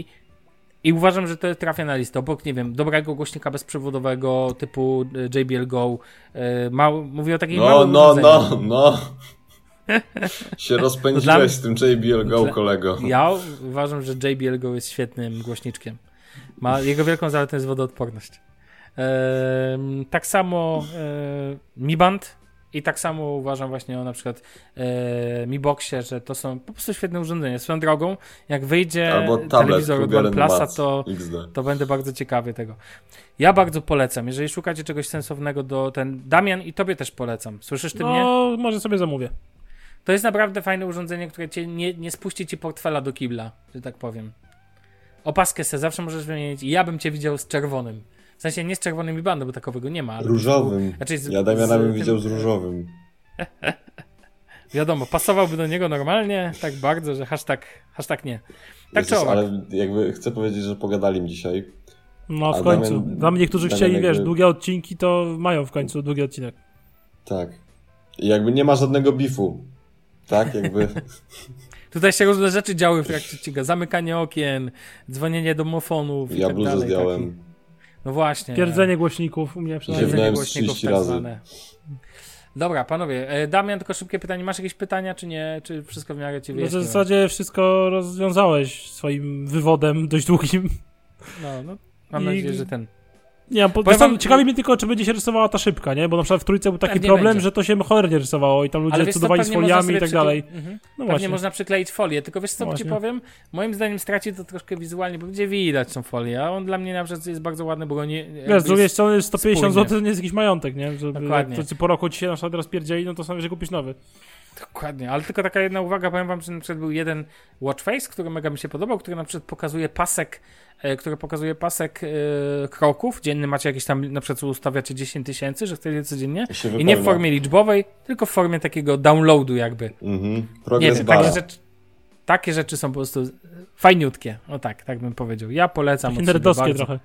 S2: i uważam, że to trafia na listę. Obok, nie wiem, dobrego głośnika bezprzewodowego typu J B L Go. Yy, mał, mówię o takiej
S5: no,
S2: małej
S5: No, no, no, no. Się rozpędziłeś
S2: No dla-
S5: z tym J B L Go,
S2: dla-
S5: kolego.
S2: Ja uważam, że J B L Go jest świetnym głośniczkiem. Ma, jego wielką zaletą jest wodoodporność. Ehm, tak samo e, Mi Band i tak samo uważam właśnie o na przykład e, Mi Boxie, że to są po prostu świetne urządzenia. Swoją drogą, jak wyjdzie
S5: Albo tablet
S2: telewizor od
S5: Kruger
S2: OnePlusa,
S5: Mats
S2: to
S5: X D.
S2: to będę bardzo ciekawy tego. Ja bardzo polecam. Jeżeli szukacie czegoś sensownego do ten... Damian, i tobie też polecam. Słyszysz ty mnie?
S3: No, może sobie zamówię.
S2: To jest naprawdę fajne urządzenie, które cię nie, nie spuści ci portfela do kibla, że tak powiem. Opaskę se zawsze możesz wymienić i ja bym cię widział z czerwonym. W sensie nie z czerwonym Mi Bandem, bo takowego nie ma. Ale
S5: Różowym.
S2: Znaczy z,
S5: Ja Damiana bym
S2: tym-
S5: widział z różowym.
S2: Wiadomo, pasowałby do niego normalnie, tak bardzo, że hashtag, hashtag nie. Tak czy
S5: Jezus,
S2: owak.
S5: ale jakby chcę powiedzieć, że pogadali mi dzisiaj.
S3: No, w
S5: A
S3: końcu.
S5: Damian-
S3: Dla mnie, którzy
S5: Damian
S3: chcieli,
S5: jakby-
S3: wiesz, długie odcinki, to mają w końcu długi odcinek.
S5: Tak. I jakby nie ma żadnego bifu. Tak, jakby...
S2: Tutaj się różne rzeczy działy w trakcie odcinka. Zamykanie okien, dzwonienie domofonów i
S5: Ja
S2: tak
S5: bluzę
S2: dalej.
S5: zdjąłem.
S2: Taki. No właśnie.
S3: Pierdzenie głośników u mnie przynajmniej.
S5: Ziewnąłem z
S2: głośników
S5: trzydzieści
S2: tak
S5: razy.
S2: zwane. Dobra, panowie. E, Damian, tylko szybkie pytanie. Masz jakieś pytania, czy nie? Czy wszystko w miarę ci
S3: No, w
S2: wyjaśniłem?
S3: zasadzie wszystko rozwiązałeś swoim wywodem dość długim.
S2: No, no. Mam
S3: I-
S2: nadzieję, że ten...
S3: Nie wiem, po,
S2: Powiem
S3: wam...
S2: wam-
S3: ciekawi mnie tylko, czy będzie się rysowała ta szybka, nie? Bo na przykład w trójce był taki
S2: Pewnie
S3: problem,
S2: będzie.
S3: że to się cholernie rysowało i tam ludzie
S2: wiesz co,
S3: cudowali z
S2: pewnie można
S3: foliami
S2: sobie
S3: i tak
S2: przykle-
S3: dalej.
S2: Mhm.
S3: No
S2: Pewnie
S3: właśnie.
S2: można przykleić folię, tylko wiesz co
S3: Właśnie.
S2: ci powiem? Moim zdaniem straci to troszkę wizualnie, bo będzie widać tą folię, a on dla mnie na przykład jest bardzo ładny, bo go nie...
S3: Wiesz, z drugiej strony sto pięćdziesiąt
S2: spójnie.
S3: złotych to nie jest jakiś majątek, nie? Żeby
S2: Dokładnie.
S3: jak to po roku ci się na przykład teraz pierdzieli, no to sam że kupisz nowy.
S2: Dokładnie, ale tylko taka jedna uwaga, powiem wam, że na przykład był jeden watch face, który mega mi się podobał, który na przykład pokazuje pasek, e, który pokazuje pasek e, kroków, dzienny macie jakieś tam, na przykład ustawiacie dziesięć tysięcy, że chcecie codziennie
S5: I się
S2: i nie w
S5: wypełnia.
S2: formie liczbowej, tylko w formie takiego downloadu jakby.
S5: Mhm.
S2: Nie
S5: Progres
S2: wiem,
S5: bara.
S2: takie rzeczy, takie rzeczy są po prostu fajniutkie, o tak, tak bym powiedział. Ja polecam
S3: Takie
S2: od siebie
S3: nerdowskie
S2: bardzo.
S3: trochę.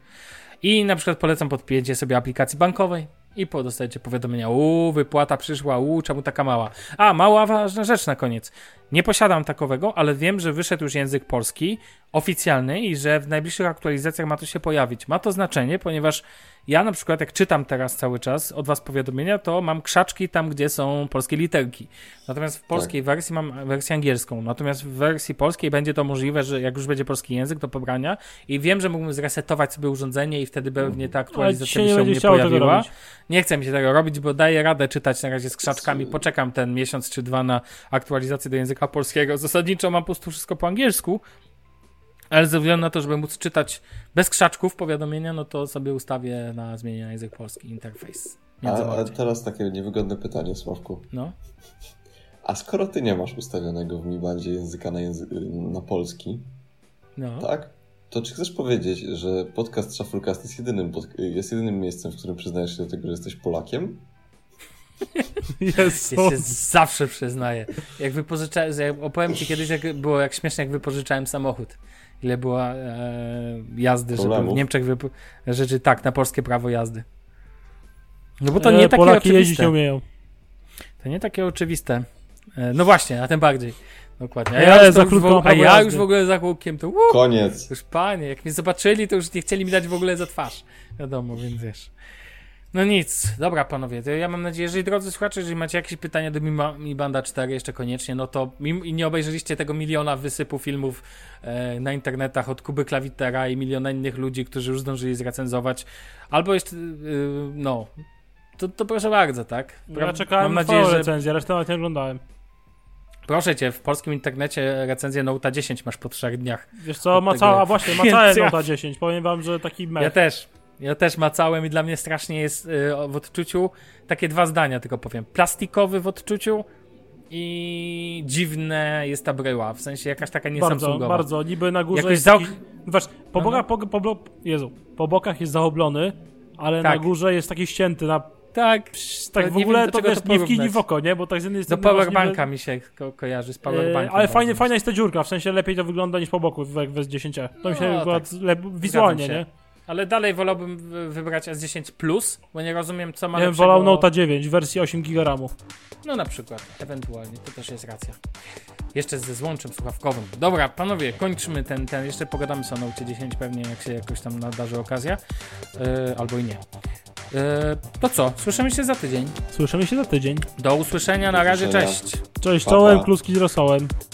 S2: I na przykład polecam podpięcie sobie aplikacji bankowej i po dostajecie powiadomienia, uuu, wypłata przyszła, uuu, czemu taka mała? A, mała ważna rzecz na koniec. Nie posiadam takowego, ale wiem, że wyszedł już język polski oficjalny i że w najbliższych aktualizacjach ma to się pojawić. Ma to znaczenie, ponieważ ja na przykład jak czytam teraz cały czas od was powiadomienia, to mam krzaczki tam, gdzie są polskie literki. Natomiast w polskiej wersji mam wersję angielską. Natomiast w wersji polskiej będzie to możliwe, że jak już będzie polski język do pobrania i wiem, że mógłbym zresetować sobie urządzenie i wtedy pewnie ta
S3: Ale
S2: aktualizacja
S3: dzisiaj
S2: by
S3: nie
S2: się u
S3: będzie
S2: mnie
S3: chciało tego
S2: pojawiła.
S3: robić.
S2: Nie chcę mi się tego robić, bo daję radę czytać na razie z krzaczkami. Poczekam ten miesiąc czy dwa na aktualizację do języka polskiego. Zasadniczo mam po prostu wszystko po angielsku, ale ze względu na to, żeby móc czytać bez krzaczków powiadomienia, no to sobie ustawię na zmienię na język polski, interfejs. Między
S5: A, a
S2: bardziej.
S5: teraz takie niewygodne pytanie, Sławku.
S2: No.
S5: A skoro ty nie masz ustawionego w Mi Bandzie języka na, języ- na polski,
S2: No.
S5: tak? To czy chcesz powiedzieć, że podcast Shufflecast jest jedynym, pod- jest jedynym miejscem, w którym przyznajesz się do tego, że jesteś Polakiem?
S3: Jezu.
S2: Ja się zawsze przyznaję. Jak wypożyczałem, jak opowiem ci kiedyś, jak było jak śmiesznie, jak wypożyczałem samochód. Ile było e, jazdy, żeby
S5: Problemów.
S2: w Niemczech wypo- rzeczy tak, na polskie prawo jazdy. No bo to
S3: E,
S2: nie takie
S3: Polaki jeździć
S2: oczywiste.
S3: nie umieją.
S2: To nie takie oczywiste. E, no właśnie, a tym bardziej. Dokładnie. A
S3: Ja
S2: ja, już,
S3: za
S2: to już,
S3: krótką
S2: w, a
S3: prawo
S2: ja
S3: jazdy.
S2: już w ogóle za kółkiem to uu,
S5: Koniec.
S2: już panie, jak mnie zobaczyli, to już nie chcieli mi dać w ogóle za twarz. Wiadomo, więc wiesz. No nic, dobra panowie, to ja mam nadzieję, że drodzy słuchacze, jeżeli macie jakieś pytania do Mi, Mi Banda cztery jeszcze koniecznie, no to mim, i nie obejrzeliście tego miliona wysypu filmów e, na internetach od Kuby Klawitera i miliona innych ludzi, którzy już zdążyli zrecenzować, albo jeszcze, y, no, to, to proszę bardzo, tak? Pra-
S3: Ja czekałem
S2: mam
S3: na
S2: nadzieję,
S3: twoją
S2: że
S3: recenzję, resztę nawet nie oglądałem.
S2: proszę cię, w polskim internecie recenzję Note'a dziesięć masz po trzech dniach.
S3: Wiesz co,
S2: Od
S3: ma
S2: tego
S3: cała,
S2: jest.
S3: właśnie, ma
S2: Więc
S3: całe
S2: ja-
S3: Nota dziesięć. Powiem wam, że taki mech.
S2: Ja też. Ja też macałem i dla mnie strasznie jest y, w odczuciu takie dwa zdania tylko powiem. Plastikowy w odczuciu i dziwne jest ta bryła. W sensie jakaś taka
S3: Bardzo,
S2: niesamsungowa.
S3: bardzo. Niby na górze
S2: Jakoś
S3: jest
S2: za
S3: taki,
S2: ok-
S3: Zobacz, po,
S2: No,
S3: bokach, po, po, po, Jezu, po bokach jest zaoblony, ale
S2: Tak.
S3: na górze jest taki ścięty. Na,
S2: Tak.
S3: tak
S2: To
S3: w
S2: nie
S3: ogóle
S2: wiem, do
S3: to
S2: czego
S3: wiesz,
S2: to
S3: nie w kij,
S2: porównać.
S3: ni w oko, nie? Bo tak z jednej
S2: Do
S3: strony...
S2: powerbanka mi się ko- kojarzy z
S3: Yy,
S2: powerbankiem.
S3: ale fajnie,
S2: bardzo.
S3: fajna jest ta dziurka, w sensie lepiej to wygląda niż po boku w w S dziesięć e. To mi się
S2: No,
S3: akurat
S2: tak.
S3: lep- wizualnie,
S2: się.
S3: nie?
S2: Ale dalej wolałbym wy- wybrać S dziesięć Plus, bo nie rozumiem co ma
S3: Ja bym
S2: lepszego...
S3: wolał Note'a dziewięć w wersji osiem giga ramu.
S2: No na przykład, ewentualnie, to też jest racja. Jeszcze ze złączem słuchawkowym. Dobra, panowie, kończymy ten, ten jeszcze pogadamy sobie o Note dziesięć pewnie, jak się jakoś tam nadarzy okazja. Yy, albo i nie. Yy, to co, słyszymy się za tydzień.
S3: Słyszymy się za tydzień.
S2: Do usłyszenia, na razie,
S5: usłyszenia.
S2: cześć.
S3: Cześć,
S5: Pa,
S3: czołem,
S5: pa.
S3: kluski z rosołem.